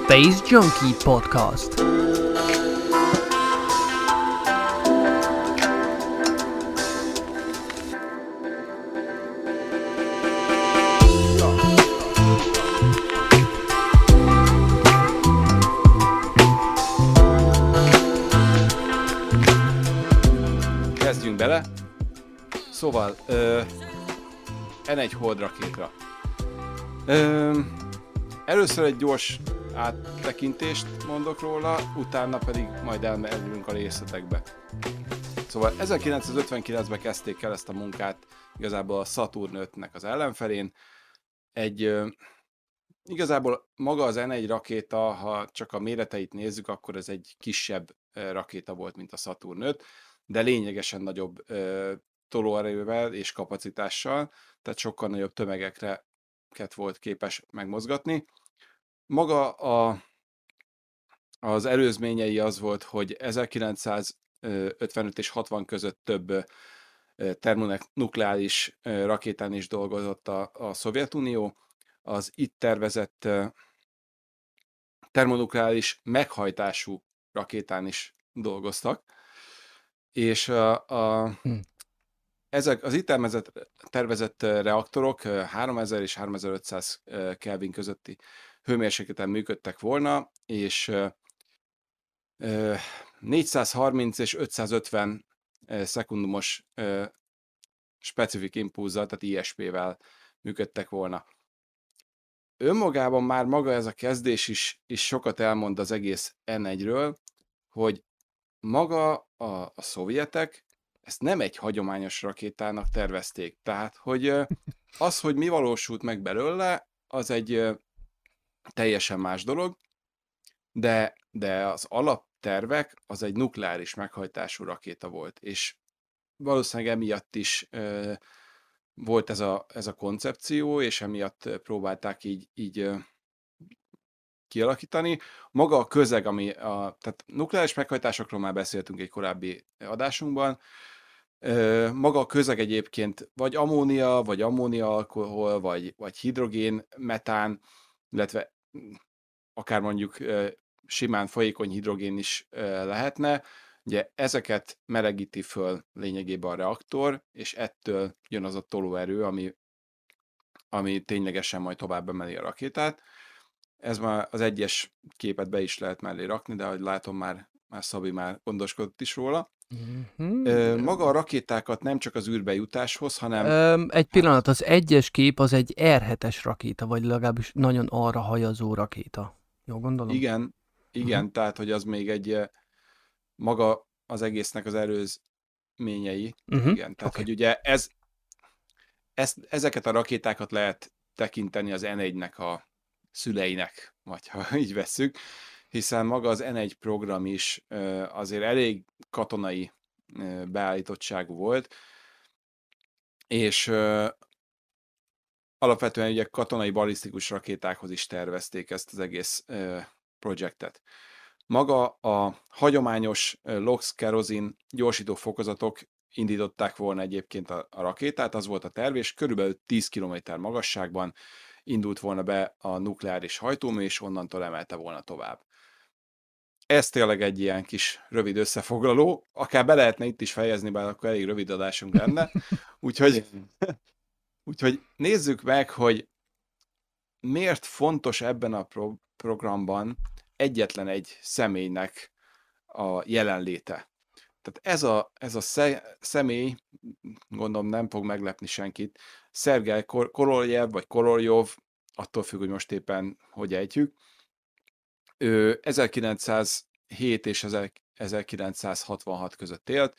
Space Junkie Podcast. Kezdjünk bele. Szóval, N1 holdrakétra. Először egy gyors áttekintést mondok róla, utána pedig majd elmerülünk a részletekbe. Szóval 1959-ben kezdték el ezt a munkát igazából a Saturn 5-nek az ellenfelén. Igazából maga az N1 rakéta, ha csak a méreteit nézzük, akkor ez egy kisebb rakéta volt, mint a Saturn 5, de lényegesen nagyobb tolóerővel és kapacitással, tehát sokkal nagyobb tömegeket volt képes megmozgatni. Maga az előzményei az volt, hogy 1955 és 60 között több termonukleáris rakétán is dolgozott a Szovjetunió. Az itt tervezett termonukleáris meghajtású rakétán is dolgoztak. És ezek az itt tervezett reaktorok 3000 és 3500 Kelvin közötti hőmérsékleten működtek volna, és 430 és 550 szekundumos specific impulzzal, tehát ISP-vel működtek volna. Önmagában már maga ez a kezdés is sokat elmond az egész N1-ről, hogy maga a szovjetek ezt nem egy hagyományos rakétának tervezték. Tehát, hogy az, hogy mi valósult meg belőle, az egy teljesen más dolog, de az alaptervek az egy nukleáris meghajtású rakéta volt, és valószínűleg emiatt is volt ez a koncepció, és emiatt próbálták így kialakítani. Maga a közeg, tehát nukleáris meghajtásokról már beszéltünk egy korábbi adásunkban, maga a közeg egyébként vagy ammónia, vagy ammónia-alkohol, vagy hidrogén, metán, illetve akár mondjuk simán folyékony hidrogén is lehetne. Ugye ezeket melegíti föl lényegében a reaktor, és ettől jön az a tolóerő, ami ténylegesen majd tovább emeli a rakétát. Ez már az egyes képet be is lehet mellé rakni, de ahogy látom, már Szabi már gondoskodott is róla. Maga a rakétákat nem csak az űrbe jutáshoz, hanem... Egy pillanat, az egyes kép az egy R7-es rakéta, vagy legalábbis nagyon arra hajazó rakéta. Jól gondolom? Igen, tehát, hogy az még egy maga az egésznek az előzményei. Igen, tehát, hogy ugye ezeket a rakétákat lehet tekinteni az N1-nek a szüleinek, vagy ha így vesszük, hiszen maga az N1 program is azért elég katonai beállítottságú volt, és alapvetően ugye katonai balisztikus rakétákhoz is tervezték ezt az egész projektet. Maga a hagyományos LOX-kerozin gyorsító fokozatok indították volna egyébként a rakétát, az volt a terv, és körülbelül 10 km magasságban indult volna be a nukleáris hajtómű, és onnantól emelte volna tovább. Ez tényleg egy ilyen kis rövid összefoglaló, akár be lehetne itt is fejezni, bár akkor elég rövid adásunk lenne. Úgyhogy nézzük meg, hogy miért fontos ebben a programban egyetlen egy személynek a jelenléte. Tehát ez a személy, gondolom nem fog meglepni senkit, Szergej Koroljev, vagy Koroljov, attól függ, hogy most éppen hogy ejtjük. Ő 1907 és 1966 között élt.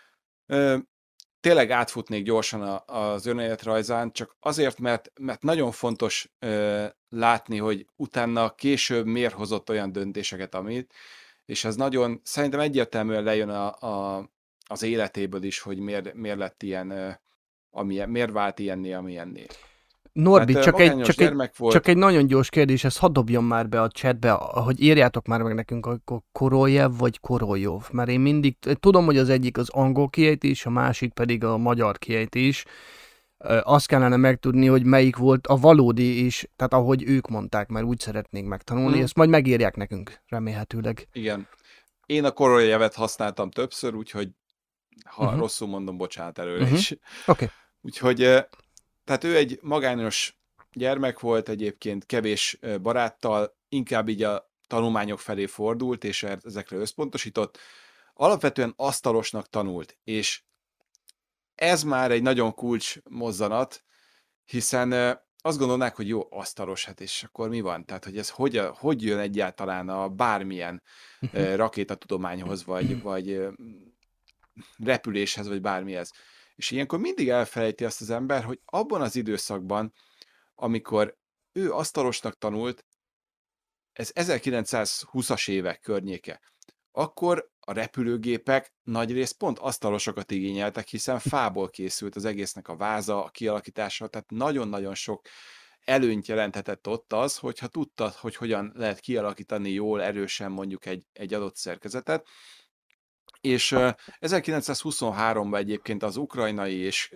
Tényleg átfutnék gyorsan az önéletrajzán, csak azért, mert nagyon fontos látni, hogy utána később miért hozott olyan döntéseket, amit, és ez nagyon, szerintem egyértelműen lejön az életéből is, hogy miért lett ilyen, miért vált ilyenné, amilyenné. Norbi, csak egy nagyon gyors kérdés, ezt hadd dobjam már be a chatbe, hogy írjátok már meg nekünk, akkor Koroljev vagy Koroljov, mert én mindig tudom, hogy az egyik az angol kiejtés, a másik pedig a magyar kiejtés. Azt kellene megtudni, hogy melyik volt a valódi is, tehát ahogy ők mondták, mert úgy szeretnénk megtanulni, ezt majd megírják nekünk, remélhetőleg. Igen. Én a Korolevet használtam többször, úgyhogy ha rosszul mondom, bocsánat előre is. Okay. Úgyhogy, tehát ő egy magányos gyermek volt egyébként, kevés baráttal, inkább így a tanulmányok felé fordult, és ezekre összpontosított. Alapvetően asztalosnak tanult, és ez már egy nagyon kulcs mozzanat, hiszen azt gondolnák, hogy jó, asztalos, hát és akkor mi van? Tehát, hogy ez hogy jön egyáltalán a bármilyen rakétatudományhoz, vagy repüléshez, vagy bármihez. És ilyenkor mindig elfelejti azt az ember, hogy abban az időszakban, amikor ő asztalosnak tanult, ez 1920-as évek környéke, akkor a repülőgépek nagyrészt pont asztalosokat igényeltek, hiszen fából készült az egésznek a váza, a kialakítása, tehát nagyon-nagyon sok előnyt jelenthetett ott az, hogyha tudtad, hogy hogyan lehet kialakítani jól, erősen mondjuk egy adott szerkezetet. És 1923-ban egyébként az ukrajnai és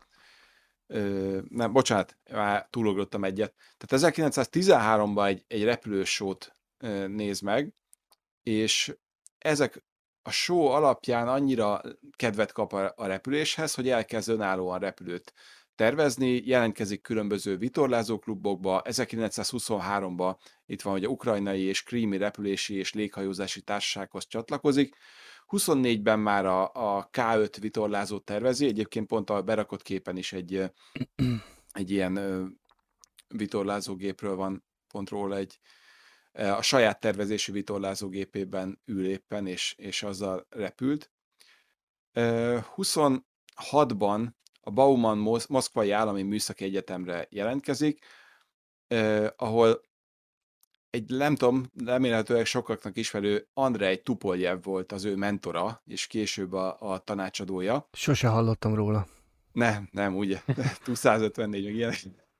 nem, bocsánat, már túlugrottam egyet. Tehát 1913-ban egy repülősót néz meg, és ezek a show alapján annyira kedvet kap a repüléshez, hogy elkezd önállóan repülőt tervezni, jelentkezik különböző vitorlázóklubokba. 1923-ban itt van, hogy a ukrajnai és krími repülési és léghajózási társasághoz csatlakozik. 24-ben már a K5 vitorlázót tervezi, egyébként pont a berakott képen is egy ilyen vitorlázógépről van pont róla a saját tervezésű vitorlázógépében ül éppen, és azzal repült. 26-ban a Bauman Moszkvai Állami Műszaki Egyetemre jelentkezik, ahol egy, nem tudom, remélhetőleg sokaknak ismerő Andrej Tupoljev volt az ő mentora, és később a tanácsadója. Sose hallottam róla. Nem, ugye, 254, meg ilyenek.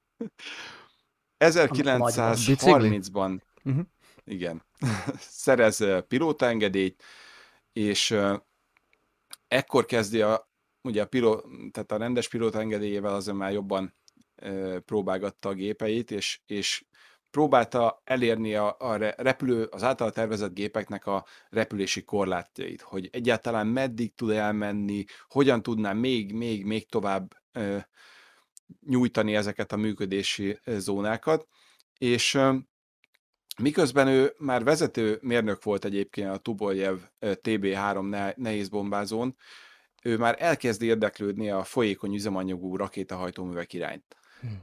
1930-ban igen, szerez pilótaengedélyt, és ekkor kezdi ugye tehát a rendes pilótaengedélyével azért már jobban próbálgatta a gépeit, és próbálta elérni az általa tervezett gépeknek a repülési korlátjait, hogy egyáltalán meddig tud elmenni, hogyan tudná még tovább nyújtani ezeket a működési zónákat, és miközben ő már vezető mérnök volt egyébként a Tuboljev TB3 nehézbombázón, ő már elkezd érdeklődni a folyékony üzemanyagú rakétahajtóművek iránt.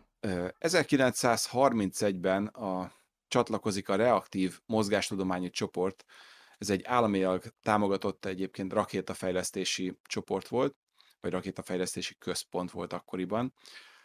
1931-ben csatlakozik a Reaktív Mozgástudományi Csoport, ez egy államilag támogatott egyébként rakétafejlesztési csoport volt, vagy rakétafejlesztési központ volt akkoriban.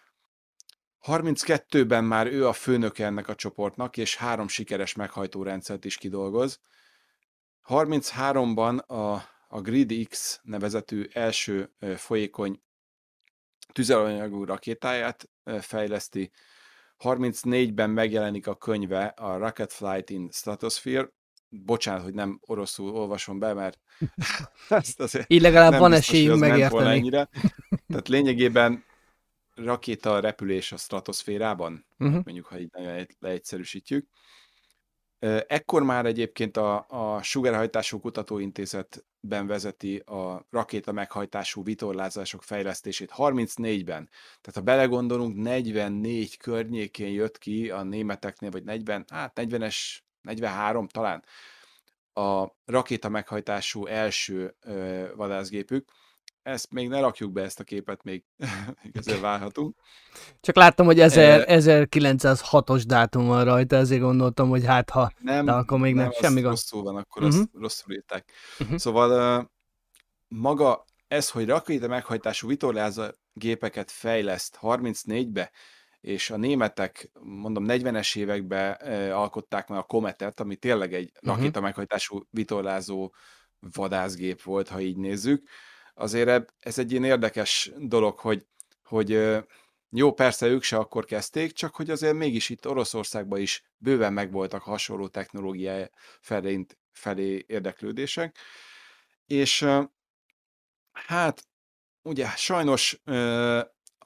32-ben már ő a főnöke ennek a csoportnak, és 3 sikeres meghajtórendszert is kidolgoz. 33-ban a Grid X nevezetű első folyékony tüzelőanyagú rakétáját fejleszti. 34-ben megjelenik a könyve, a Rocket Flight in Stratosphere. Bocsánat, hogy nem oroszul olvasom be, mert ezt azért így legalább van esélyünk megérteni. Tehát lényegében rakéta repülés a stratoszférában, mondjuk, ha így nagyon leegyszerűsítjük. Ekkor már egyébként a Sugárhajtású Kutatóintézetben vezeti a rakéta meghajtású vitorlázások fejlesztését 34-ben. Tehát ha belegondolunk, 44 környékén jött ki a németeknél, vagy 40-es, 43 talán a rakéta meghajtású első vadászgépük. Ezt még ne rakjuk be, ezt a képet, még ezzel várhatunk. Csak láttam, hogy 1906-os dátum van rajta, ezért gondoltam, hogy hát ha, de akkor még nem. Semmi gond. Rosszul van, akkor azt rosszul írták. Szóval maga ez, hogy rakéta meghajtású vitorlázógépeket fejleszt 34-be, és a németek, mondom, 40-es években alkották meg a Cometet, ami tényleg egy rakéta meghajtású vitorlázó vadászgép volt, ha így nézzük. Azért ez egy ilyen érdekes dolog, hogy jó, persze ők se akkor kezdték, csak hogy azért mégis itt Oroszországban is bőven megvoltak hasonló technológiája felé érdeklődések. És hát ugye sajnos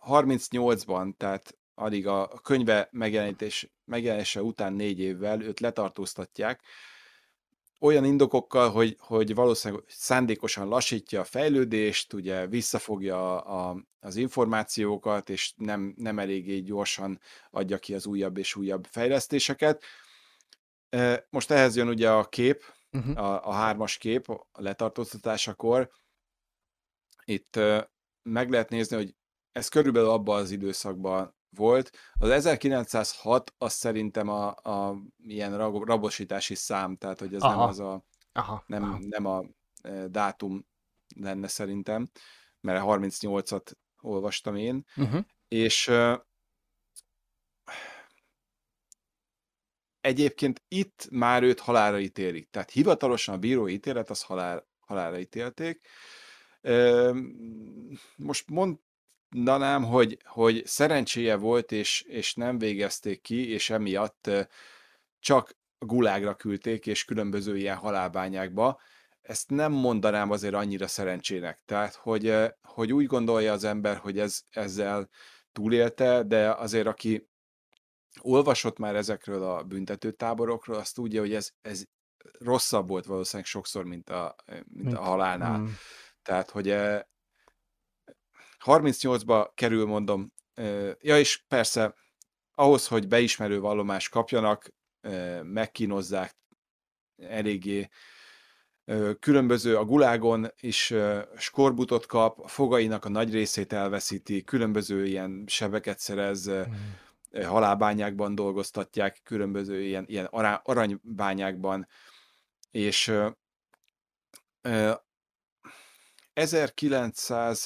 38-ban, tehát addig a könyve megjelenése után 4 évvel őt letartóztatják, olyan indokokkal, hogy valószínűleg szándékosan lassítja a fejlődést, ugye visszafogja az információkat, és nem eléggé gyorsan adja ki az újabb és újabb fejlesztéseket. Most ehhez jön ugye a kép, a 3-as kép a letartóztatásakor. Itt meg lehet nézni, hogy ez körülbelül abban az időszakban volt. Az 1906 az szerintem a ilyen rabosítási szám, tehát hogy ez nem az a nem a dátum lenne szerintem, mert 38-at olvastam én, és egyébként itt már őt halálra ítélik, tehát hivatalosan a bírói ítélet az halálra ítélték. Most mondanám, hogy szerencséje volt, és nem végezték ki, és emiatt csak gulágra küldték, és különböző ilyen halálbányákba. Ezt nem mondanám azért annyira szerencsének. Tehát, hogy úgy gondolja az ember, hogy ezzel túlélte, de azért aki olvasott már ezekről a büntetőtáborokról, azt tudja, hogy ez rosszabb volt valószínűleg sokszor, mint a halálnál. Tehát, hogy 38-ba kerül, mondom, ja, és persze ahhoz, hogy beismerő vallomást kapjanak, megkínozzák eléggé, különböző a gulágon is skorbutot kap, a fogainak a nagy részét elveszíti, különböző ilyen sebeket szerez, halálbányákban dolgoztatják, különböző ilyen aranybányákban, és 1900,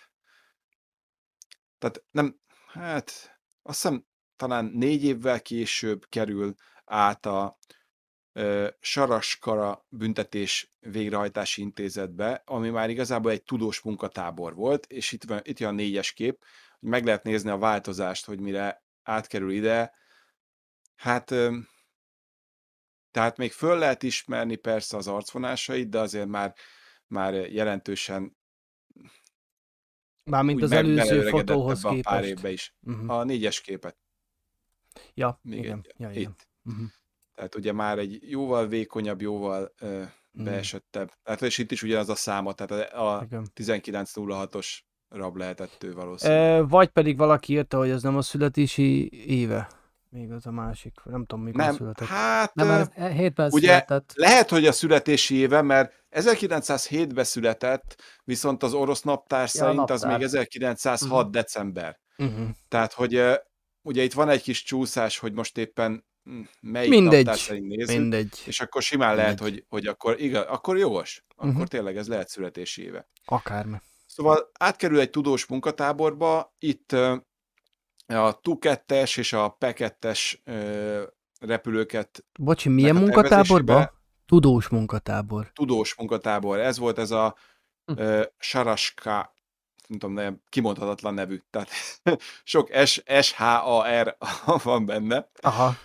tehát nem, hát azt hiszem talán 4 évvel később kerül át a Saraskara büntetés végrehajtási intézetbe, ami már igazából egy tudós munkatábor volt, és itt jön a 4-es kép, hogy meg lehet nézni a változást, hogy mire átkerül ide. Hát, tehát még föl lehet ismerni persze az arcvonásait, de azért már jelentősen mármint az előző fotóhoz képest. A pár évbe is. A 4-es képet. Ja, még igen. Itt. Tehát ugye már egy jóval vékonyabb, jóval beesettebb. Tehát és itt is ugyanaz a száma, tehát a 1906-os rab lehetett ő valószínűleg. Vagy pedig valaki írta, hogy ez nem a születési éve. Még az a másik, nem tudom, mikor született. Hát, nem, mert 7-ben ugye született. lehet, hogy a születési éve, mert 1907-ben született, viszont az orosz naptár szerint az még 1906 december. Tehát, hogy ugye itt van egy kis csúszás, hogy most éppen melyik naptár szerint nézzük, és akkor simán lehet, hogy akkor igaz, akkor jogos. Akkor tényleg ez lehet születési éve. Akármi. Szóval átkerül egy tudós munkatáborba, itt a Tu-2-es és a Pe-2-es repülőket... Bocsi, milyen munkatáborba? Tudós munkatábor. Tudós munkatábor. Ez volt ez a Saraska, nem tudom, kimondhatatlan nevű. Tehát sok S-H-A-R van benne. Aha.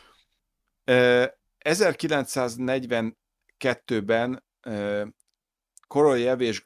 1942-ben Korolev és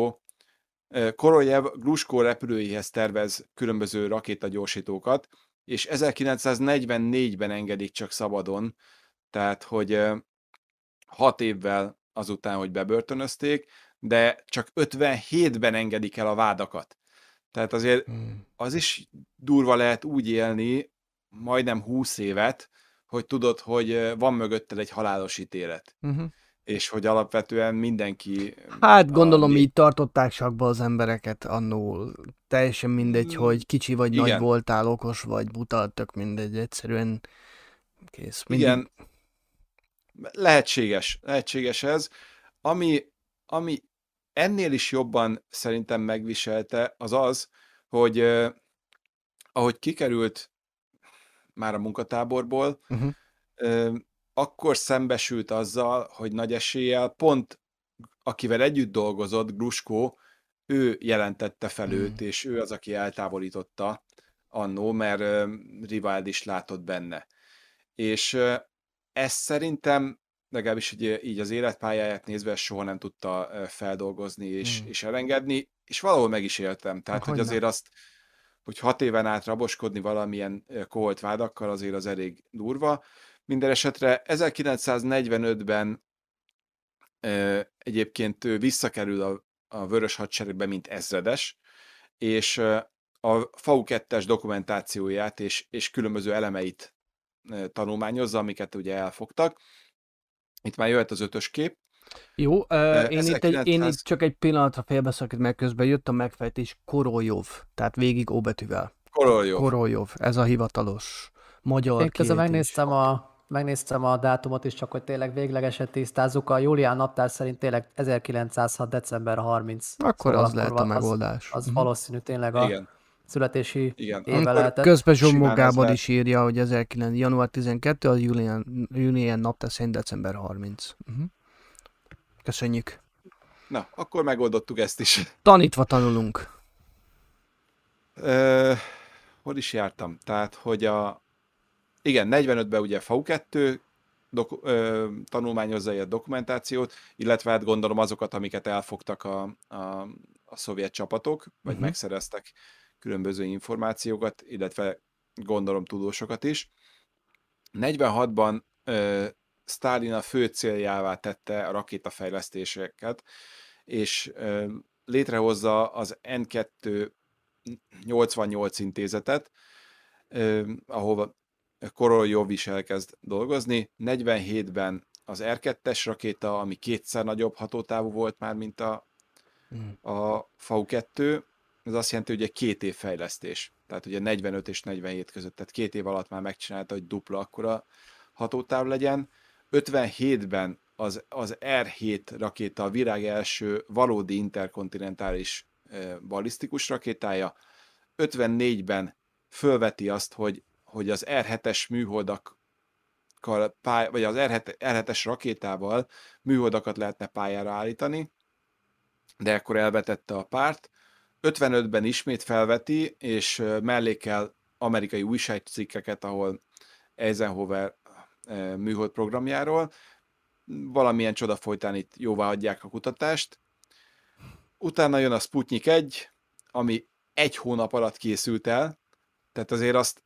Glushko repülőihez tervez különböző rakétagyorsítókat, és 1944-ben engedik csak szabadon, tehát hogy 6 évvel azután, hogy bebörtönözték, de csak 57-ben engedik el a vádakat. Tehát azért az is durva lehet úgy élni, majdnem 20 évet, hogy tudod, hogy van mögötted egy halálos ítélet. És hogy alapvetően mindenki... Hát gondolom így tartották sakba az embereket annól. Teljesen mindegy, hogy kicsi vagy nagy voltál, okos vagy buta, tök mindegy, egyszerűen kész. Igen, lehetséges ez. Ami ennél is jobban szerintem megviselte, az, hogy ahogy kikerült már a munkatáborból, akkor szembesült azzal, hogy nagy eséllyel pont akivel együtt dolgozott, Glushko, ő jelentette fel őt, és ő az, aki eltávolította annó, mert Rivald is látott benne. És ezt szerintem, legalábbis így az életpályáját nézve soha nem tudta feldolgozni és elengedni, és valahol meg is éltem. Tehát, hogy azért hogy 6 éven át raboskodni valamilyen koholt vádakkal azért az elég durva. Minden esetre 1945-ben egyébként ő visszakerül a Vörös Hadseregbe, mint ezredes, és a FAU-2-es dokumentációját és különböző elemeit tanulmányozza, amiket ugye elfogtak. Itt már jöhet az 5-ös kép. Jó, én itt csak egy pillanatra félbeszakít, mert közben jött a megfejtés Koroljov, tehát végig O betűvel. Koroljov, ez a hivatalos magyar Én közben kiejtés. megnéztem a dátumot is, csak hogy tényleg véglegesen tisztázzuk. A Julián naptár szerint tényleg 1906. december 30. Akkor szóval az lehet a megoldás. Az valószínű tényleg a születési éve lehetett. Közben Zsombó Gábor is írja, hogy január 12, az Julián naptár szerint december 30. Köszönjük. Na, akkor megoldottuk ezt is. Tanítva tanulunk. Hol is jártam? Tehát, hogy igen, 45-ben ugye FAU-2 tanulmányozza a dokumentációt, illetve hát gondolom azokat, amiket elfogtak a szovjet csapatok, vagy megszereztek különböző információkat, illetve gondolom tudósokat is. 46-ban Sztálin a fő céljává tette a rakétafejlesztéseket, és létrehozza az N288 intézetet, ahova Koroljov is elkezd dolgozni. 47-ben az R2-es rakéta, ami kétszer nagyobb hatótávú volt már, mint a FAU-2. Ez azt jelenti, hogy egy 2 év fejlesztés. Tehát ugye 45 és 47 között, tehát 2 év alatt már megcsinálta, hogy dupla akkora hatótáv legyen. 57-ben az R7 rakéta a világ első valódi interkontinentális ballisztikus rakétája. 54-ben fölveti azt, hogy az R7-es műholdakkal, vagy az R7-es rakétával műholdakat lehetne pályára állítani, de akkor elvetette a párt. 55-ben ismét felveti, és mellékel amerikai újságcikkeket, ahol Eisenhower műhold programjáról. Valamilyen csoda folytán itt jóvá adják a kutatást. Utána jön a Sputnik 1, ami 1 hónap alatt készült el, tehát azért azt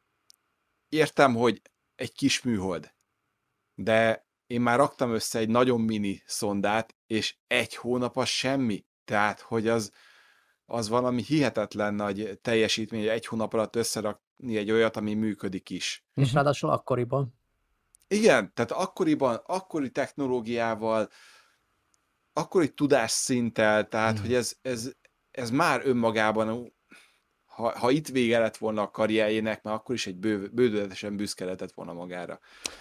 értem, hogy egy kis műhold, de én már raktam össze egy nagyon mini szondát, és 1 hónap az semmi. Tehát, hogy az valami hihetetlen nagy teljesítmény, hogy 1 hónap alatt összerakni egy olyat, ami működik is. És ráadásul akkoriban. Igen, tehát akkori technológiával, akkori tudásszinttel, tehát, hogy ez már önmagában, ha itt vége lett volna a karrierjének, már akkor is egy bődületesen büszke lehetett volna magára.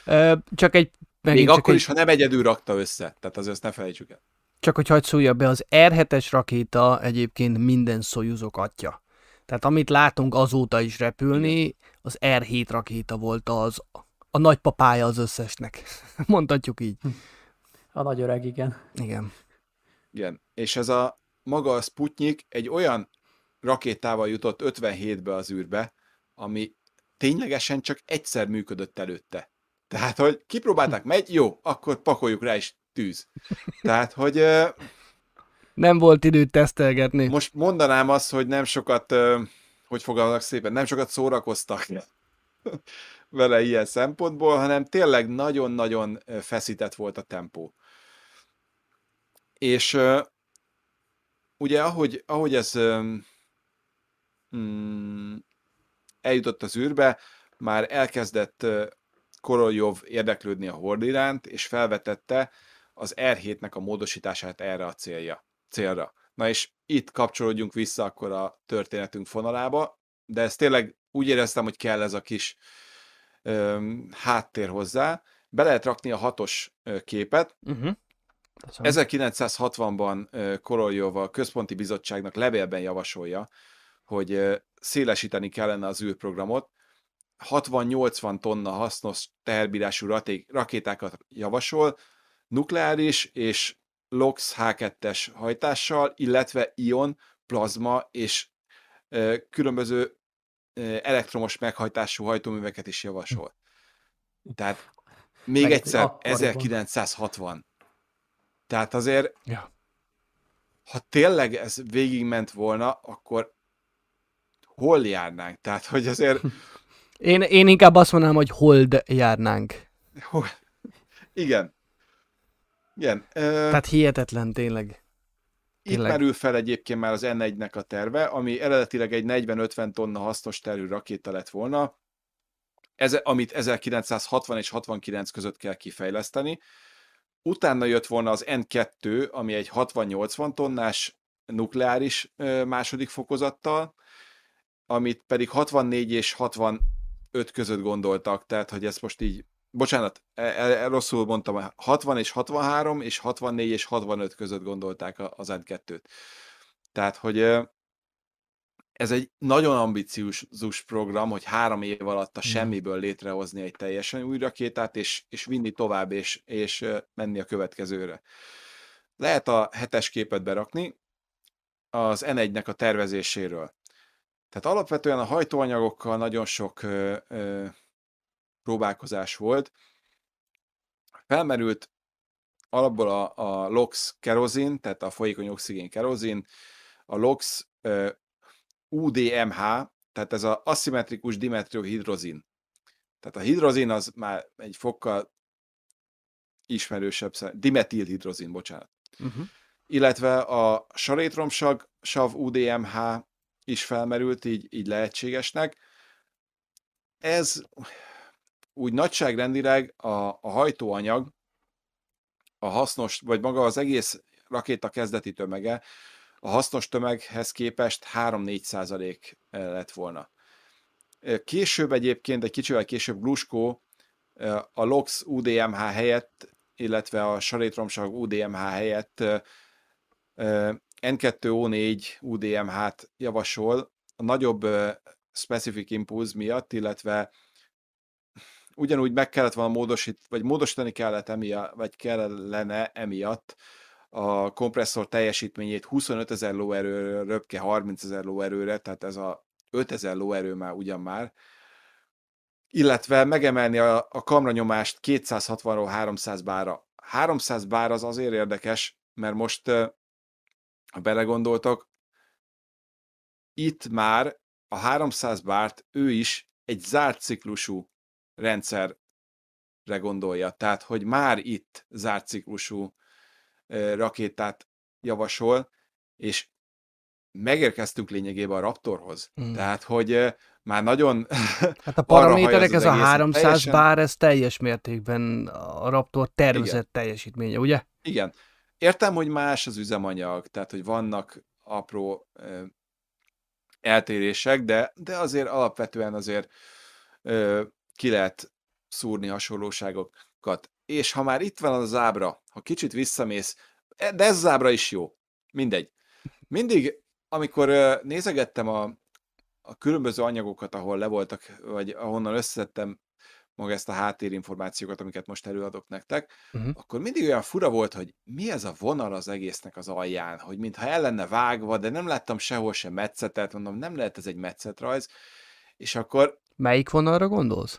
Még akkor is, ha nem egyedül rakta össze, tehát azért ezt ne felejtsük el. Csak hogy hagyd szóljak be, az R7-es rakéta egyébként minden Szojuzok atya. Tehát amit látunk azóta is repülni, az R7 rakéta volt a nagypapája az összesnek. Mondhatjuk így. A nagy öreg, igen. Igen. És ez maga a Sputnik egy olyan rakétával jutott 57-be az űrbe, ami ténylegesen csak egyszer működött előtte. Tehát, hogy kipróbálták, megy, jó, akkor pakoljuk rá is tűz. Tehát, hogy... nem volt időt tesztelgetni. Most mondanám azt, hogy nem sokat, hogy fogalmazok szépen, nem sokat szórakoztak vele ilyen szempontból, hanem tényleg nagyon-nagyon feszített volt a tempó. És ugye ahogy ez eljutott az űrbe, már elkezdett Koroljov érdeklődni a Hold iránt, és felvetette az R7-nek a módosítását erre a célra. Na és itt kapcsolódjunk vissza akkor a történetünk fonalába, de ezt tényleg úgy éreztem, hogy kell ez a kis háttér hozzá. Be lehet rakni a 6-os képet. 1960-ban Koroljov a Központi Bizottságnak levélben javasolja, hogy szélesíteni kellene az űrprogramot. 60-80 tonna hasznos teherbírású rakétákat javasol, nukleáris és LOX H2-es hajtással, illetve ion, plazma és különböző elektromos meghajtású hajtóműveket is javasol. Tehát még egyszer, 1960. Tehát azért, ha tényleg ez végigment volna, akkor hol járnánk? Tehát, hogy azért... Én inkább azt mondanám, hogy hold járnánk. Igen. Igen. Tehát hihetetlen, tényleg. Itt merül fel egyébként már az N1-nek a terve, ami eredetileg egy 40-50 tonna hasznos terű rakéta lett volna, amit 1960 és 69 között kell kifejleszteni. Utána jött volna az N2, ami egy 60-80 tonnás nukleáris második fokozattal, amit pedig 64 és 65 között gondoltak, tehát hogy ezt most így, bocsánat, rosszul mondtam, 60 és 63 és 64 és 65 között gondolták az N2-t. Tehát, hogy ez egy nagyon ambiciózus program, hogy 3 év alatt a semmiből létrehozni egy teljesen új rakétát, és vinni tovább, és menni a következőre. Lehet a 7-es képet berakni az N1-nek a tervezéséről. Tehát alapvetően a hajtóanyagokkal nagyon sok próbálkozás volt. Felmerült alapból a LOX kerozin, tehát a folyékony oxigén kerozin, a LOX UDMH, tehát ez az aszimmetrikus dimetriohidrozin. Tehát a hidrozin az már egy fokkal ismerősebb, dimetilhidrozin, bocsánat. Illetve a salétromsav UDMH is felmerült, így lehetségesnek. Ez úgy nagyságrendileg a hajtóanyag, a hasznos, vagy maga az egész rakéta kezdeti tömege a hasznos tömeghez képest 3-4% lett volna. Később egyébként, egy kicsivel később Glushko a LOX UDMH helyett, illetve a salétromsav UDMH helyett N2O4 UDMH-t javasol a nagyobb specific impulse miatt, illetve ugyanúgy meg kellett volna módosítani kellett emiatt, vagy kellene emiatt a kompresszor teljesítményét 25 000 lóerőről röpke 30 000 lóerőre, tehát ez a 5000 lóerő már ugyan már, illetve megemelni a kamranyomást 260-ról 300 bárra. 300 bár az azért érdekes, mert most, ha belegondoltok, itt már a 300 bárt ő is egy zárt ciklusú rendszerre gondolja. Tehát, hogy már itt zárt ciklusú rakétát javasol, és megérkeztünk lényegében a Raptorhoz. Tehát, hogy már nagyon hát a paraméterek, ez a 300 teljesen... bár, ez teljes mértékben a Raptor tervezett teljesítménye, ugye? Igen. Értem, hogy más az üzemanyag, tehát, hogy vannak apró eltérések, de azért alapvetően azért ki lehet szúrni hasonlóságokat. És ha már itt van az ábra, ha kicsit visszamész, de ez az ábra is jó. Mindegy. Mindig, amikor nézegettem a különböző anyagokat, ahol le voltak, vagy ahonnan összeszedtem maga ezt a háttérinformációkat, amiket most előadok nektek, akkor mindig olyan fura volt, hogy mi ez a vonal az egésznek az alján, hogy mintha el lenne vágva, de nem láttam sehol sem metszetet, mondom, nem lehet ez egy metszetrajz, és akkor... Melyik vonalra gondolsz?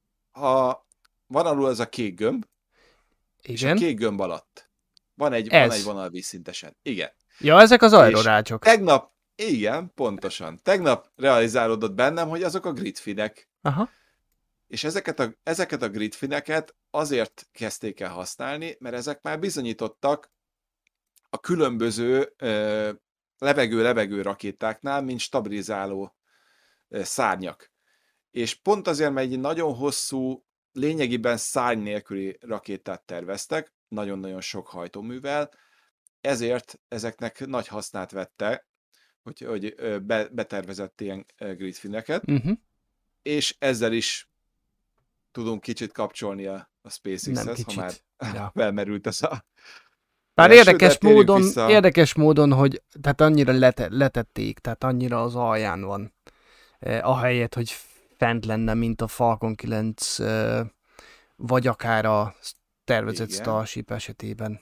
Van alul az a kék gömb, igen. És a kék gömb alatt van egy vonal vízszintesen. Igen. Ja, ezek az aerorácsok. Tegnap, igen, pontosan. Tegnap realizálódott bennem, hogy azok a gridfinek. Aha. És ezeket a gridfineket azért kezdték el használni, mert ezek már bizonyítottak a különböző levegő-levegő rakétáknál, mint stabilizáló szárnyak. És pont azért, mert egy nagyon hosszú, lényegében szárny nélküli rakétát terveztek, nagyon-nagyon sok hajtóművel, ezért ezeknek nagy hasznát vette, hogy betervezett ilyen gridfineket, és ezzel is tudunk kicsit kapcsolni a SpaceX-hez, ha már felmerült ez a... Bár érdekes módon, hogy tehát annyira letették, tehát annyira az alján van, ahelyett, hogy fent lenne, mint a Falcon 9, vagy akár a tervezett Starship esetében.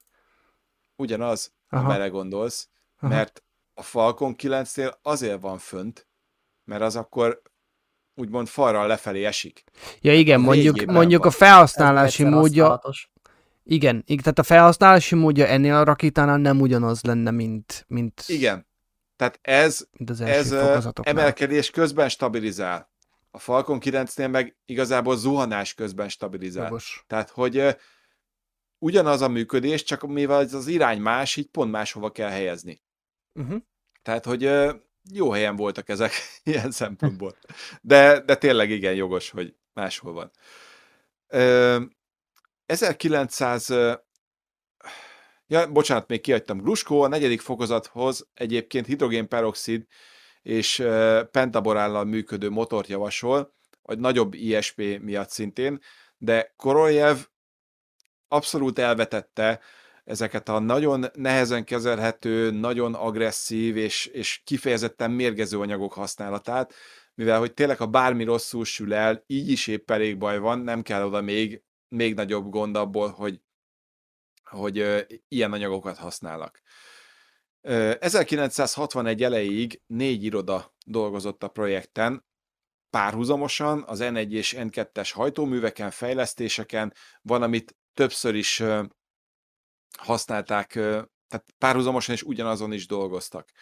Ugyanaz, ha belegondolsz, mert a Falcon 9-nél azért van fönt, mert az akkor úgymond falral lefelé esik. Ja igen, mondjuk a felhasználási módja... Igen, tehát a felhasználási módja ennél a rakétánál nem ugyanaz lenne, mint... Igen. Tehát ez mint az első fokozatoknál. emelkedés közben stabilizál. A Falcon 9-nél meg igazából zuhanás közben stabilizál. Jogos. Tehát, hogy ugyanaz a működés, csak mivel az irány más, így pont máshova kell helyezni. Tehát, hogy jó helyen voltak ezek ilyen szempontból. De tényleg igen, jogos, hogy máshol van. 1900... Ja, bocsánat, még kihagytam. Gluskó a 4. fokozathoz egyébként hidrogénperoxid és pentaborállal működő motort javasol, vagy nagyobb ISP miatt szintén, de Korolev abszolút elvetette ezeket a nagyon nehezen kezelhető, nagyon agresszív és kifejezetten mérgező anyagok használatát, mivel hogy tényleg, ha bármi rosszul sül el, így is épp elég baj van, nem kell oda még nagyobb gond abból, hogy ilyen anyagokat használnak. 1961 elejéig 4 iroda dolgozott a projekten, párhuzamosan az N1 és N2-es hajtóműveken, fejlesztéseken, van, amit többször is használták, tehát párhuzamosan és ugyanazon is dolgoztak.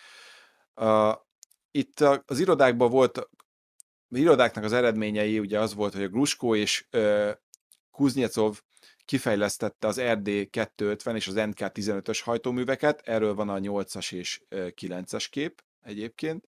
Itt az irodáknak az eredményei ugye az volt, hogy a Gluskó és Kuznecov kifejlesztette az RD250 és az NK15-ös hajtóműveket, erről van a 8-as és 9-es kép egyébként.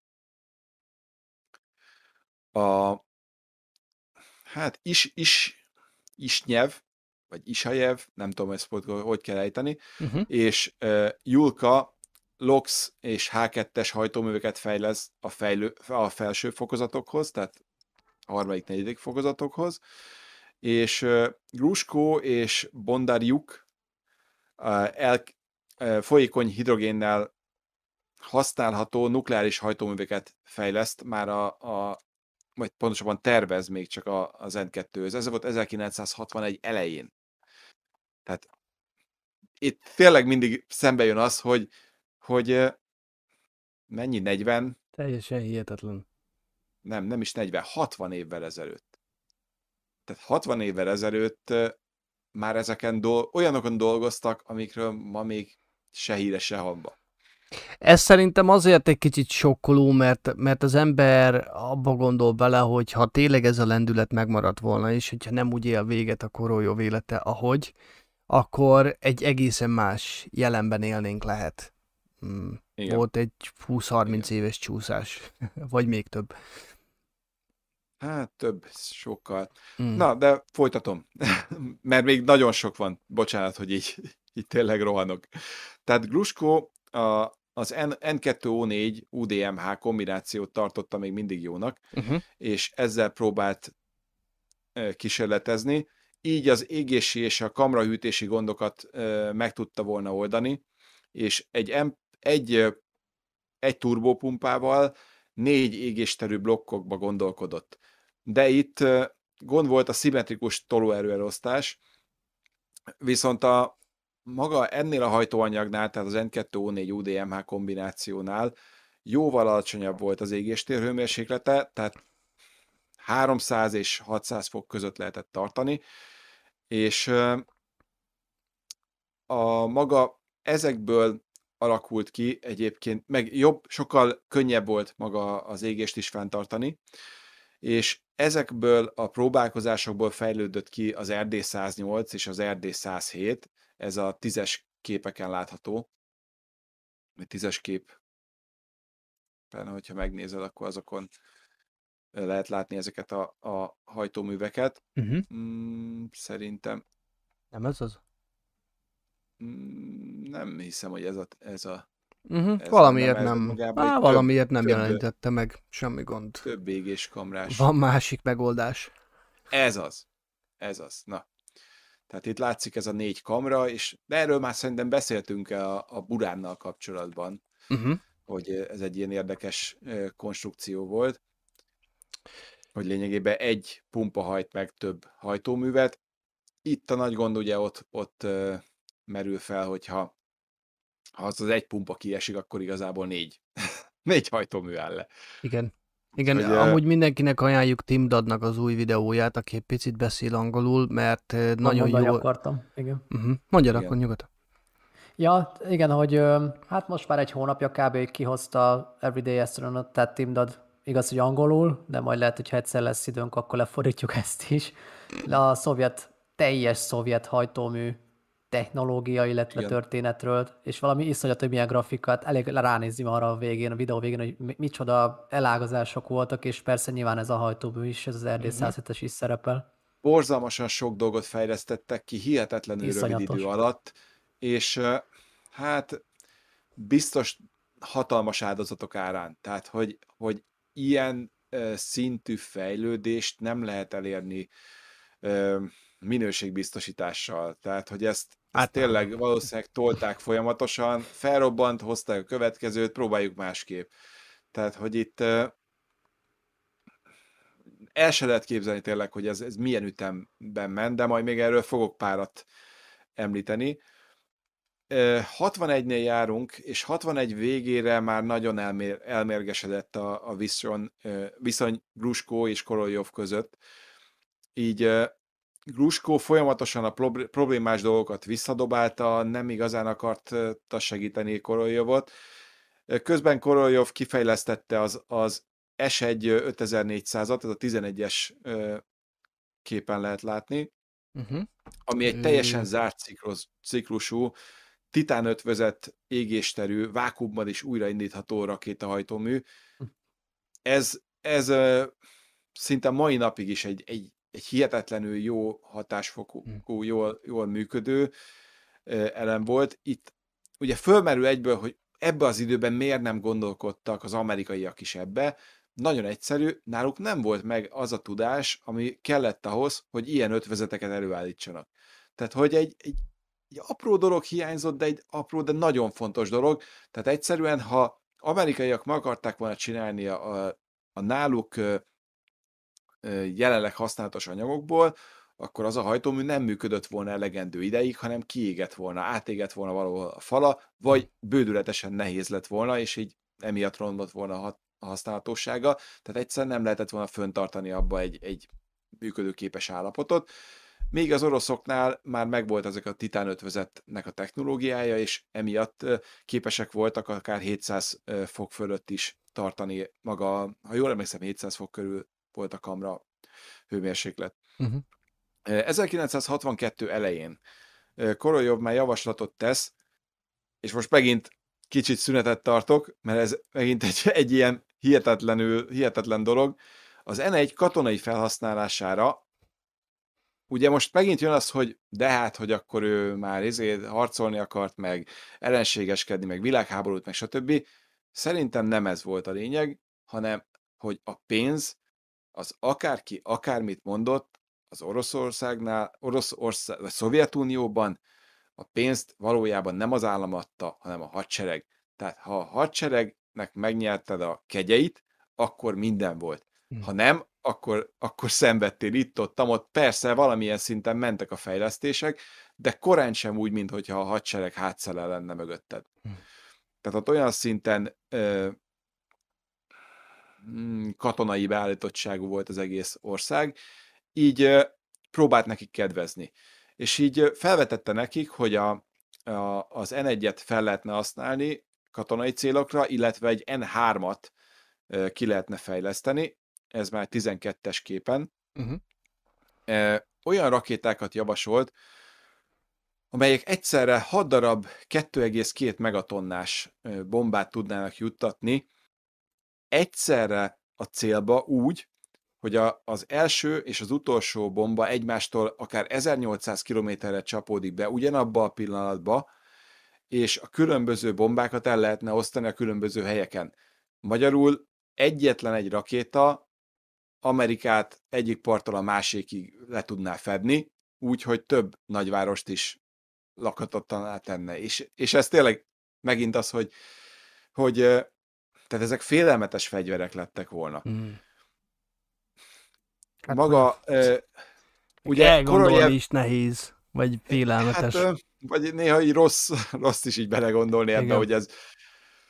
Isnyev, vagy Isajev, nem tudom, ezt hogy kell ejteni, és Julka LOX és H2-es hajtóműveket fejleszt a felső fokozatokhoz, tehát a 3.-4. fokozatokhoz, és Grushko és Bondarjuk folyékony hidrogénnel használható nukleáris hajtóműveket fejleszt, már vagy pontosabban tervez még csak az N2-höz. Ez volt 1961 elején. Tehát itt tényleg mindig szembe jön az, hogy mennyi, 40? Teljesen hihetetlen. Nem is 40, 60 évvel ezelőtt. Tehát 60 évvel ezelőtt már ezeken olyanokon dolgoztak, amikről ma még se híre, se hamba. Ez szerintem azért egy kicsit sokkoló, mert az ember abba gondol bele, hogy ha tényleg ez a lendület megmaradt volna, és hogyha nem úgy él véget a Korolyov élete, ahogy, akkor egy egészen más jelenben élnénk lehet. Volt egy 20-30 éves csúszás, vagy még több. Hát több, sokkal. Na, de folytatom, mert még nagyon sok van. Bocsánat, hogy így tényleg rohanok. Tehát Glushko az N2O4 UDMH kombinációt tartotta még mindig jónak, és ezzel próbált kísérletezni. Így az égési és a kamrahűtési gondokat meg tudta volna oldani, és egy turbópumpával 4 égésterű blokkokba gondolkodott. De itt gond volt a szimmetrikus tolóerőelosztás, viszont maga ennél a hajtóanyagnál, tehát az N2O4 UDMH kombinációnál jóval alacsonyabb volt az égéstér hőmérséklete, tehát 300 és 600 fok között lehetett tartani, és a maga ezekből alakult ki egyébként, meg sokkal könnyebb volt maga az égést is fenntartani, és ezekből a próbálkozásokból fejlődött ki az RD108 és az RD107, ez a 10-es képeken látható, a 10-es kép, hogyha megnézed, akkor azokon lehet látni ezeket a hajtóműveket. Szerintem... Nem ez az? Nem hiszem, hogy ez valamiért nem. Valamiért nem jelentette meg, semmi gond. Több égéskamrás. Van másik megoldás. Ez az. Na. Tehát itt látszik ez a 4 kamra, de erről már szerintem beszéltünk a Buránnal kapcsolatban, hogy ez egy ilyen érdekes konstrukció volt, hogy lényegében egy pumpa hajt meg több hajtóművet. Itt a nagy gond ugye ott merül fel, hogyha az egy pumpa kiesik, akkor igazából 4 hajtómű áll le. Igen, hogy, amúgy mindenkinek ajánljuk Tim Doddnak az új videóját, aki egy picit beszél angolul, mert nagyon jó... akartam, igen. Mondjad akkor nyugodtan. Ja, igen, hogy hát most már egy hónapja kb. Kihozta Everyday Astronaut, tehát Tim Dodd, igaz, hogy angolul, de majd lehet, hogy egyszer lesz időnk, akkor lefordítjuk ezt is. A teljes szovjet hajtómű technológia, illetve Igen. történetről, és valami iszonyat, hogy milyen grafikát, elég ránézni arra a végén, a videó végén, hogy micsoda elágazások voltak, és persze nyilván ez a hajtómű is, ez az Uh-huh. RD-107-es is szerepel. Borzalmasan sok dolgot fejlesztettek ki hihetetlenül rövid idő Iszonyatos. alatt, és hát biztos hatalmas áldozatok árán. Tehát, hogy ilyen szintű fejlődést nem lehet elérni ö, minőségbiztosítással. Tehát, hogy ezt Hát nem. tényleg valószínűleg tolták folyamatosan, felrobbant, hozták a következőt, próbáljuk másképp. Tehát, hogy itt el se lehet képzelni tényleg, hogy ez milyen ütemben ment, de majd még erről fogok párat említeni. 61-nél járunk, és 61 végére már nagyon elmérgesedett a viszony Grushko és Koroljov között. Így Grushko folyamatosan a problémás dolgokat visszadobálta, nem igazán akarta segíteni Koroljovot. Közben Koroljov kifejlesztette az S1 5400-at, ez a 11-es képen lehet látni, Uh-huh. ami egy teljesen zárt ciklusú, titán ötvözet égésterű, vákuumban is újraindítható rakétahajtómű. Ez szinte mai napig is egy hihetetlenül jó hatásfokú, jól működő elem volt. Itt ugye fölmerül egyből, hogy ebbe az időben miért nem gondolkodtak az amerikaiak is ebbe. Nagyon egyszerű, náluk nem volt meg az a tudás, ami kellett ahhoz, hogy ilyen ötvezeteket előállítsanak. Tehát, hogy egy apró dolog hiányzott, de egy apró, de nagyon fontos dolog. Tehát egyszerűen, ha amerikaiak meg akarták volna csinálni a náluk jelenleg használatos anyagokból, akkor az a hajtómű nem működött volna elegendő ideig, hanem kiégett volna, átégett volna valahol a fala, vagy bődületesen nehéz lett volna, és így emiatt romlott volna a használhatósága. Tehát egyszerűen nem lehetett volna föntartani abba egy működőképes állapotot. Még az oroszoknál már megvolt ezek a titán ötvözetnek a technológiája, és emiatt képesek voltak akár 700 fok fölött is tartani maga, ha jól emlékszem, 700 fok körül volt a kamra hőmérséklet. Uh-huh. 1962 elején Koroljov már javaslatot tesz, és most megint kicsit szünetet tartok, mert ez megint egy ilyen hihetetlen dolog. Az N1 katonai felhasználására, ugye most megint jön az, hogy de hát, hogy akkor ő már harcolni akart, meg ellenségeskedni, meg világháborút, meg stb. Szerintem nem ez volt a lényeg, hanem, hogy a pénz, az akárki akármit mondott, az vagy Szovjetunióban a pénzt valójában nem az állam adta, hanem a hadsereg. Tehát ha a hadseregnek megnyerted a kegyeit, akkor minden volt. Ha nem, akkor szenvedtél ott. Persze valamilyen szinten mentek a fejlesztések, de korán sem úgy, mintha a hadsereg hátszele lenne mögötted. Tehát ott olyan szinten katonai beállítottságú volt az egész ország, így próbált nekik kedvezni. És így felvetette nekik, hogy az N1-et fel lehetne használni katonai célokra, illetve egy N3-at ki lehetne fejleszteni, ez már 12-es képen. Olyan rakétákat javasolt, amelyek egyszerre 6 darab 2,2 megatonnás bombát tudnának juttatni, egyszerre a célba úgy, hogy az első és az utolsó bomba egymástól akár 1800 kilométerre csapódik be ugyanabba a pillanatba, és a különböző bombákat el lehetne osztani a különböző helyeken. Magyarul egyetlen egy rakéta Amerikát egyik parttól a másikig le tudná fedni, úgyhogy több nagyvárost is lakatottan tenne. És ez tényleg megint az, hogy tehát ezek félelmetes fegyverek lettek volna. Hát Maga, ugye elgondolni Koroljov, is nehéz, vagy félelmetes. hát, vagy néha így rossz is így belegondolni ebbe, hogy ez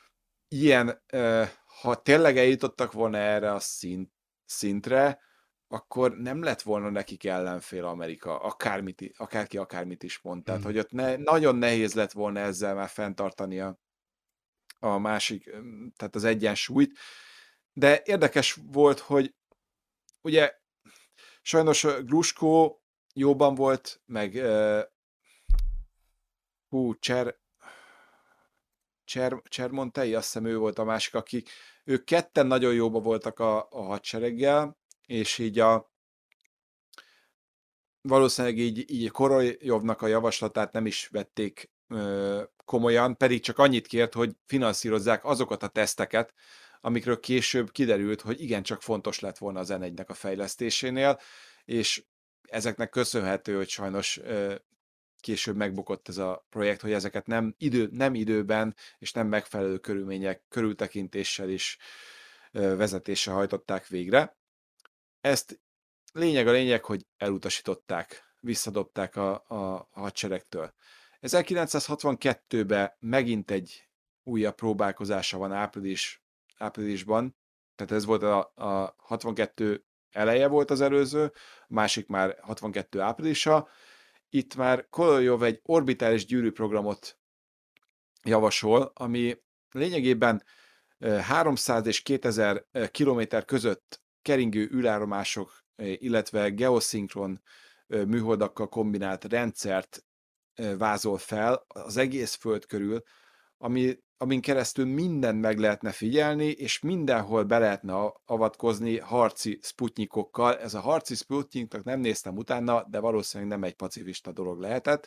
ilyen, ha tényleg eljutottak volna erre a szintre, akkor nem lett volna nekik ellenfél Amerika, akárki akármit is mond. Tehát, hogy ott nagyon nehéz lett volna ezzel már fenntartani a másik, tehát az egyensúlyt. De érdekes volt, hogy ugye sajnos Grushko jóban volt, meg Csermontei, azt hiszem ő volt a másik, akik ők ketten nagyon jóban voltak a hadsereggel, és így valószínűleg így Korolyovnak a javaslatát nem is vették komolyan, pedig csak annyit kért, hogy finanszírozzák azokat a teszteket, amikről később kiderült, hogy igencsak fontos lett volna az N1-nek a fejlesztésénél, és ezeknek köszönhető, hogy sajnos később megbukott ez a projekt, hogy ezeket nem időben és nem megfelelő körülmények, körültekintéssel is vezetéssel hajtották végre. Ezt lényeg, hogy elutasították, visszadobták a hadseregtől. 1962-ben megint egy újabb próbálkozása van áprilisban, tehát ez volt a 62 eleje volt az előző, a másik már 62 áprilisa. Itt már Koroljov egy orbitális gyűrűprogramot javasol, ami lényegében 300 és 2000 kilométer között keringő űrállomások, illetve geoszinkron műholdakkal kombinált rendszert vázol fel az egész Föld körül, amin keresztül mindent meg lehetne figyelni, és mindenhol be lehetne avatkozni harci szputnyikokkal. Ez a harci szputnyiknak nem néztem utána, de valószínűleg nem egy pacifista dolog lehetett.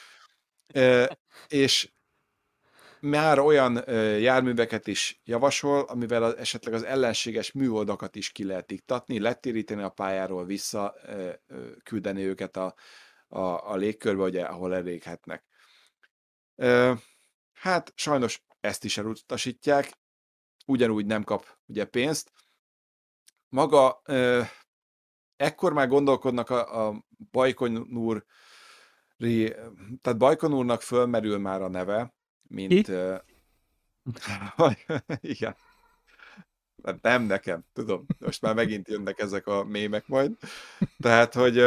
És már olyan járműveket is javasol, amivel esetleg az ellenséges műholdakat is ki lehet iktatni, letéríteni a pályáról, vissza küldeni őket a légkörbe, ugye, ahol eléghetnek. Hát sajnos ezt is elutasítják, ugyanúgy nem kap ugye pénzt. Maga ekkor már gondolkodnak a Bajkonúr, tehát Bajkonúrnak fölmerül már a neve, mint... Igen. Nem nekem, tudom. Most már megint jönnek ezek a mémek majd. Tehát, hogy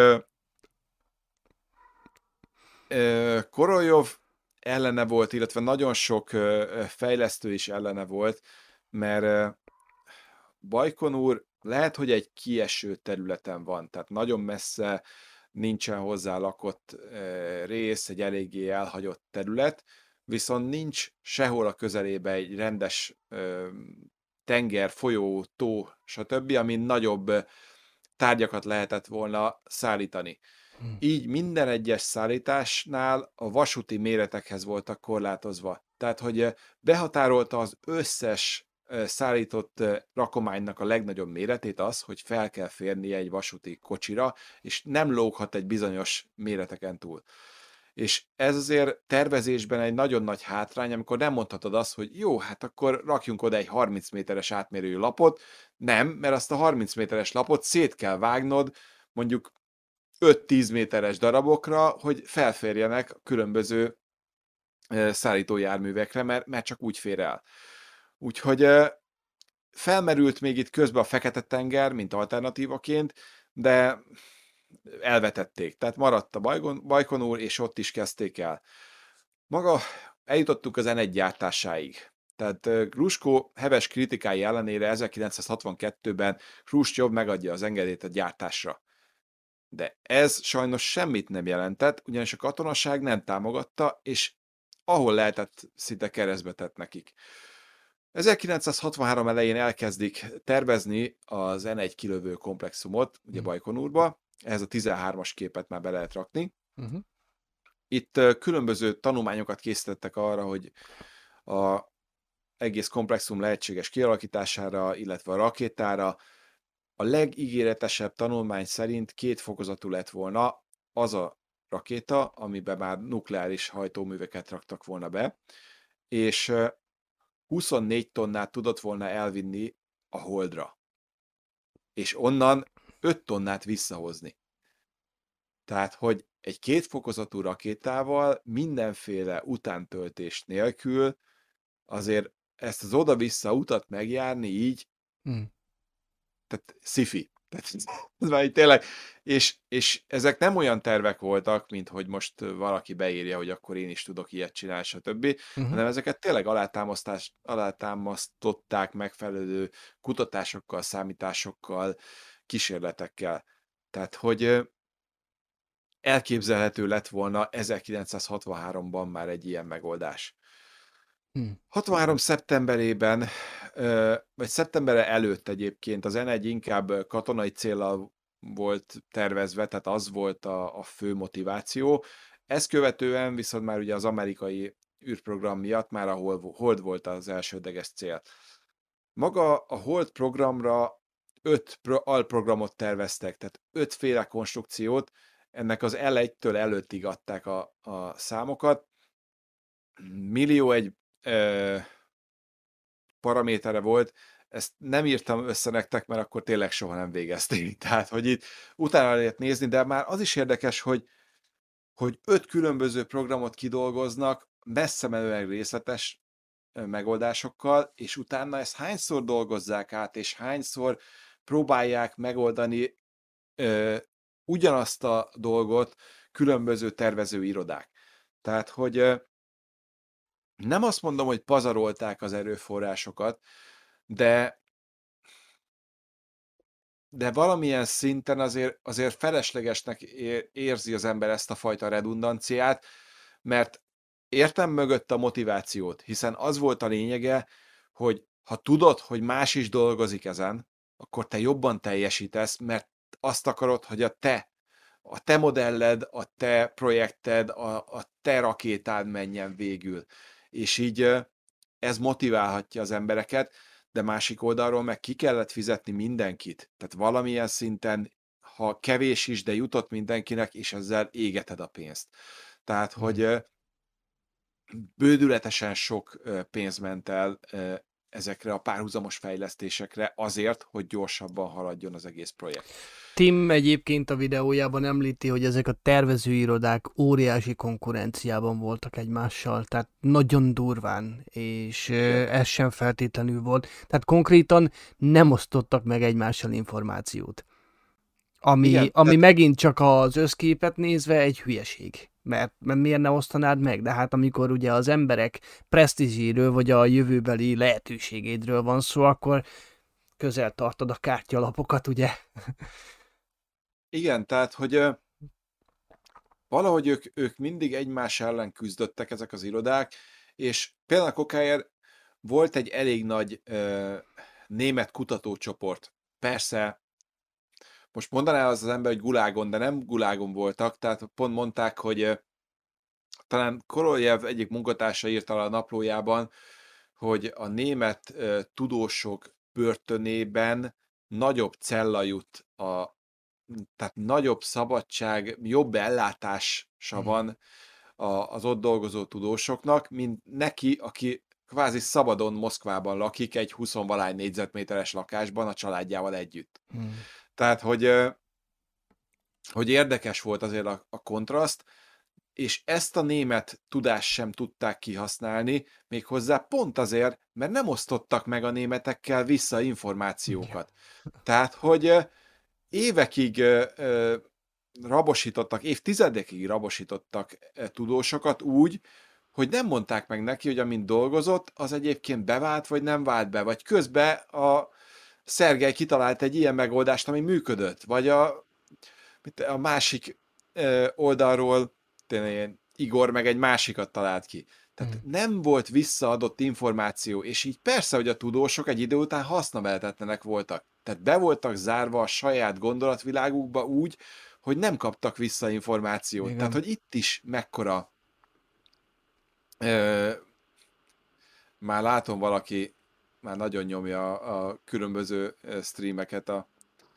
Koroljov ellene volt, illetve nagyon sok fejlesztő is ellene volt, mert Bajkonúr lehet, hogy egy kieső területen van, tehát nagyon messze nincsen hozzá lakott rész, egy eléggé elhagyott terület, viszont nincs sehol a közelébe egy rendes tenger, folyó, tó, stb., amin nagyobb tárgyakat lehetett volna szállítani. Így minden egyes szállításnál a vasúti méretekhez voltak korlátozva. Tehát, hogy behatárolta az összes szállított rakománynak a legnagyobb méretét az, hogy fel kell férnie egy vasúti kocsira, és nem lóghat egy bizonyos méreteken túl. És ez azért tervezésben egy nagyon nagy hátrány, amikor nem mondhatod azt, hogy jó, hát akkor rakjunk oda egy 30 méteres átmérőjű lapot. Nem, mert azt a 30 méteres lapot szét kell vágnod mondjuk 5-10 méteres darabokra, hogy felférjenek a különböző szállítójárművekre, mert csak úgy fér el. Úgyhogy felmerült még itt közben a Fekete-tenger, mint alternatívaként, de elvetették. Tehát maradt a Bajkonúr, és ott is kezdték el. Maga eljutottuk az N1 gyártásáig. Tehát Grushko heves kritikái ellenére 1962-ben Hruscsov megadja az engedélyt a gyártásra. De ez sajnos semmit nem jelentett, ugyanis a katonaság nem támogatta, és ahol lehetett, szinte keresztbe tett nekik. 1963 elején elkezdik tervezni az N1 kilövő komplexumot, ugye Bajkonúrba, ehhez a 13-as képet már be lehet rakni. Itt különböző tanulmányokat készítettek arra, hogy az egész komplexum lehetséges kialakítására, illetve a rakétára. A legígéretesebb tanulmány szerint 2 fokozatú lett volna az a rakéta, amiben már nukleáris hajtóműveket raktak volna be, és 24 tonnát tudott volna elvinni a Holdra, és onnan 5 tonnát visszahozni. Tehát, hogy egy 2 fokozatú rakétával mindenféle utántöltés nélkül azért ezt az oda-vissza utat megjárni így, tehát sci-fi. Tehát ez már így tényleg, és ezek nem olyan tervek voltak, mint hogy most valaki beírja, hogy akkor én is tudok ilyet csinálni, stb., hanem ezeket tényleg alátámasztották megfelelő kutatásokkal, számításokkal, kísérletekkel. Tehát, hogy elképzelhető lett volna 1963-ban már egy ilyen megoldás. 63. szeptemberében, vagy szeptemberre előtt egyébként az N1 inkább katonai céllal volt tervezve, tehát az volt a fő motiváció. Ezt követően viszont már ugye az amerikai űrprogram miatt már a Hold volt az elsődleges cél. Maga a Hold programra 5 alprogramot terveztek, tehát 5 féle konstrukciót, ennek az L1-től előttig adták a számokat. Millió egy paramétere volt, ezt nem írtam össze nektek, mert akkor tényleg soha nem végezték. Tehát, hogy itt utána lehet nézni, de már az is érdekes, hogy 5 különböző programot kidolgoznak, messze menően részletes megoldásokkal, és utána ezt hányszor dolgozzák át, és hányszor próbálják megoldani ugyanazt a dolgot különböző tervező irodák. Tehát, hogy nem azt mondom, hogy pazarolták az erőforrásokat, de valamilyen szinten azért feleslegesnek érzi az ember ezt a fajta redundanciát, mert értem mögött a motivációt, hiszen az volt a lényege, hogy ha tudod, hogy más is dolgozik ezen, akkor te jobban teljesítesz, mert azt akarod, hogy a te modelled, a te projekted, a te rakétád menjen végül. És így ez motiválhatja az embereket, de másik oldalról meg ki kellett fizetni mindenkit. Tehát valamilyen szinten, ha kevés is, de jutott mindenkinek, és ezzel égeted a pénzt. Tehát, hogy bődületesen sok pénz ment el ezekre a párhuzamos fejlesztésekre azért, hogy gyorsabban haladjon az egész projekt. Tim egyébként a videójában említi, hogy ezek a tervezőirodák óriási konkurenciában voltak egymással, tehát nagyon durván, és ez sem feltétlenül volt. Tehát konkrétan nem osztottak meg egymással információt. Ami megint csak az összképet nézve egy hülyeség. Mert miért ne osztanád meg? De hát amikor ugye az emberek presztízséről, vagy a jövőbeli lehetőségédről van szó, akkor közel tartod a kártyalapokat, ugye? Igen, tehát, hogy valahogy ők mindig egymás ellen küzdöttek, ezek az irodák, és például Kokáért volt egy elég nagy német kutatócsoport. Persze, most mondaná az ember, hogy Gulágon, de nem Gulágon voltak, tehát pont mondták, hogy talán Koroljev egyik munkatársa írta a naplójában, hogy a német tudósok börtönében nagyobb cella jut, tehát nagyobb szabadság, jobb ellátása van az ott dolgozó tudósoknak, mint neki, aki kvázi szabadon Moszkvában lakik egy 20-valány négyzetméteres lakásban a családjával együtt. Tehát, hogy érdekes volt azért a kontraszt, és ezt a német tudást sem tudták kihasználni, méghozzá pont azért, mert nem osztottak meg a németekkel vissza információkat. Tehát, hogy évekig rabosítottak, évtizedekig rabosítottak tudósokat úgy, hogy nem mondták meg neki, hogy amint dolgozott, az egyébként bevált, vagy nem vált be, vagy közben a Szergej kitalált egy ilyen megoldást, ami működött, vagy a másik oldalról tényleg Igor meg egy másikat talált ki. Tehát nem volt visszaadott információ, és így persze, hogy a tudósok egy idő után hasznavehetetlenek voltak. Tehát be voltak zárva a saját gondolatvilágukba úgy, hogy nem kaptak vissza információt. Igen. Tehát, hogy itt is mekkora már látom, valaki már nagyon nyomja a különböző streameket a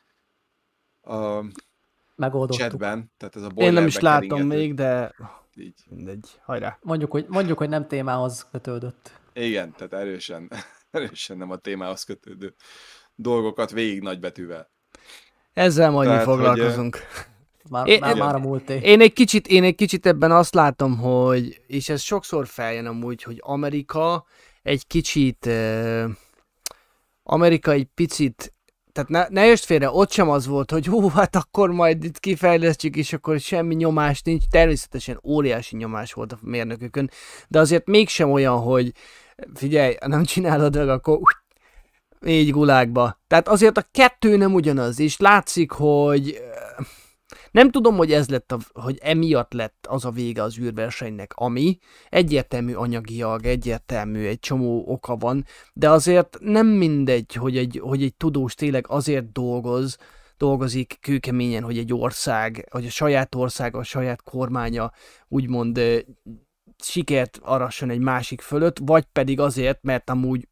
chatben. Tehát ez a én nem is látom még, de így. Mindegy, hajrá. Mondjuk, hogy nem témához kötődött. Igen, tehát erősen nem a témához kötődő dolgokat végig nagybetűvel. Ezzel majd mi foglalkozunk. Már a múlté. Én egy kicsit ebben azt látom, hogy, és ez sokszor feljön amúgy, hogy Amerika egy picit, tehát tehát ne jössz félre, ott sem az volt, hogy hát akkor majd itt kifejlesztjük, és akkor semmi nyomás nincs. Természetesen óriási nyomás volt a mérnökökön, de azért mégsem olyan, hogy figyelj, nem csinálod meg, akkor így gulágba. Tehát azért a kettő nem ugyanaz, és látszik, hogy nem tudom, hogy ez lett, hogy emiatt lett az a vége az űrversenynek, ami egyértelmű anyagiak, egyértelmű, egy csomó oka van, de azért nem mindegy, hogy egy tudós tényleg azért dolgozik kőkeményen, hogy egy ország, hogy a saját országa, a saját kormánya úgymond sikert arasson egy másik fölött, vagy pedig azért, mert amúgy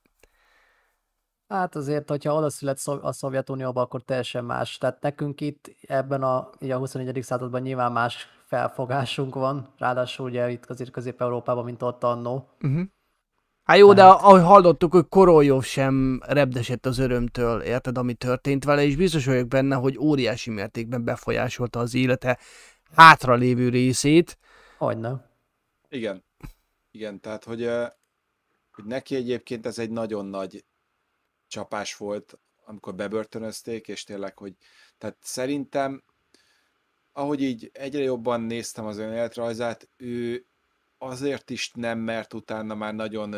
Hát azért, hogyha oda szület a Szovjetunióba, akkor teljesen más. Tehát nekünk itt ebben így a 21. században nyilván más felfogásunk van, ráadásul ugye itt azért Közép-Európában, mint ott annó. Hát jó, de Tehát- ahogy hallottuk, hogy Koroljov sem repdesett az örömtől, érted, ami történt vele, és biztos vagyok benne, hogy óriási mértékben befolyásolta az élete hátralévő részét. Hogyne. Igen, tehát hogy neki egyébként ez egy nagyon nagy csapás volt, amikor bebörtönözték, és tényleg, hogy tehát szerintem, ahogy így egyre jobban néztem az önéletrajzát, ő azért is nem mert utána már nagyon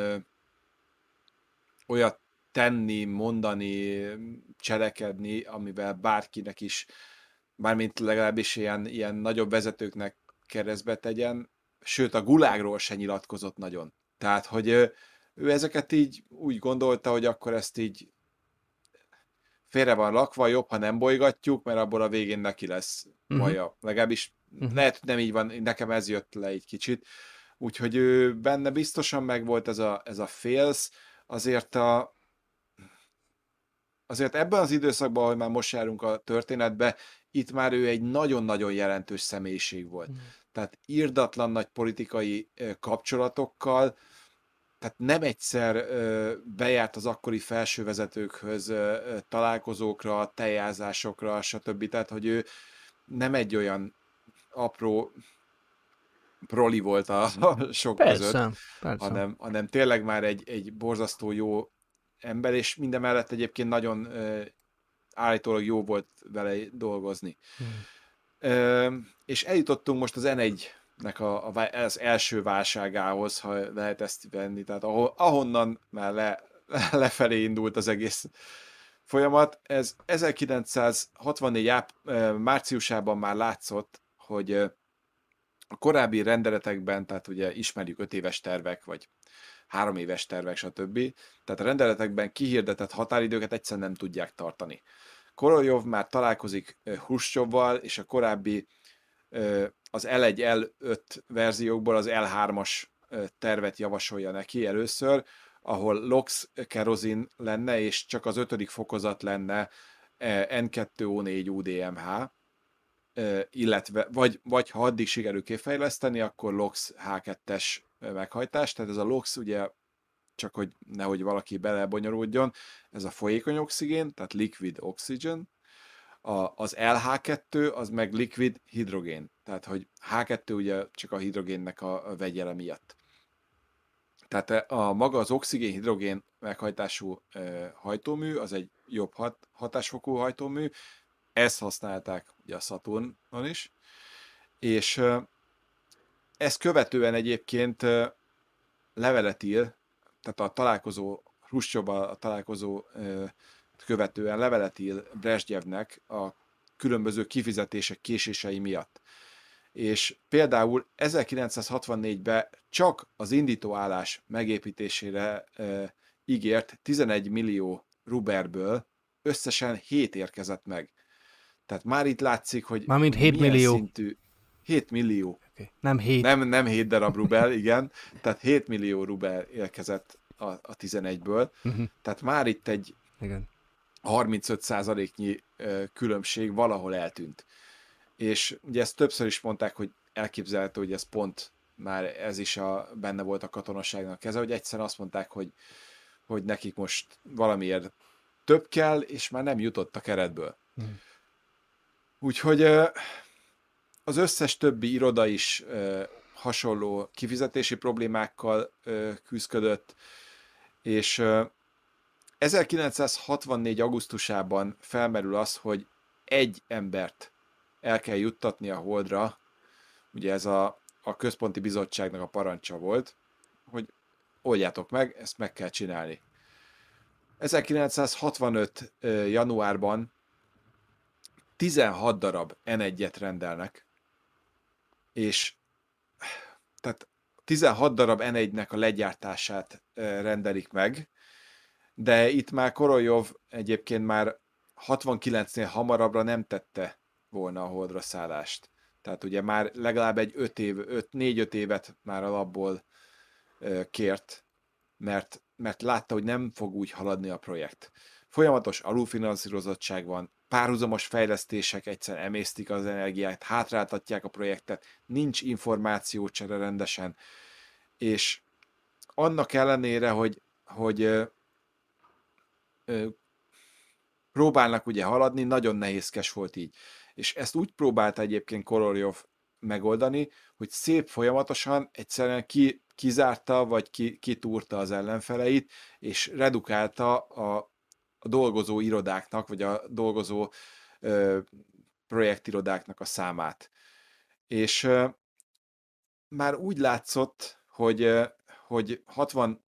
olyat tenni, mondani, cselekedni, amivel bárkinek is, mármint legalábbis ilyen nagyobb vezetőknek keresztbe tegyen, sőt a gulágról se nyilatkozott nagyon. Tehát, hogy ő ezeket így úgy gondolta, hogy akkor ezt így félre van rakva, jobb, ha nem bolygatjuk, mert abból a végén neki lesz baja. Legalábbis lehet, hogy nem így van, nekem ez jött le egy kicsit. Úgyhogy ő benne biztosan megvolt ez a félsz, azért azért ebben az időszakban, ahogy már most járunk a történetbe, itt már ő egy nagyon-nagyon jelentős személyiség volt. Tehát irdatlan nagy politikai kapcsolatokkal, tehát nem egyszer bejárt az akkori felsővezetőkhöz találkozókra, tejázásokra, stb. Tehát, hogy ő nem egy olyan apró proli volt a sok Persze. között, hanem tényleg már egy borzasztó jó ember, és mindemellett egyébként nagyon állítólag jó volt vele dolgozni. És eljutottunk most az N1-nek az első válságához, ha lehet ezt venni, tehát ahonnan már lefelé indult az egész folyamat. Ez 1964 márciusában már látszott, hogy a korábbi rendeletekben, tehát ugye ismerjük 5 éves tervek, vagy 3 éves tervek, stb. Tehát a rendeletekben kihirdetett határidőket egyszerűen nem tudják tartani. Koroljov már találkozik Hruscsovval, és a korábbi az L1, L5 verziókból az L3-as tervet javasolja neki először, ahol LOX kerozin lenne, és csak az 5. fokozat lenne N2O4 UDMH, illetve, vagy ha addig sikerül kifejleszteni, akkor LOX H2-es meghajtás, tehát ez a LOX ugye csak hogy nehogy valaki belebonyolódjon, ez a folyékony oxigén, tehát liquid oxygen, az LH2 az meg liquid hidrogén, tehát hogy H2 ugye csak a hidrogénnek a vegyele miatt. Tehát a maga az oxigén-hidrogén meghajtású hajtómű, az egy jobb hatásfokú hajtómű, ezt használták ugye a Saturnon is, és ezt követően egyébként levelet ír, tehát a találkozó, Hruscsovval a találkozó követően levelet ír Brezsnyevnek a különböző kifizetések késései miatt. És például 1964-ben csak az indítóállás megépítésére ígért 11 millió ruberből összesen 7 érkezett meg. Tehát már itt látszik, hogy Mármint 7 millió. Szintű 7 millió. Okay. Nem 7. Nem 7 darab rubel, igen. Tehát 7 millió rubel érkezett a 11-ből. Tehát már itt egy 35%-nyi különbség valahol eltűnt. És ugye ezt többször is mondták, hogy elképzelhető, hogy ez pont már ez is benne volt a katonaságnak keze, hogy egyszerűen azt mondták, hogy nekik most valamiért több kell, és már nem jutott a keretből. Úgyhogy az összes többi iroda is hasonló kifizetési problémákkal küzdött, és 1964. augusztusában felmerül az, hogy egy embert el kell juttatni a Holdra, ugye ez a központi bizottságnak a parancsa volt, hogy oldjátok meg, ezt meg kell csinálni. 1965. januárban 16 darab N1-et rendelnek, és tehát 16 darab N1-nek a legyártását rendelik meg, de itt már Koroljov egyébként már 69-nél hamarabbra nem tette volna a Holdra szállást. Tehát ugye már legalább egy 4-5 évet már alapból kért, mert látta, hogy nem fog úgy haladni a projekt. Folyamatos alulfinanszírozottság van, párhuzamos fejlesztések egyszerűen emésztik az energiát, hátráltatják a projektet, nincs információcsere rendesen, és annak ellenére, hogy próbálnak ugye haladni, nagyon nehézkes volt így. És ezt úgy próbálta egyébként Koroljov megoldani, hogy szép folyamatosan egyszerűen kizárta, vagy kitúrta az ellenfeleit, és redukálta a dolgozó irodáknak, vagy a dolgozó projektirodáknak a számát. És már úgy látszott, hogy 65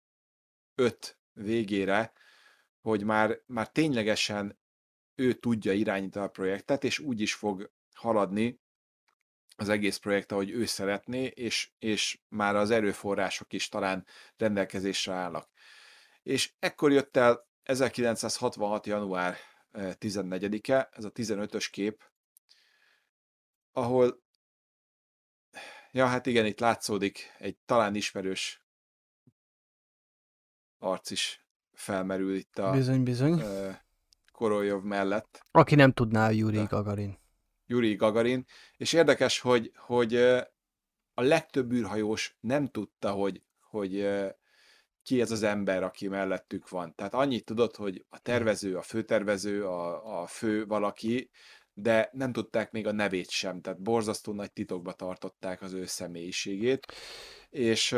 végére, hogy már ténylegesen ő tudja irányítani a projektet, és úgy is fog haladni az egész projekt, ahogy ő szeretné, és már az erőforrások is talán rendelkezésre állnak. És ekkor jött el 1966. január 14-e, ez a 15-ös kép, ahol, ja hát igen, itt látszódik egy talán ismerős arc is felmerül itt a Bizony. Koroljov mellett. Aki nem tudná, Juri Gagarin. Juri Gagarin, és érdekes, hogy a legtöbb űrhajós nem tudta, hogy ki ez az ember, aki mellettük van. Tehát annyit tudott, hogy a tervező, a főtervező, a fő valaki, de nem tudták még a nevét sem, tehát borzasztó nagy titokba tartották az ő személyiségét, és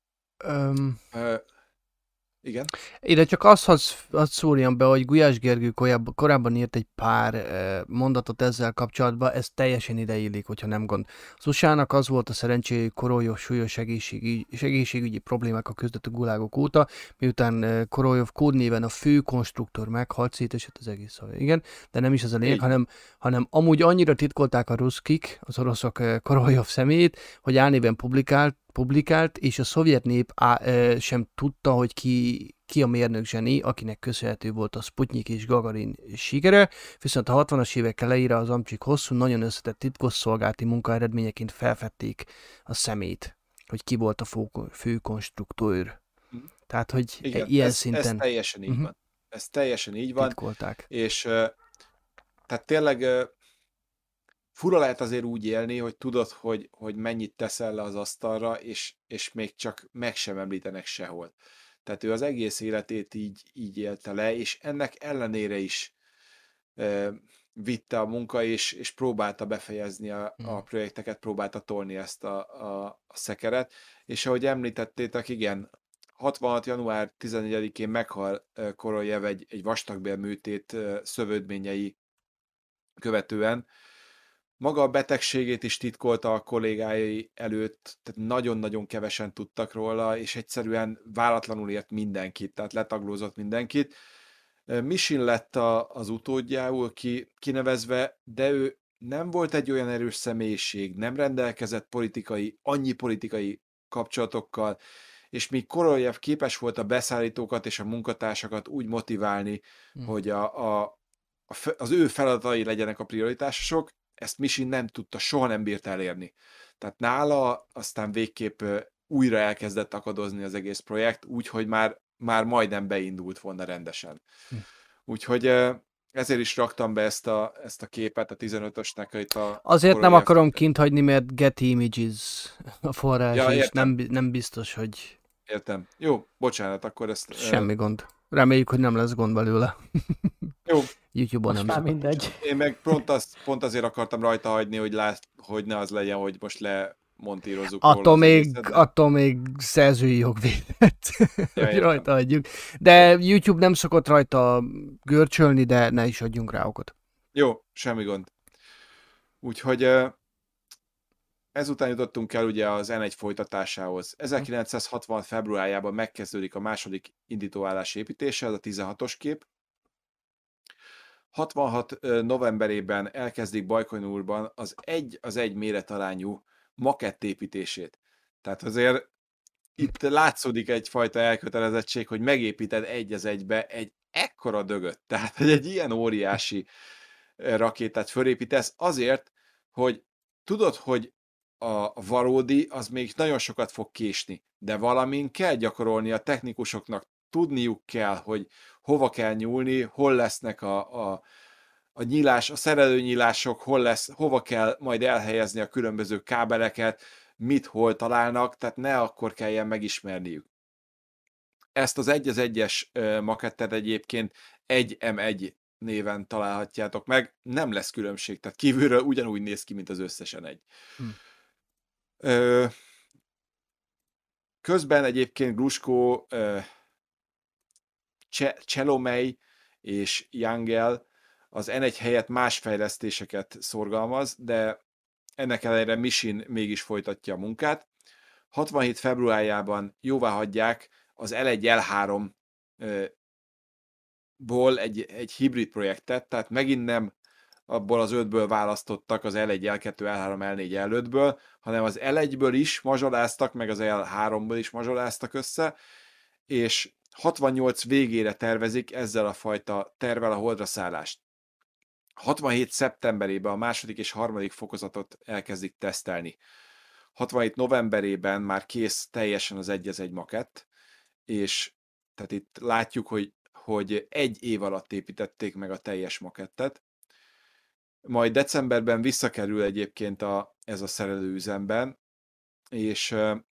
igen. Ide csak azt szúrjam be, hogy Gulyás Gergő korábban írt egy pár mondatot ezzel kapcsolatban, ez teljesen ideillik, hogyha nem gond. Az USA-nak az volt a szerencséje, hogy Koroljov súlyos egészségügyi problémákkal küzdött a gulágok óta, miután Koroljov kódnéven a fő konstruktor meghalt, szétesett az egész, igen, de nem is ez a lényeg, hanem amúgy annyira titkolták a ruszkik, az oroszok Koroljov személyét, hogy álnéven publikált, és a szovjet nép sem tudta, hogy ki a mérnök zseni, akinek köszönhető volt a Sputnik és Gagarin sikere, viszont a 60-as évek elejére az amcsik hosszú, nagyon összetett titkosszolgálati munka eredményeként felfedték a szemét, hogy ki volt a fő konstruktőr. Tehát, hogy igen, ilyen ez szinten... Ez teljesen így van. Ez teljesen így van. Titkolták. És tehát tényleg fura lehet azért úgy élni, hogy tudod, hogy mennyit teszel le az asztalra, és még csak meg sem említenek sehol. Tehát ő az egész életét így élte le, és ennek ellenére is vitte a munka, és próbálta befejezni a projekteket, próbálta tolni ezt a szekeret, és ahogy említettétek, igen, 66. január 14-én meghal Koroljev egy vastagbélműtét szövődményei követően. Maga a betegségét is titkolta a kollégái előtt, tehát nagyon-nagyon kevesen tudtak róla, és egyszerűen váratlanul ért mindenkit, tehát letaglózott mindenkit. Misin lett az utódjául kinevezve, de ő nem volt egy olyan erős személyiség, nem rendelkezett annyi politikai kapcsolatokkal, és míg Koroljev képes volt a beszállítókat és a munkatársakat úgy motiválni, hogy az ő feladatai legyenek a prioritások, ezt Misin nem tudta, soha nem bírt elérni. Tehát nála aztán végképp újra elkezdett akadozni az egész projekt, úgyhogy már majdnem beindult volna rendesen. Úgyhogy ezért is raktam be ezt a képet, a 15-ösnek itt a... Azért nem akarom kint hagyni, mert Getty Images a forrás, ja, és nem biztos, hogy... Értem. Jó, bocsánat, akkor ezt... Semmi gond. Reméljük, hogy nem lesz gond belőle. Jó. YouTube-on most nem. Már mindegy. Én meg pont azért akartam rajta hagyni, hogy ne az legyen, hogy most montírozzuk róla az egészet. Attól még szerzői jog védett, hogy értem. rajta adjuk. De YouTube nem szokott rajta görcsölni, de ne is adjunk rá okot. Jó, semmi gond. Úgyhogy ezután jutottunk el ugye az N1 folytatásához. 1960. februárjában megkezdődik a második indítóállás építése, ez a 16-os kép. 66 novemberében elkezdik Bajkonurban az egy méretarányú makett építését. Tehát azért itt látszódik egyfajta elkötelezettség, hogy megépíted egy az egybe egy ekkora dögöt. Tehát, hogy egy ilyen óriási rakétát fölépítesz azért, hogy tudod, hogy a valódi az még nagyon sokat fog késni, de valamin kell gyakorolni a technikusoknak, tudniuk kell, hogy hova kell nyúlni, hol lesznek a nyílás, a szerelőnyílások, hova kell majd elhelyezni a különböző kábeleket, mit hol találnak, tehát ne akkor kelljen megismerniük. Ezt az egyes makettet egyébként 1M1 néven találhatjátok meg, nem lesz különbség, tehát kívülről ugyanúgy néz ki, mint az összesen egy. Közben egyébként Gruszko, Cselomey és Jangel az N1 helyett más fejlesztéseket szorgalmaz, de ennek ellenére Mishin mégis folytatja a munkát. 67. februárjában jóvá hagyják az L1-L3 ból egy hibrid projektet, tehát megint nem abból az 5-ből választottak az L1, L2, L3, L4, L5-ből, hanem az L1-ből is mazsoláztak, meg az L3-ból is mazsoláztak össze, és 68 végére tervezik ezzel a fajta tervvel a holdra szállást. 67. szeptemberében a második és harmadik fokozatot elkezdik tesztelni. 67. novemberében már kész teljesen az egy makett, és tehát itt látjuk, hogy egy év alatt építették meg a teljes makettet. Majd decemberben visszakerül egyébként ez a szerelőüzemben, és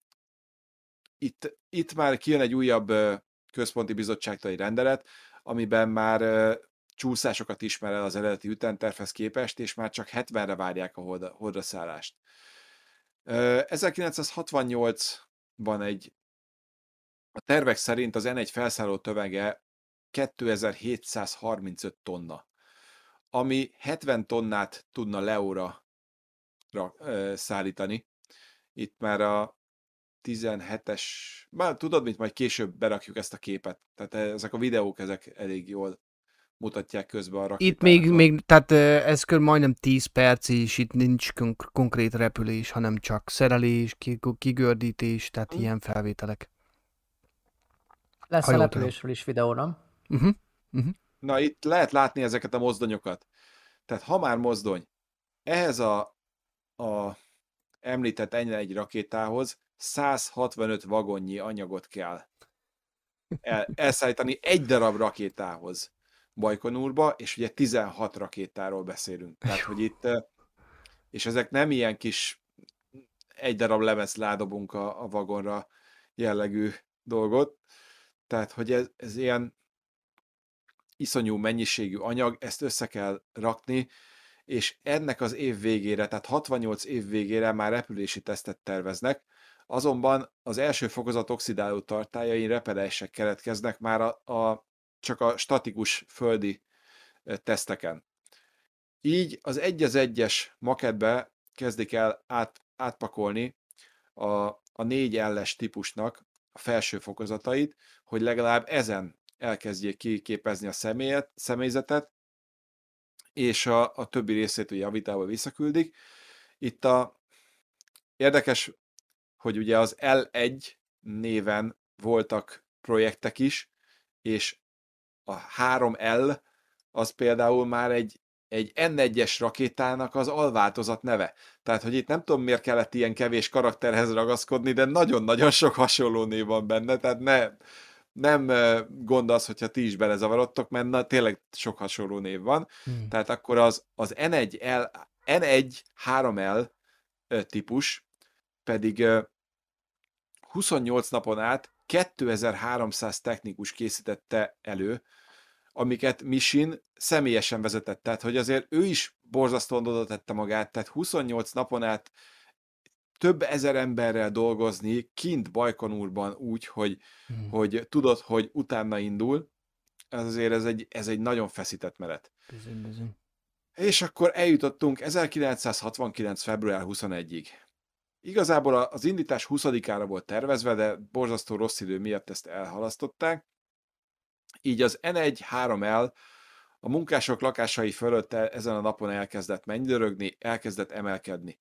itt már kijön egy újabb központi bizottságtól egy rendelet, amiben már csúszásokat ismer el az eredeti ütemtervhez képest, és már csak 70-re várják a holdra szállást. 1968-ban a tervek szerint az N1 felszálló tömege 2735 tonna, ami 70 tonnát tudna Leóra szállítani. Itt már a 17-es, már tudod, mint majd később berakjuk ezt a képet. Tehát ezek a videók, ezek elég jól mutatják közben a rakétának. Itt még tehát ez majdnem 10 perc, és itt nincs konkrét repülés, hanem csak szerelés, kigördítés, tehát ilyen felvételek. Lesz a repülésről is videó, nem? Na, itt lehet látni ezeket a mozdonyokat. Tehát ha már mozdony, ehhez a említett N1 rakétához 165 vagonnyi anyagot kell elszállítani egy darab rakétához Bajkonurba, és ugye 16 rakétáról beszélünk. Tehát, hogy itt, és ezek nem ilyen kis egy darab lemezlá dobunk a vagonra jellegű dolgot, tehát, hogy ez ilyen iszonyú mennyiségű anyag, ezt össze kell rakni, és ennek az év végére, tehát 68 év végére már repülési tesztet terveznek, azonban az első fokozat oxidáló tartályain repedések keletkeznek már csak a statikus földi teszteken. Így az egyes makettbe kezdik el átpakolni a 4L-es típusnak a felső fokozatait, hogy legalább ezen elkezdjék kiképezni a személyzetet, és a többi részét ugye a vitába visszaküldik. Itt érdekes, hogy ugye az L1 néven voltak projektek is, és a 3L az például már egy N1-es rakétának az alváltozat neve. Tehát, hogy itt nem tudom, miért kellett ilyen kevés karakterhez ragaszkodni, de nagyon-nagyon sok hasonló név van benne, tehát nem gond az, hogyha ti is belezavarodtok, mert tényleg sok hasonló név van. Tehát akkor az N1 3L típus pedig 28 napon át 2300 technikus készítette elő, amiket Mishin személyesen vezetett. Tehát, hogy azért ő is borzasztóan oda tette magát, tehát 28 napon át több ezer emberrel dolgozni kint Bajkonurban úgy, hogy tudod, hogy utána indul, azért ez egy nagyon feszített menet. Bizony. És akkor eljutottunk 1969. február 21-ig. Igazából az indítás 20-ára volt tervezve, de borzasztó rossz idő miatt ezt elhalasztották. Így az N1-3L a munkások lakásai fölött ezen a napon elkezdett mennydörögni, elkezdett emelkedni.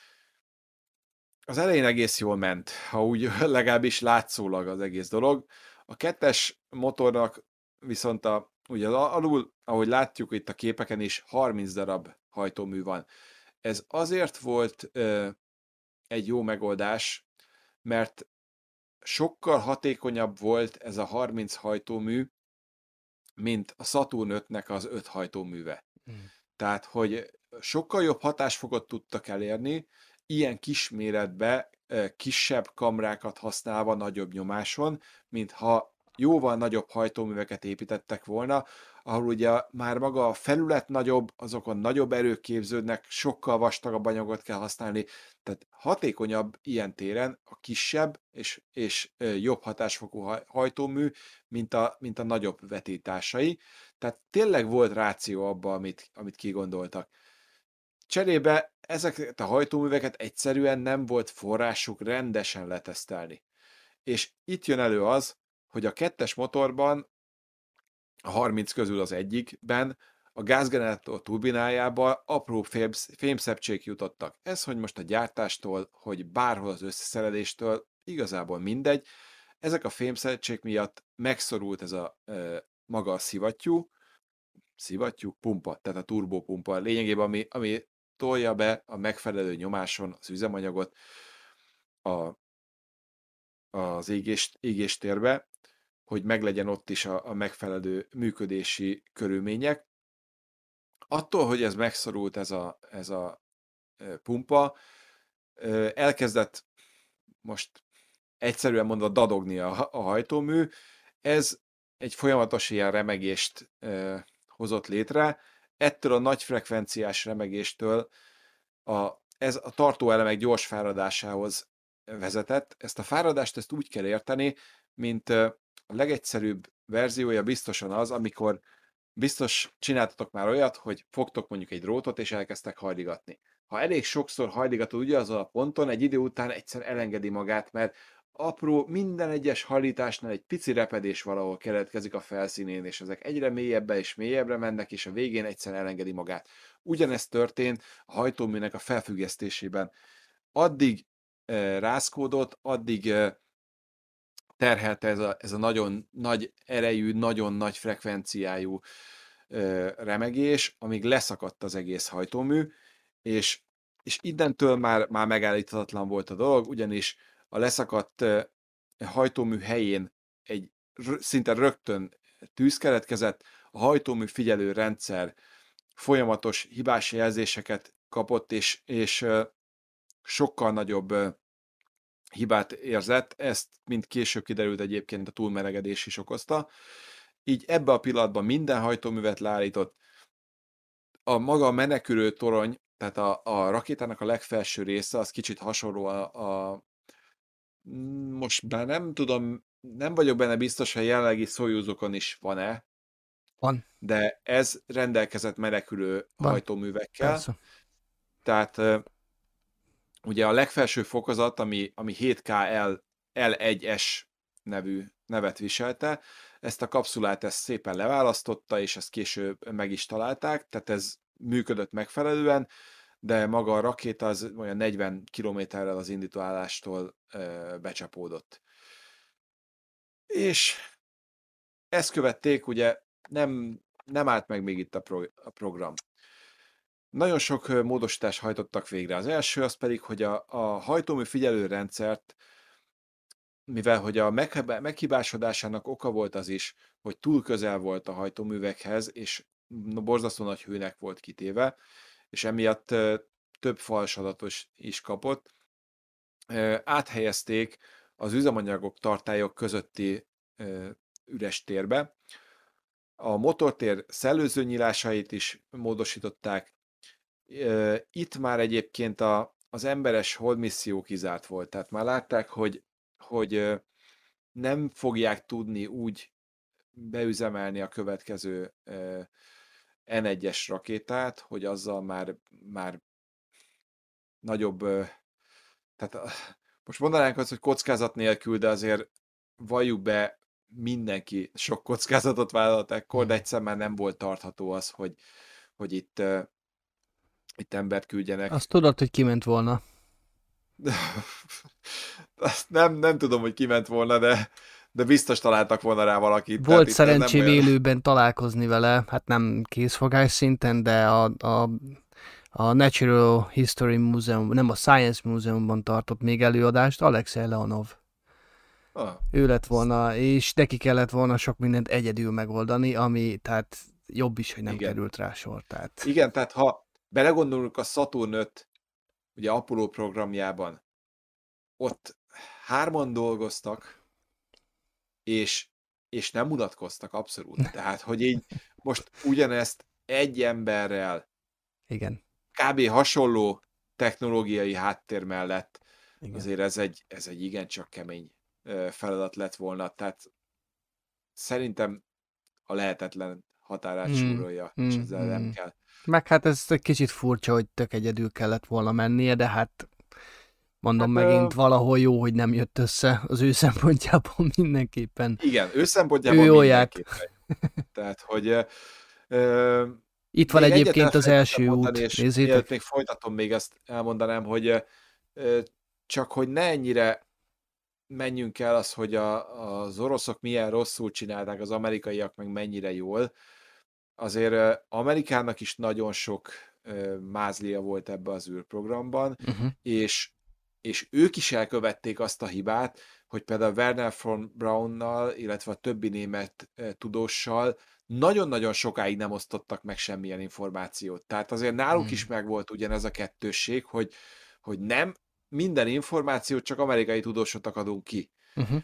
Az elején egész jól ment, ha úgy legalábbis látszólag az egész dolog. A 2-es motornak viszont ugye alul, ahogy látjuk itt a képeken is, 30 darab hajtómű van. Ez azért volt egy jó megoldás, mert sokkal hatékonyabb volt ez a 30 hajtómű, mint a Saturn 5-nek az 5 hajtóműve. Tehát, hogy sokkal jobb hatásfokot tudtak elérni, ilyen kis méretbe, kisebb kamrákat használva nagyobb nyomáson, mint ha jóval nagyobb hajtóműveket építettek volna, ahol ugye már maga a felület nagyobb, azokon nagyobb erők képződnek, sokkal vastagabb anyagot kell használni, tehát hatékonyabb ilyen téren a kisebb és jobb hatásfokú hajtómű, mint a nagyobb vetításai. Tehát tényleg volt ráció abban, amit kigondoltak. Cserébe ezeket a hajtóműveket egyszerűen nem volt forrásuk rendesen letesztelni. És itt jön elő az, hogy a 2-es motorban, a 30 közül az egyikben, a gázgenerátor turbinájába apró fémszepcsék jutottak. Ez, hogy most a gyártástól, hogy bárhol az összeszereléstől, igazából mindegy. Ezek a fémszepcsék miatt megszorult ez a maga a szivattyú pumpa, tehát a turbopumpa. Lényegében, ami tolja be a megfelelő nyomáson az üzemanyagot az égéstérbe, hogy meglegyen ott is a megfelelő működési körülmények. Attól, hogy ez megszorult ez a pumpa, elkezdett most egyszerűen mondva dadogni a hajtómű, ez egy folyamatos ilyen remegést hozott létre. Ettől a nagy frekvenciás remegéstől ez a tartóelemek gyors fáradásához vezetett. Ezt a fáradást úgy kell érteni, mint a legegyszerűbb verziója biztosan az, amikor biztos csináltatok már olyat, hogy fogtok mondjuk egy drótot, és elkezdtek hajligatni. Ha elég sokszor hajligatod ugyanazon a ponton, egy idő után egyszer elengedi magát, mert apró, minden egyes hajlításnál egy pici repedés valahol keletkezik a felszínén, és ezek egyre mélyebbre és mélyebbre mennek, és a végén egyszer elengedi magát. Ugyanezt történt a hajtóműnek a felfüggesztésében. Addig rázkódott, addig terhelte ez a nagyon nagy erejű, nagyon nagy frekvenciájú remegés, amíg leszakadt az egész hajtómű, és innentől már megállíthatatlan volt a dolog, ugyanis a leszakadt hajtómű helyén szinte rögtön tűz keletkezett, a hajtómű figyelő rendszer folyamatos hibás jelzéseket kapott, és sokkal nagyobb hibát érzett, ezt mint később kiderült egyébként a túlmelegedés is okozta. Így ebbe a pillanatban minden hajtóművet leállított. A maga menekülő torony, tehát a rakétának a legfelső része, az kicsit hasonló most már nem tudom, nem vagyok benne biztos, hogy jelenlegi Szojuzokon is van-e. Van. De ez rendelkezett menekülő hajtóművekkel. Persze. Tehát ugye a legfelső fokozat, ami 7KL L1S nevű nevet viselte, ezt a kapszulát szépen leválasztotta, és ezt később meg is találták, tehát ez működött megfelelően, de maga a rakéta az olyan 40 kilométerrel az indítóállástól becsapódott. És ezt követték, ugye nem állt meg még itt a program. Nagyon sok módosítást hajtottak végre. Az első az pedig, hogy a hajtómű figyelőrendszert, mivel hogy a meghibásodásának oka volt az is, hogy túl közel volt a hajtóművekhez, és borzasztó nagy hőnek volt kitéve, és emiatt több fals adatot is kapott, áthelyezték az üzemanyagok tartályok közötti üres térbe. A motortér szellőző nyílásait is módosították. Itt már egyébként az emberes hold misszió kizárt volt. Tehát már látták, hogy nem fogják tudni úgy beüzemelni a következő N1-es rakétát, hogy azzal már nagyobb, tehát most mondanánk azt, hogy kockázat nélkül, de azért valljuk be, mindenki sok kockázatot vállalt ekkor, de egyszer már nem volt tartható az, hogy itt embert küldjenek. Azt tudod, hogy kiment volna. Azt nem tudom, hogy kiment volna, de biztos találtak volna rá valakit. Volt szerencsém élőben találkozni vele, hát nem készfogás szinten, de a Natural History Museum, nem a Science Museumban tartott még előadást, Alexei Leonov. Ő lett volna, és neki kellett volna sok mindent egyedül megoldani, ami tehát jobb is, hogy nem került rá sor. Tehát. Igen, tehát ha belegondolunk a Saturn 5, ugye Apollo programjában, ott 3 dolgoztak, és nem unatkoztak abszolút. Tehát, hogy így most ugyanezt egy emberrel, igen, kb. Hasonló technológiai háttér mellett, igen. Azért ez egy igencsak kemény feladat lett volna. Tehát szerintem a lehetetlen határát súrolja, és ezzel nem kell. Meg hát ez egy kicsit furcsa, hogy tök egyedül kellett volna mennie, de hát mondom megint valahol jó, hogy nem jött össze az ő szempontjából mindenképpen. Igen, ő szempontjából mindenképpen. Tehát, hogy itt van egyébként az első út. Nézzétek. Még folytatom, még ezt elmondanám, hogy csak hogy ne ennyire menjünk el az, hogy az oroszok milyen rosszul csinálták, az amerikaiak meg mennyire jól. Azért Amerikának is nagyon sok mázlia volt ebbe az űrprogramban, és ők is elkövették azt a hibát, hogy például Werner von Braunnal, illetve a többi német tudóssal nagyon-nagyon sokáig nem osztottak meg semmilyen információt. Tehát azért náluk is megvolt ugyanez a kettősség, hogy nem minden információt csak amerikai tudósoknak adunk ki.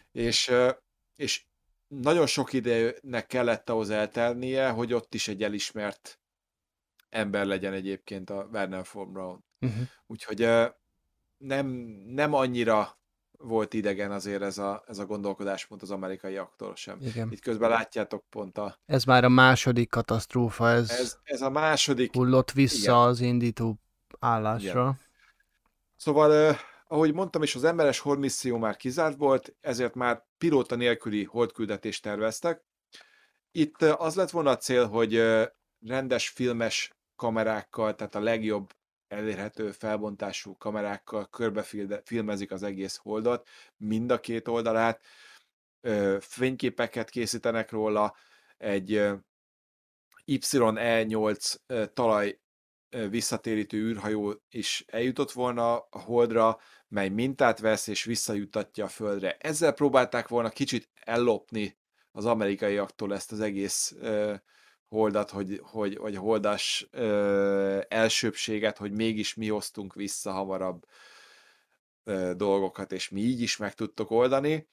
És nagyon sok időnek kellett ahhoz eltelnie, hogy ott is egy elismert ember legyen egyébként a Werner von Braun. Úgyhogy nem annyira volt idegen azért ez a gondolkodásmód az amerikaiaktól sem. Igen. Itt közben látjátok pont Ez már a második katasztrófa, ez a második... hullott vissza az indító állásra. Igen. Szóval, ahogy mondtam is, az emberes hold misszió már kizárt volt, ezért már pilóta nélküli holdküldetést terveztek. Itt az lett volna a cél, hogy rendes filmes kamerákkal, tehát a legjobb elérhető felbontású kamerákkal körbefilmezik az egész holdot, mind a két oldalát, fényképeket készítenek róla, egy YE8 talaj visszatérítő űrhajó is eljutott volna a holdra, mely mintát vesz és visszajutatja a földre. Ezzel próbálták volna kicsit ellopni az amerikaiaktól ezt az egész holdat, hogy holdas elsőbséget, hogy mégis mi hoztunk vissza hamarabb dolgokat, és mi így is meg tudtok oldani.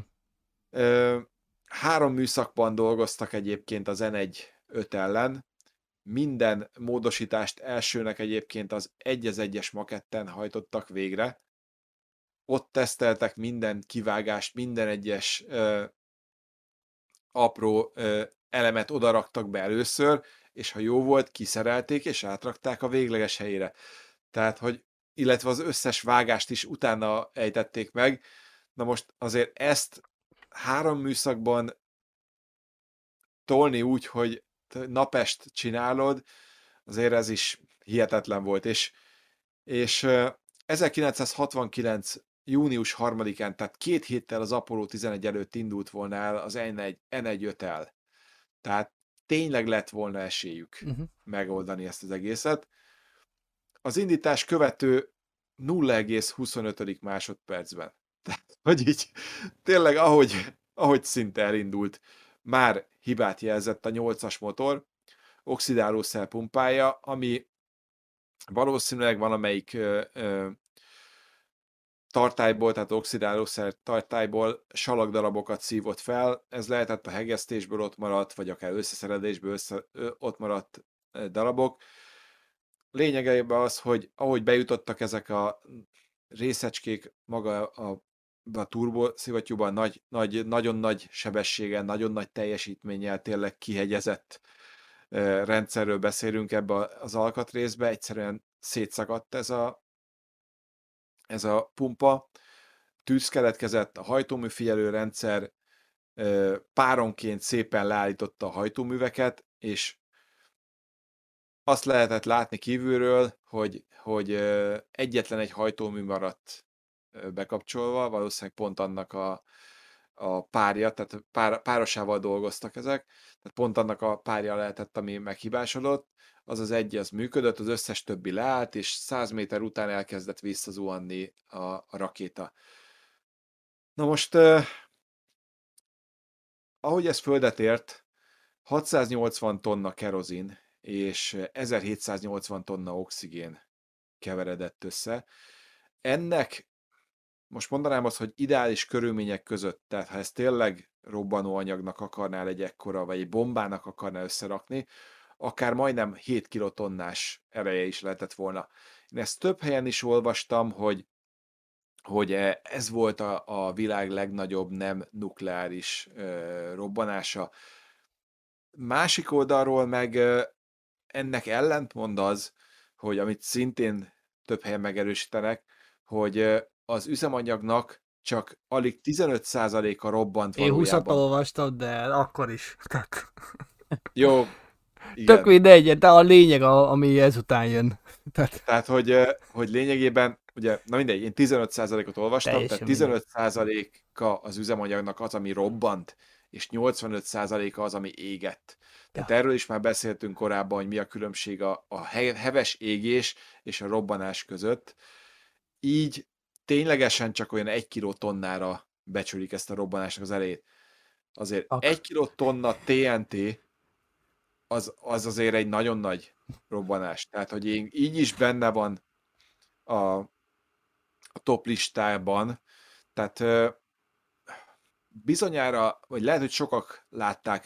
3 műszakban dolgoztak egyébként az N1-5 ellen. Minden módosítást elsőnek egyébként az 1:1-es maketten hajtottak végre. Ott teszteltek minden kivágást, minden egyes apró elemet odaraktak be először, és ha jó volt, kiszerelték, és átrakták a végleges helyére. Tehát, hogy illetve az összes vágást is utána ejtették meg. Na most azért ezt 3 műszakban tolni úgy, hogy napest csinálod, azért ez is hihetetlen volt. És 1969. június 3-án, tehát 2 héttel az Apollo 11 előtt indult volna el az N1-5 el. Tehát tényleg lett volna esélyük megoldani ezt az egészet. Az indítás követő 0,25. másodpercben. Tehát, hogy így tényleg, ahogy szinte elindult, már hibát jelzett a 8-as motor, oxidálószer pumpája, ami valószínűleg valamelyik tartályból, tehát oxidálószer tartályból salagdarabokat szívott fel. Ez lehetett a hegesztésből ott maradt, vagy akár összeszerelésből ott maradt darabok. lényegében az, hogy ahogy bejutottak ezek a részecskék maga a turboszivattyúban, nagyon nagy sebességgel, nagyon nagy teljesítménnyel, tényleg kihegyezett rendszerről beszélünk ebbe az alkatrészbe, egyszerűen szétszakadt ez a pumpa, tűz keletkezett, a hajtóműfigyelő rendszer páronként szépen leállította a hajtóműveket, és azt lehetett látni kívülről, hogy egyetlen egy hajtómű maradt bekapcsolva, valószínűleg pont annak a párja, tehát párosával dolgoztak ezek, tehát pont annak a párja lehetett, ami meghibásodott, az egy, az működött, az összes többi leállt, és 100 méter után elkezdett visszazuhanni a rakéta. Na most, ahogy ez földet ért, 680 tonna kerozin és 1780 tonna oxigén keveredett össze. Ennek most mondanám azt, hogy ideális körülmények között, tehát ha ezt tényleg robbanóanyagnak akarnál egy ekkora, vagy egy bombának akarnál összerakni, akár majdnem 7 kilotonnás ereje is lehetett volna. Én ezt több helyen is olvastam, hogy ez volt a világ legnagyobb nem nukleáris robbanása. Másik oldalról meg ennek ellentmond az, hogy amit szintén több helyen megerősítenek, hogy az üzemanyagnak csak alig 15%-a robbant Én 20-at valójában. olvastam, de akkor is. Jó, Tök igen. mindegy, de a lényeg, ami ezután jön. Tehát, hogy lényegében, ugye, na mindegy, én 15%-ot olvastam, Teljesen tehát 15%-a az üzemanyagnak az, ami robbant, és 85%-a az, ami égett. Tehát erről is már beszéltünk korábban, hogy mi a különbség a heves égés és a robbanás között. Így ténylegesen csak olyan 1 kilotonnára becsülik ezt a robbanásnak az elejét. Azért 1 kilotonna TNT az azért egy nagyon nagy robbanás. Tehát, hogy így is benne van a top listában. Tehát bizonyára, vagy lehet, hogy sokak látták,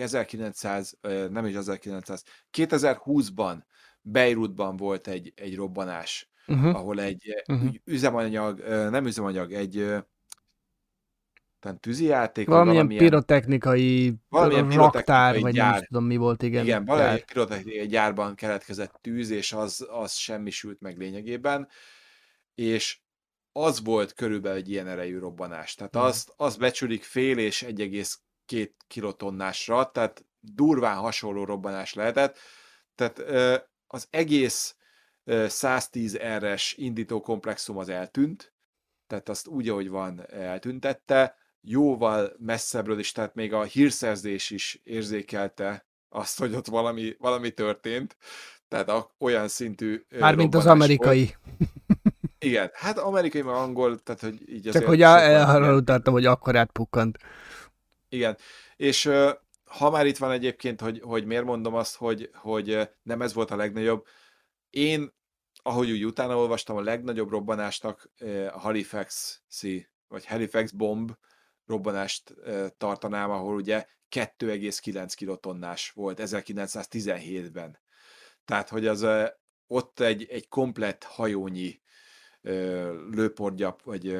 2020-ban Beirutban volt egy robbanás, ahol egy üzemanyag, nem üzemanyag, egy tűzijáték, valamilyen vagy pirotechnikai raktár, vagy gyár. nem is tudom mi volt, igen. Igen, valamilyen pirotechnikai gyárban keletkezett tűz, és az semmisült meg lényegében, és az volt körülbelül egy ilyen erejű robbanás. Tehát azt becsülik fél és 1,2 kilotonnásra, tehát durván hasonló robbanás lehetett. Tehát az egész 110 R-es indítókomplexum az eltűnt, tehát azt úgy, ahogy van, eltüntette, jóval messzebbről is, tehát még a hírszerzés is érzékelte azt, hogy ott valami történt, tehát olyan szintű mármint az amerikai. Igen, hát amerikai, meg angol, tehát hogy így csak hogy arra utaltam, hogy akkor átpukkant. Igen, és ha már itt van egyébként, hogy miért mondom azt, hogy nem ez volt a legnagyobb, én, ahogy úgy utána olvastam, a legnagyobb robbanásnak a Halifax bomb robbanást tartanám, ahol ugye 2,9 kilotonnás volt 1917-ben. Tehát, hogy az ott egy komplett hajónyi lőporgyap, vagy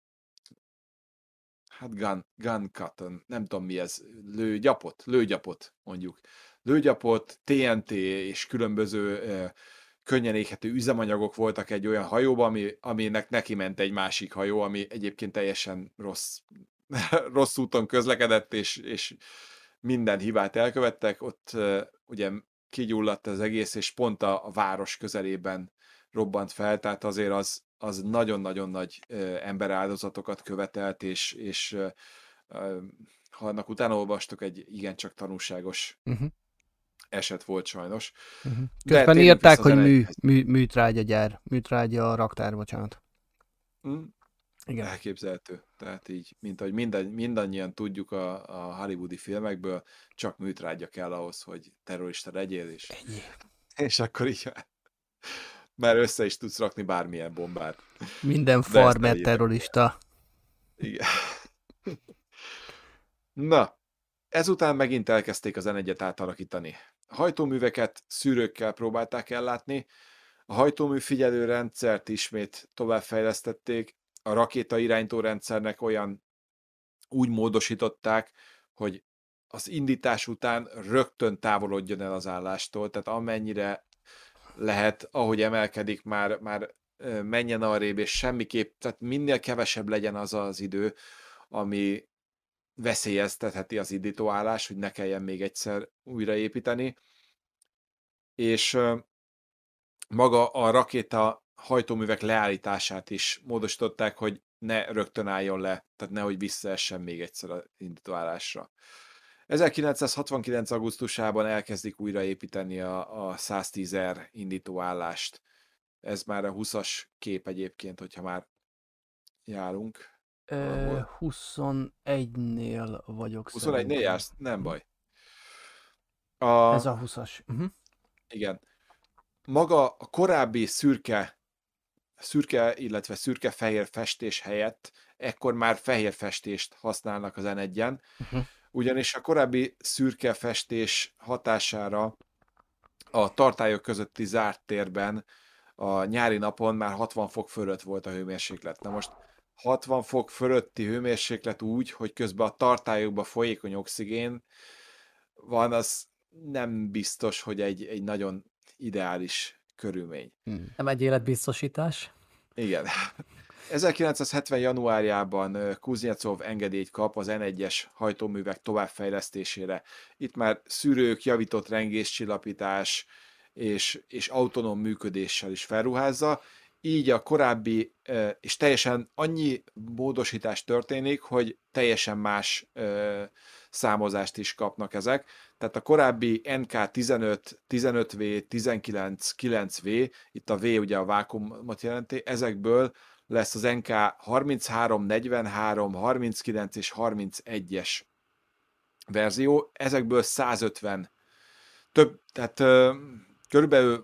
hát gun cotton, nem tudom mi ez, lőgyapot mondjuk. Lőgyapot, TNT és különböző könnyen éghető üzemanyagok voltak egy olyan hajóban, aminek neki ment egy másik hajó, ami egyébként teljesen rossz úton közlekedett, és minden hibát elkövettek. Ott ugye kigyulladt az egész, és pont a város közelében robbant fel, tehát azért az nagyon-nagyon nagy emberáldozatokat követelt, és ha annak utána olvastok, egy igencsak tanulságos eset volt sajnos. Közben írták, hogy műtrágya raktár, bocsánat. Igen. Elképzelhető. Tehát így, mint ahogy mindannyian tudjuk a hollywoodi filmekből, csak műtrágya kell ahhoz, hogy terrorista legyél, és akkor így már össze is tudsz rakni bármilyen bombát. Minden farmer terrorista. Igen. Na, ezután megint elkezdték az N1-et átalakítani. A hajtóműveket szűrőkkel próbálták ellátni, A hajtómű figyelő rendszert ismét továbbfejlesztették, a rakéta irányító rendszernek úgy módosították, hogy az indítás után rögtön távolodjon el az állástól, tehát amennyire lehet, ahogy emelkedik, már menjen arrébb, és semmiképp, tehát minél kevesebb legyen az az idő, ami veszélyeztetheti az indítóállás, hogy ne kelljen még egyszer újraépíteni. És maga a rakéta hajtóművek leállítását is módosították, hogy ne rögtön álljon le, tehát nehogy visszaessen még egyszer az indítóállásra. 1969. augusztusában elkezdik újraépíteni a 110R indítóállást. Ez már a 20-as kép egyébként, hogyha már járunk. 21-nél vagyok 21-nél jársz? Nem baj. Ez a 20-as. Igen. Maga a korábbi szürke, illetve szürke-fehér festés helyett ekkor már fehér festést használnak az N1-en, ugyanis a korábbi szürke festés hatására a tartályok közötti zárt térben a nyári napon már 60 fok fölött volt a hőmérséklet. Na most 60 fok fölötti hőmérséklet úgy, hogy közben a tartályokban folyékony oxigén van, az nem biztos, hogy egy nagyon ideális körülmény. Nem egy életbiztosítás. Igen. 1970. januárjában Kuznecov engedélyt kap az N1-es hajtóművek továbbfejlesztésére. Itt már szűrők, javított rengéscsillapítás és autonóm működéssel is felruházza. Így a korábbi, és teljesen annyi módosítás történik, hogy teljesen más számozást is kapnak ezek. Tehát a korábbi NK 15, 15V, 19, 9V, itt a V ugye a vákuumot jelenti, ezekből lesz az NK 33, 43, 39 és 31-es verzió. Ezekből 150 több, tehát körülbelül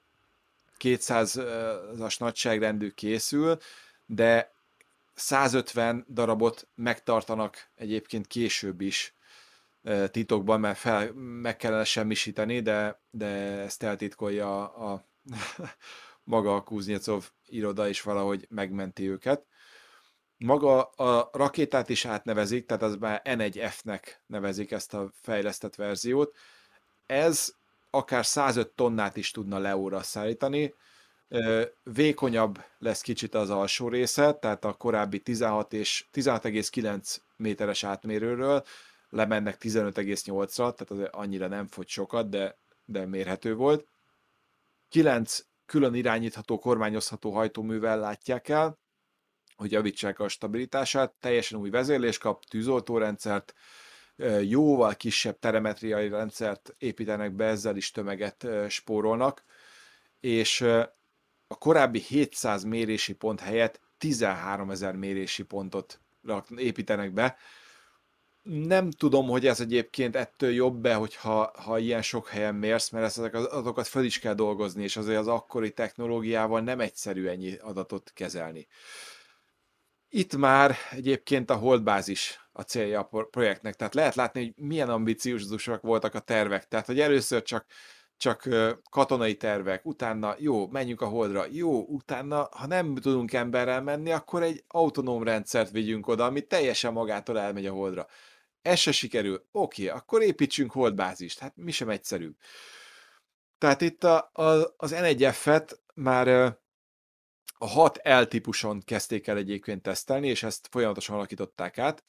200-as nagyságrendű készül, de 150 darabot megtartanak egyébként később is titokban, mert meg kellene semmisíteni, de ezt eltitkolja a maga a Kuznecov iroda, és valahogy megmenti őket. Maga a rakétát is átnevezik, tehát az már N1F-nek nevezik ezt a fejlesztett verziót. Ez akár 105 tonnát is tudna Leóra szállítani. Vékonyabb lesz kicsit az alsó része, tehát a korábbi 16,9 méteres átmérőről lemennek 15,8-ra, tehát az annyira nem fogy sokat, de mérhető volt. 9 külön irányítható, kormányozható hajtóművel látják el, hogy javítsák a stabilitását, teljesen új vezérlés kap, tűzoltórendszert, jóval kisebb telemetriai rendszert építenek be, ezzel is tömeget spórolnak, és a korábbi 700 mérési pont helyett 13 000 mérési pontot építenek be. Nem tudom, hogy ez egyébként ettől jobb-e, hogyha ilyen sok helyen mérsz, mert ezek az adatokat fel is kell dolgozni, és azért az akkori technológiával nem egyszerű ennyi adatot kezelni. Itt már egyébként a holdbázis a célja a projektnek, tehát lehet látni, hogy milyen ambiciózusak voltak a tervek, tehát hogy először csak katonai tervek, utána jó, menjünk a holdra, jó, utána, ha nem tudunk emberrel menni, akkor egy autonóm rendszert vigyünk oda, ami teljesen magától elmegy a holdra. Ez se sikerül, oké, akkor építsünk holdbázist, hát mi sem egyszerű. Tehát itt az N1F-et már a 6L típuson kezdték el egyébként tesztelni, és ezt folyamatosan alakították át.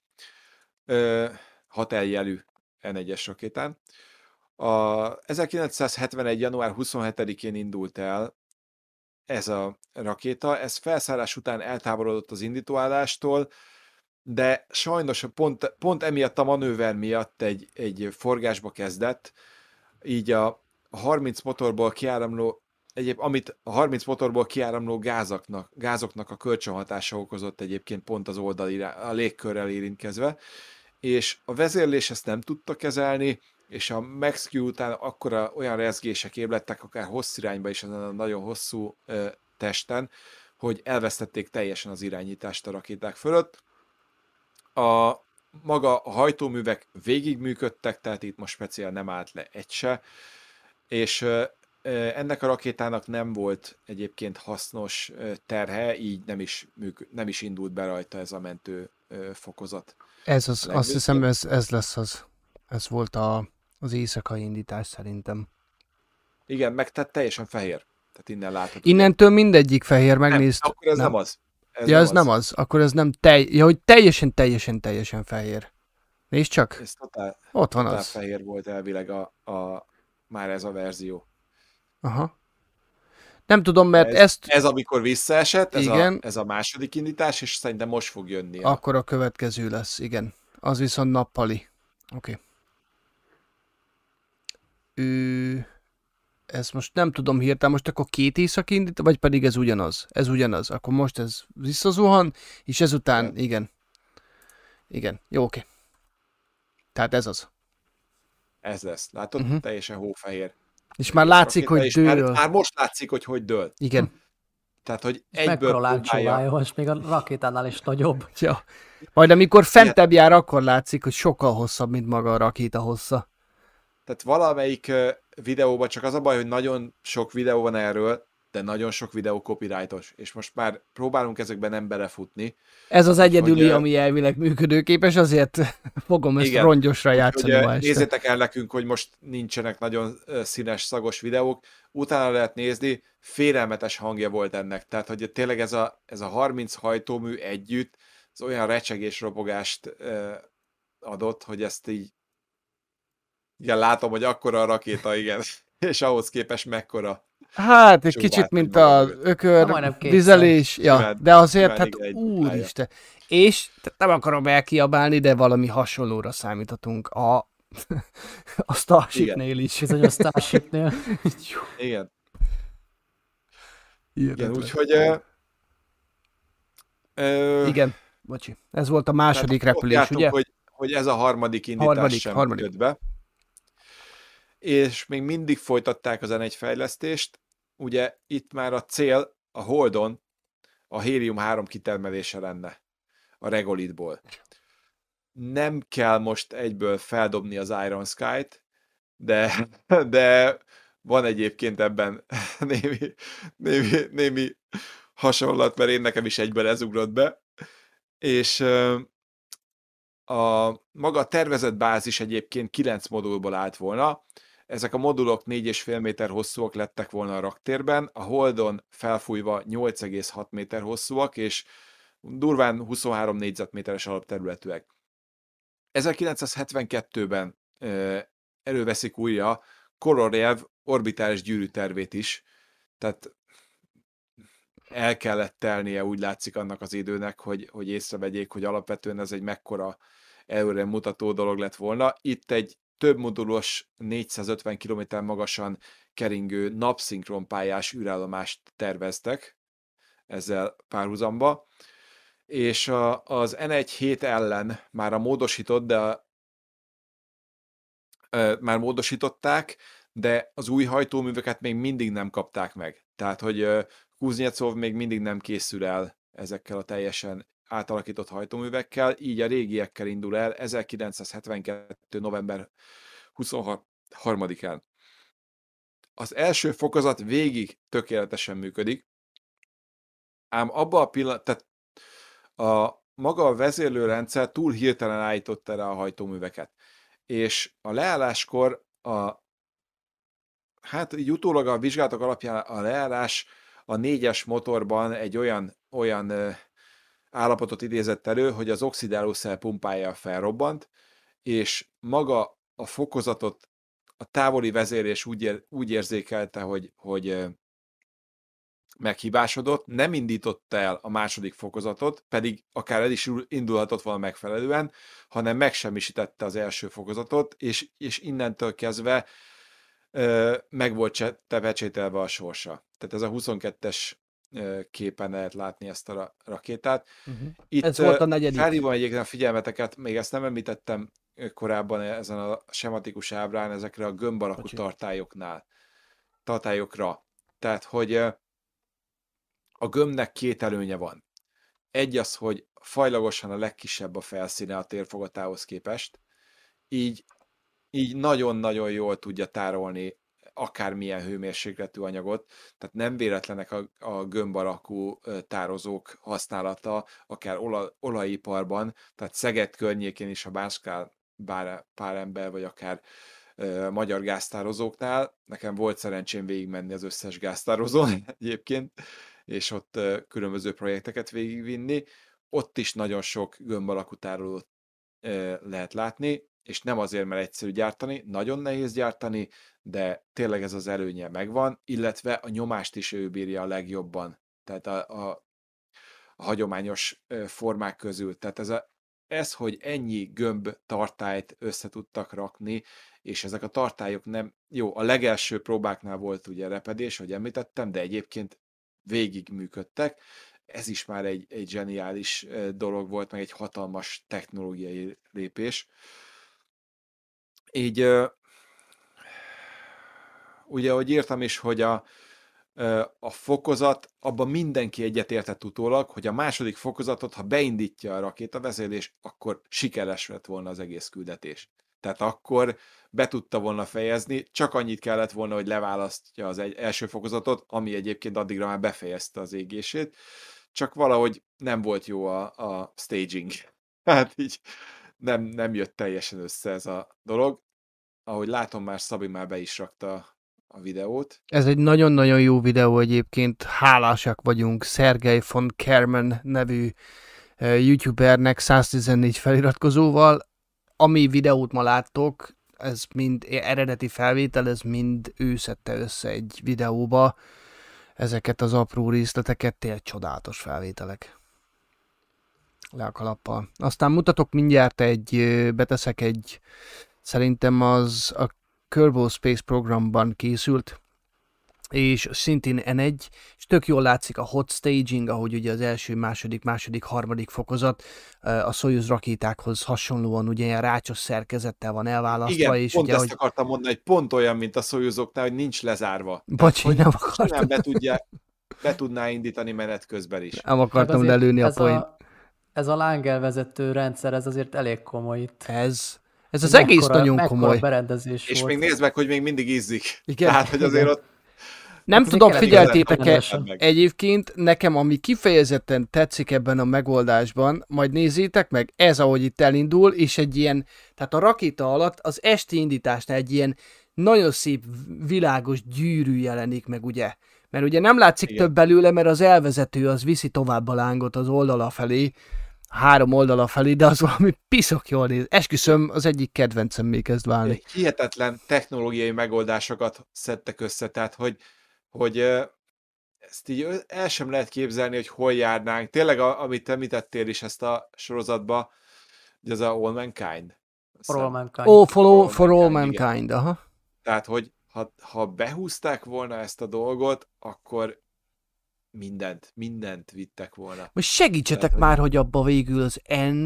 6L jelű N1-es rakétán. 1971. január 27-én indult el ez a rakéta. Ez felszállás után eltávolodott az indítóállástól, de sajnos pont emiatt a manőver miatt egy forgásba kezdett, így a 30 motorból kiáramló amit a 30 motorból kiáramló gázoknak a kölcsönhatása okozott egyébként pont az a légkörrel érintkezve, és a vezérlés ezt nem tudta kezelni, és a MaxQ után olyan rezgések ébredtek, akár hossz irányba is, ezen a nagyon hosszú testen, hogy elvesztették teljesen az irányítást a rakéták fölött. Maga a hajtóművek végigműködtek, tehát itt most speciál nem állt le egy se, és ennek a rakétának nem volt egyébként hasznos terhe, így nem is indult be rajta ez a mentő fokozat. Ez az, azt Legvégén. hiszem, ez lesz az. Ez volt az éjszakai indítás szerintem. Igen, meg tehát teljesen fehér. Tehát innen láthatod. Innentől mindegyik fehér, Nem, megnézd. akkor ez nem az. Ez nem az. Akkor ez nem hogy teljesen fehér. Nézd csak. Ez totál Ott van az. fehér volt elvileg már ez a verzió. Aha. Nem tudom, mert Ez amikor visszaesett, igen. ez a második indítás, és szerintem most fog jönni. Akkor a következő lesz, igen. Az viszont nappali. Oké. Ez most nem tudom hirtelen, most akkor két éjszaki indít, vagy pedig ez ugyanaz? Ez ugyanaz. Akkor most ez visszazuhan, és ezután, igen. Igen, jó, oké. Tehát ez az. Ez lesz. Látod? Teljesen hófehér. És már látszik, hogy dől. Már most látszik, hogy dől. Igen. Tehát, hogy egyből egyből próbálja. most még a rakétánál is nagyobb. Ja. Majd amikor fentebb jár, akkor látszik, hogy sokkal hosszabb, mint maga a rakéta hossza. Tehát valamelyik videóban csak az a baj, hogy nagyon sok videó van erről, de nagyon sok videó copyrightos, és most már próbálunk ezekben nem belefutni. Ez az egyedüli, ami elvileg működőképes, azért fogom ezt rongyosra játszani ma este. Nézzétek el nekünk, hogy most nincsenek nagyon színes, szagos videók, utána lehet nézni, félelmetes hangja volt ennek, tehát hogy tényleg ez a 30 hajtómű együtt, ez olyan recsegés-robogást adott, hogy ezt így igen, látom, hogy akkora a rakéta, igen, és ahhoz képest mekkora. Hát, egy kicsit, mint az ökör, vizelés, ja, de azért, hát úristen. És nem akarom elkiabálni, de valami hasonlóra számíthatunk a Starshipnél is. Bizonyos Starshipnél. Igen. Igen, úgyhogy... igen, bocsi. Ez volt a második repülés, ugye? Hogy ez a harmadik indítás sem jött be. És még mindig folytatták az N1 fejlesztést. Ugye itt már a cél a Holdon a hélium-3 kitermelése lenne a regolitból. Nem kell most egyből feldobni az Iron Sky-t, de van egyébként ebben némi hasonlat, mert én nekem is egyből ez ugrott be. És maga a tervezett bázis egyébként 9 modulból állt volna. Ezek a modulok 4,5 méter hosszúak lettek volna a raktérben, a Holdon felfújva 8,6 méter hosszúak, és durván 23 négyzetméteres alapterületűek. 1972-ben előveszik újra Korolev orbitális gyűrűtervét is, tehát el kellett telnie, úgy látszik annak az időnek, hogy észrevegyék, hogy alapvetően ez egy mekkora előre mutató dolog lett volna. Itt egy több modulos 450 km magasan keringő napszinkronpályás űrállomást terveztek ezzel párhuzamba, és az N1-7 ellen már már módosították, de az új hajtóműveket még mindig nem kapták meg. Tehát, hogy Kuznecov még mindig nem készül el ezekkel a teljesen átalakított hajtóművekkel, így a régiekkel indul el 1972. november 23-án. Az első fokozat végig tökéletesen működik, ám abban a pillanatban, tehát maga a vezérlőrendszer túl hirtelen állította rá a hajtóműveket. És a leálláskor hát így utólag a vizsgálatok alapján a leállás a 4-es motorban egy olyan állapotot idézett elő, hogy az oxidálószer pumpája felrobbant, és maga a fokozatot a távoli vezérlés úgy érzékelte, hogy meghibásodott, nem indította el a második fokozatot, pedig akár el is indulhatott volna megfelelően, hanem megsemmisítette az első fokozatot, és innentől kezdve meg volt pecsételve a sorsa. Tehát ez a 22-es képen lehet látni ezt a rakétát. Itt ez volt a negyedik. Felhívom egyébként a figyelmeteket, még ezt nem említettem korábban ezen a sematikus ábrán, ezekre a gömb alakú tartályokra. Tehát, hogy a gömbnek két előnye van. Egy az, hogy fajlagosan a legkisebb a felszíne a térfogatához képest, így nagyon-nagyon jól tudja tárolni akármilyen hőmérsékletű anyagot, tehát nem véletlenek a gömb alakú tározók használata, akár olajiparban, tehát Szeged környékén is a Báskál pár ember, vagy akár magyar gáztározóknál. Nekem volt szerencsém végigmenni az összes gáztározón egyébként, és ott különböző projekteket végigvinni. Ott is nagyon sok gömb alakú tárolót lehet látni, és nem azért, mert egyszerű gyártani, nagyon nehéz gyártani, de tényleg ez az előnye megvan, illetve a nyomást is ő bírja a legjobban. Tehát a hagyományos formák közül. Tehát ez, hogy ennyi gömb tartályt össze tudtak rakni, és ezek a tartályok nem... Jó, a legelső próbáknál volt ugye repedés, hogy említettem, de egyébként végig működtek. Ez is már egy zseniális dolog volt, meg egy hatalmas technológiai lépés. Így ugye, ahogy írtam is, hogy a fokozat, abban mindenki egyetértett utólag, hogy a második fokozatot, ha beindítja a rakétavezérlés, akkor sikeres lett volna az egész küldetés. Tehát akkor be tudta volna fejezni, csak annyit kellett volna, hogy leválasztja az első fokozatot, ami egyébként addigra már befejezte az égését, csak valahogy nem volt jó a staging. Hát így nem jött teljesen össze ez a dolog. Ahogy látom, már Szabi már be is rakta a videót. Ez egy nagyon-nagyon jó videó egyébként, hálásak vagyunk Szergej von Kermen nevű youtubernek 114 feliratkozóval. Ami videót ma láttok, ez mind eredeti felvétel, ez mind ő szedte össze egy videóba. Ezeket az apró részleteket, tényleg csodálatos felvételek. Le a kalappal. Aztán mutatok mindjárt beteszek egy, szerintem az a Kerbal Space programban készült, és szintén N1, és tök jól látszik a hot staging, ahogy ugye az első, második, harmadik fokozat a Soyuz rakétákhoz hasonlóan ugye ilyen rácsos szerkezettel van elválasztva. Igen, és pont ugye, ezt akartam mondani, hogy pont olyan, mint a Soyuzoknál, hogy nincs lezárva. Bocsi, nem akartam. Be tudná indítani menet közben is. Nem akartam lelőni a point. Ez a lángelvezető rendszer, ez azért elég komoly itt. Ez az egész nagyon komoly. Berendezés és volt. még nézd meg, hogy még mindig izzik. Igen. Tehát, hogy azért ott... Nem Hát tudom, még figyeltétek-e, kellene egyébként nekem, ami kifejezetten tetszik ebben a megoldásban, majd nézzétek meg, ez ahogy itt elindul, és egy ilyen, tehát a rakéta alatt az esti indításnál egy ilyen nagyon szép, világos gyűrű jelenik meg, ugye? Mert ugye nem látszik több belőle, mert az elvezető az viszi tovább a lángot az oldala felé, 3 oldala felé, de az valami piszok jól néz. Esküszöm, az egyik kedvencem még kezd válni. Hihetetlen technológiai megoldásokat szedtek össze, tehát hogy ezt így el sem lehet képzelni, hogy hol járnánk. Tényleg, amit említettél is ezt a sorozatba, hogy ez a All Mankind. For All Mankind. For All Mankind, aha. Tehát, hogy ha behúzták volna ezt a dolgot, akkor mindent vittek volna. Most segítsetek Tehát, már, hogy abba végül az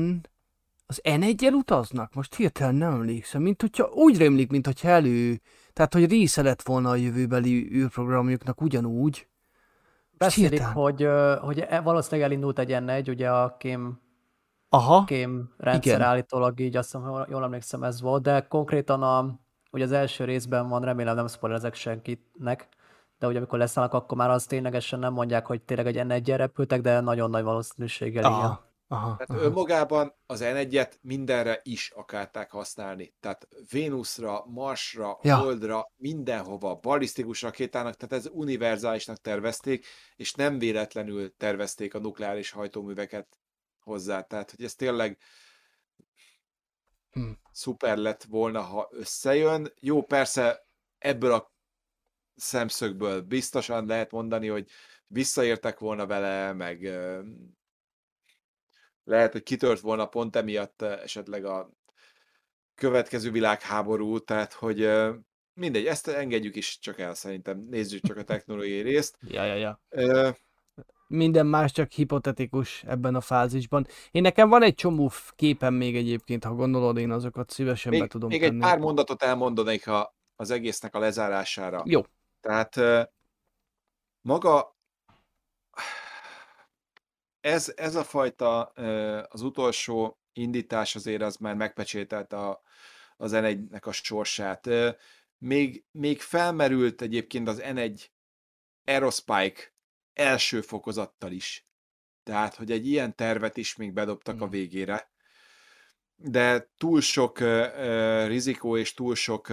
N1-el utaznak? Most hirtelen nem emlékszem, mint hogyha úgy rémlik, mint hogyha tehát, hogy része lett volna a jövőbeli űrprogramjuknak ugyanúgy. Beszélik, hogy valószínűleg elindult egy N1, ugye a kém rendszer igen. állítólag így, azt hiszem, jól emlékszem, ez volt, de konkrétan ugye az első részben van, remélem nem spoilerezek senkinek, de ugye amikor leszállnak, akkor már az ténylegesen nem mondják, hogy tényleg egy N1-jel repültek, de nagyon nagy valószínűséggel igen. Tehát önmagában az N1-et mindenre is akarták használni. Tehát Vénuszra, Marsra, Holdra, mindenhova, ballisztikus rakétának, tehát ez univerzálisnak tervezték, és nem véletlenül tervezték a nukleáris hajtóműveket hozzá. Tehát, hogy ez tényleg szuper lett volna, ha összejön. Jó, persze ebből a szemszögből biztosan lehet mondani, hogy visszaértek volna vele, meg lehet, hogy kitört volna pont emiatt esetleg a következő világháború, tehát hogy mindegy, ezt engedjük is csak el szerintem, nézzük csak a technológiai részt. Ja. Minden más csak hipotetikus ebben a fázisban. Nekem van egy csomó képem még egyébként, ha gondolod, én azokat szívesen be tudom tenni. Még egy pár mondatot elmondanék az egésznek a lezárására. Jó. Tehát maga ez a fajta az utolsó indítás azért az már megpecsételt az N1-nek a sorsát. még felmerült egyébként az N1 Aerospike első fokozattal is. Tehát, hogy egy ilyen tervet is még bedobtak a végére. De túl sok rizikó és túl sok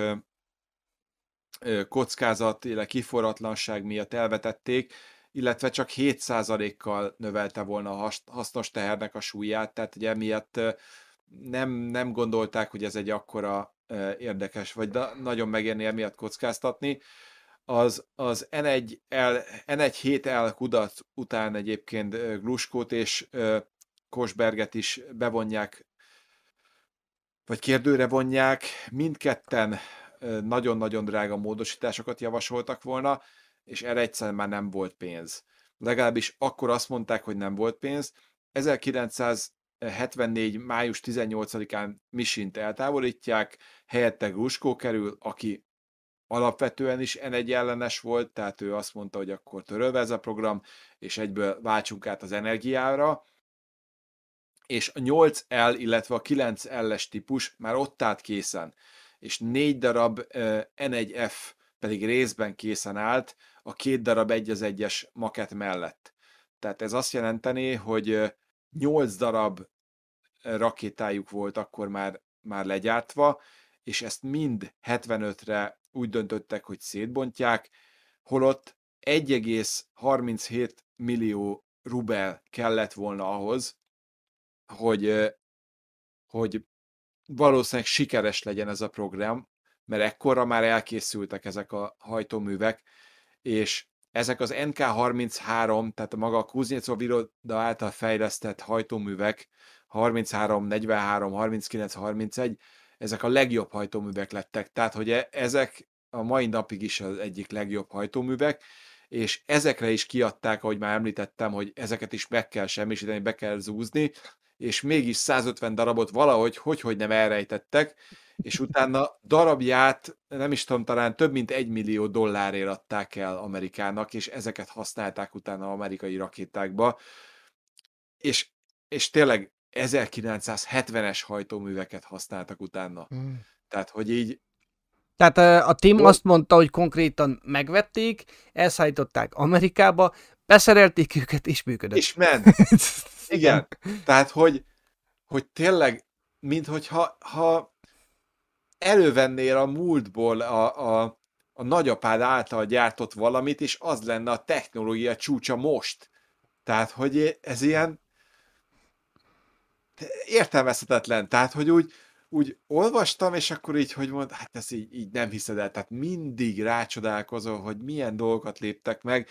kockázat, illetve kiforratlanság miatt elvetették, illetve csak 7%-kal növelte volna a hasznos tehernek a súlyát, tehát ugye emiatt nem gondolták, hogy ez egy akkora érdekes, vagy nagyon megérni emiatt kockáztatni. Az N1-7L kudarc után egyébként Gluskót és Kosberget is bevonják, vagy kérdőre vonják, mindketten nagyon-nagyon drága módosításokat javasoltak volna, és erre egyszerűen már nem volt pénz. Legalábbis akkor azt mondták, hogy nem volt pénz. 1974. május 18-án Misint eltávolítják, helyette Gruskó kerül, aki alapvetően is N1 ellenes volt, tehát ő azt mondta, hogy akkor törölve ez a program, és egyből váltsunk át az energiára, és a 8L, illetve a 9L-es típus már ott állt készen, és 4 darab N1F pedig részben készen állt a 2 darab 1-1-es maket mellett. Tehát ez azt jelenteni, hogy 8 darab rakétájuk volt akkor már legyártva, és ezt mind 75-re úgy döntöttek, hogy szétbontják, holott 1,37 millió rubel kellett volna ahhoz, hogy valószínűleg sikeres legyen ez a program, mert ekkorra már elkészültek ezek a hajtóművek, és ezek az NK-33, tehát a maga a Kuznecov iroda által fejlesztett hajtóművek, 33, 43, 39, 31, ezek a legjobb hajtóművek lettek. Tehát, hogy ezek a mai napig is az egyik legjobb hajtóművek, és ezekre is kiadták, ahogy már említettem, hogy ezeket is meg kell semmisíteni, be kell zúzni, és mégis 150 darabot valahogy, hogy nem elrejtettek, és utána darabját, nem is tudom, talán több mint $1 millió adták el Amerikának, és ezeket használták utána amerikai rakétákba, és tényleg 1970-es hajtóműveket használtak utána. Tehát, hogy így... Tehát a Tim azt mondta, hogy konkrétan megvették, elszállították Amerikába, beszerelték őket, és működött. És ment. Igen. Tehát, hogy tényleg, minthogyha elővennél a múltból a nagyapád által gyártott valamit, és az lenne a technológia csúcsa most. Tehát, hogy ez ilyen értelmezhetetlen. Tehát, hogy úgy olvastam, és akkor így, hogy mond, hát ez így nem hiszed el. Tehát mindig rácsodálkozol, hogy milyen dolgokat léptek meg,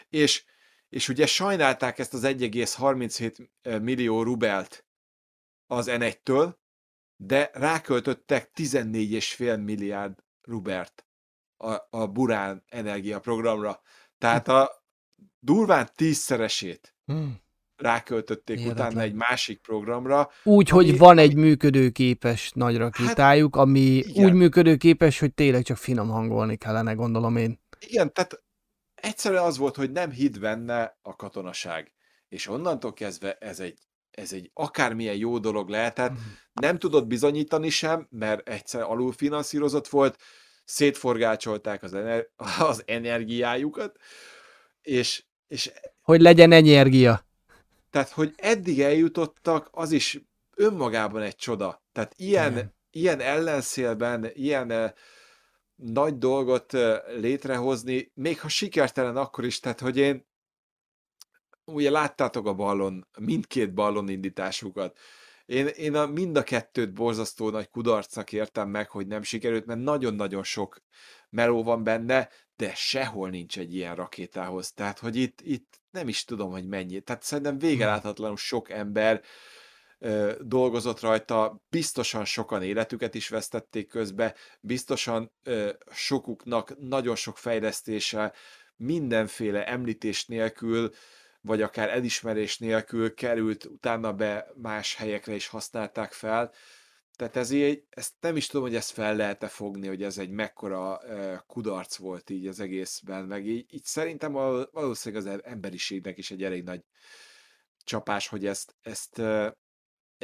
és ugye sajnálták ezt az 1,37 millió rubelt az N1-től, de ráköltöttek 14,5 milliárd rubert a Burán Energia programra. Tehát a durván 10-szeresét ráköltötték utána egy másik programra. Úgy, hogy van egy működőképes nagy rakétájuk, ami igen. úgy működőképes, hogy tényleg csak finom hangolni kellene, gondolom én. Igen, tehát egyszerűen az volt, hogy nem hitt benne a katonaság. És onnantól kezdve ez egy akármilyen jó dolog lehetett, nem tudott bizonyítani sem, mert egyszer alulfinanszírozott volt, szétforgácsolták az energiájukat, és hogy legyen energia. Tehát, hogy eddig eljutottak, az is önmagában egy csoda. Tehát ilyen ellenszélben, ilyen nagy dolgot létrehozni, még ha sikertelen akkor is, tehát, hogy én ugye láttátok mindkét ballon indításukat. Én mind a kettőt borzasztó nagy kudarcnak értem meg, hogy nem sikerült, mert nagyon-nagyon sok meló van benne, de sehol nincs egy ilyen rakétához. Tehát, hogy itt nem is tudom, hogy mennyi. Tehát szerintem végeláthatatlanul sok ember dolgozott rajta, biztosan sokan életüket is vesztették közbe, biztosan sokuknak nagyon sok fejlesztése, mindenféle említés nélkül, vagy akár elismerés nélkül került utána be más helyekre is használták fel. Tehát ezt nem is tudom, hogy ezt fel lehet-e fogni, hogy ez egy mekkora kudarc volt így az egészben, meg így szerintem valószínűleg az emberiségnek is egy elég nagy csapás, hogy ezt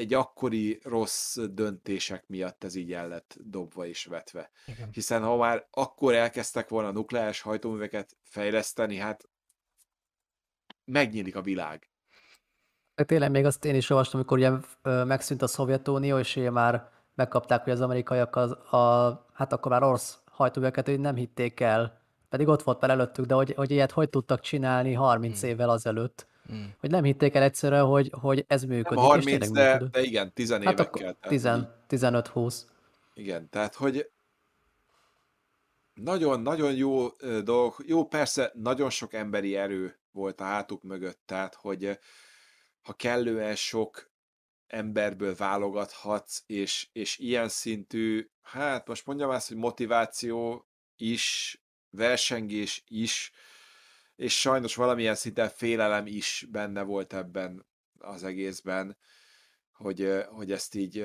egy akkori rossz döntések miatt ez így el lett dobva és vetve. Igen. Hiszen ha már akkor elkezdtek volna nukleáris hajtóműveket fejleszteni, hát megnyílik a világ. Tényleg még azt én is olvastam, amikor ugye megszűnt a Szovjetunió, és ugye már megkapták hogy az amerikaiak hát akkor már orosz hajtóműveket, hogy nem hitték el. Pedig ott volt már előttük, de hogy ilyet hogy tudtak csinálni 30 évvel azelőtt. Hogy nem hitték el egyszerűen, hogy ez Nem a működik, és 30, tényleg működött. de igen, 10 Hát akkor évekkel. Tehát, hogy 15-20. igen, tehát hogy nagyon-nagyon jó dolog. Jó, persze nagyon sok emberi erő volt a hátuk mögött, tehát hogy ha kellően sok emberből válogathatsz, és ilyen szintű, hát most mondjam azt, hogy motiváció is, versengés is, és sajnos valamilyen szinten félelem is benne volt ebben az egészben, hogy ezt így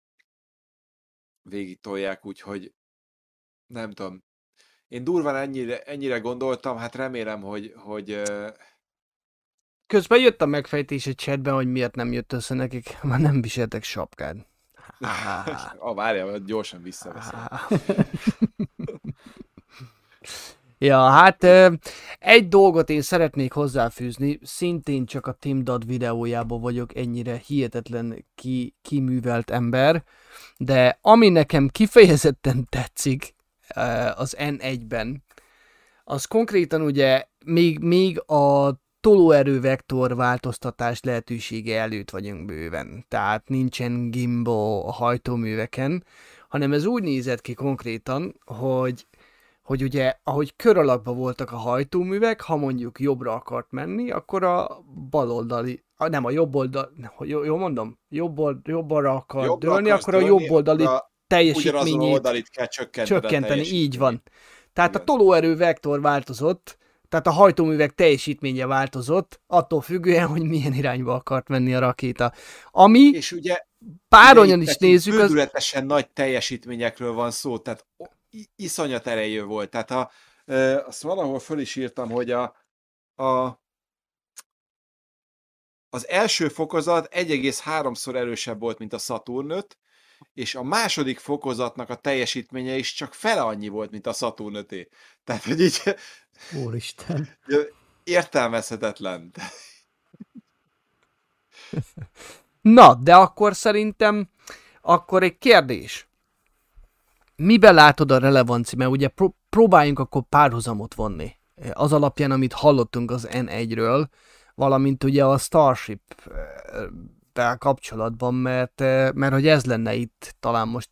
végig tolják, úgyhogy nem tudom. Én durván ennyire gondoltam, hát remélem, hogy Közben jött a megfejtés a chatben, hogy miért nem jött össze nekik, már nem viseltek sapkát. várjál, gyorsan visszaveszem. Ja, hát egy dolgot én szeretnék hozzáfűzni, szintén csak a Tim Dodd videójában vagyok ennyire hihetetlen kiművelt ember, de ami nekem kifejezetten tetszik az N1-ben, az konkrétan ugye még a tolóerő vektor változtatás lehetősége előtt vagyunk bőven. Tehát nincsen gimbal a hajtóműveken, hanem ez úgy nézett ki konkrétan, hogy ugye, ahogy kör alakban voltak a hajtóművek, ha mondjuk jobbra akart menni, akkor a baloldali, nem a jobb oldal, jól mondom? Jobbra akart dőlni, akkor a jobb oldali ugyanazon teljesítményét oldalit kell csökkenteni. így van. Tehát Igen. a tolóerő vektor változott, tehát a hajtóművek teljesítménye változott, attól függően, hogy milyen irányba akart menni a rakéta. Ami És ugye bárhogyan is nézzük, az... bődületesen nagy teljesítményekről van szó, tehát iszonyat erejű volt. Tehát azt valahol föl is írtam, hogy az első fokozat 1,3-szor erősebb volt, mint a Saturn 5, és a második fokozatnak a teljesítménye is csak fele annyi volt, mint a Saturn 5-é. Tehát, hogy így Úristen. értelmezhetetlen. Na, de akkor szerintem, akkor egy kérdés. Miben látod a relevanci? Mert ugye próbáljunk akkor párhuzamot vonni. Az alapján, amit hallottunk az N1-ről, valamint ugye a Starship-tel kapcsolatban, mert hogy ez lenne itt talán most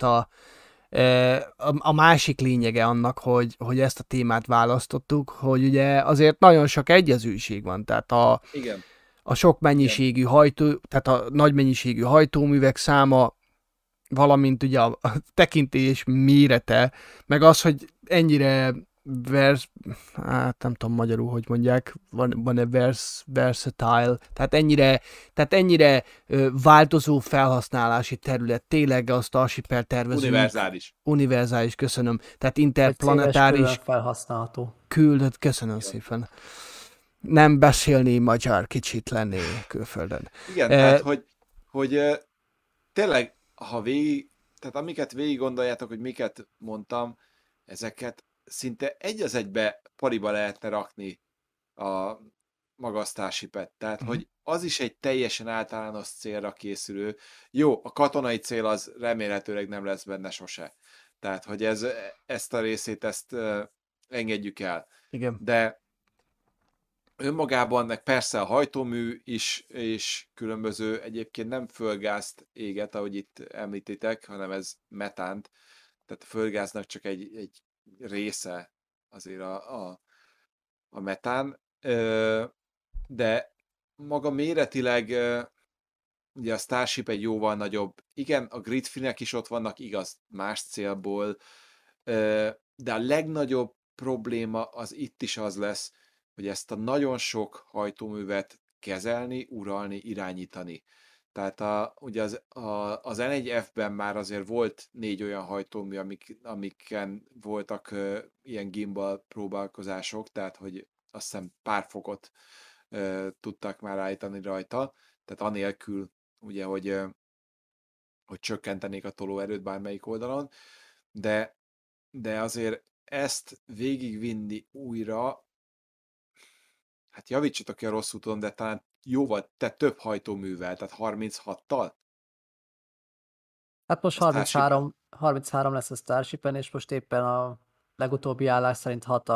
a másik lényege annak, hogy ezt a témát választottuk, hogy ugye azért nagyon sok egyezőség van, tehát Igen. a sok mennyiségű tehát a nagy mennyiségű hajtóművek száma, valamint ugye a tekintés mérete, meg az, hogy ennyire hát nem tudom magyarul, hogy mondják, van-e versatile, tehát ennyire változó felhasználási terület, tényleg a Starship-el tervezünk. Univerzális, köszönöm. Tehát interplanetáris felhasználható. Küldött, köszönöm szépen. Nem beszélni magyar, kicsit lenni külföldön. Igen, tehát, hogy tényleg, tehát amiket végig gondoljátok, hogy miket mondtam, ezeket szinte egy az egybe pariba lehetne rakni a maga a Starship-et. Tehát, hogy az is egy teljesen általános célra készülő. Jó, a katonai cél az remélhetőleg nem lesz benne sose. Tehát, hogy ezt a részét, engedjük el. Igen. De önmagában meg persze a hajtómű is, és különböző, egyébként nem földgázt éget, ahogy itt említitek, hanem ez metánt. Tehát a földgáznak csak egy része azért a metán. De maga méretileg ugye a Starship egy jóval nagyobb. Igen, a gridfinek is ott vannak, igaz, más célból, de a legnagyobb probléma az itt is az lesz, hogy ezt a nagyon sok hajtóművet kezelni, uralni, irányítani. Tehát ugye az N1F-ben már azért volt 4 olyan hajtómű, amiken voltak ilyen gimbal próbálkozások, tehát hogy azt hiszem pár fokot tudtak már állítani rajta, tehát anélkül ugye, hogy hogy csökkentenék a tolóerőt bármelyik oldalon, de azért ezt végigvinni újra, hát javítsatok ki a rossz úton, de talán jóval, te több hajtóművel, tehát 36-tal? Hát most A Starshipen? 33 lesz a Starshipen, és most éppen a legutóbbi állás szerint 6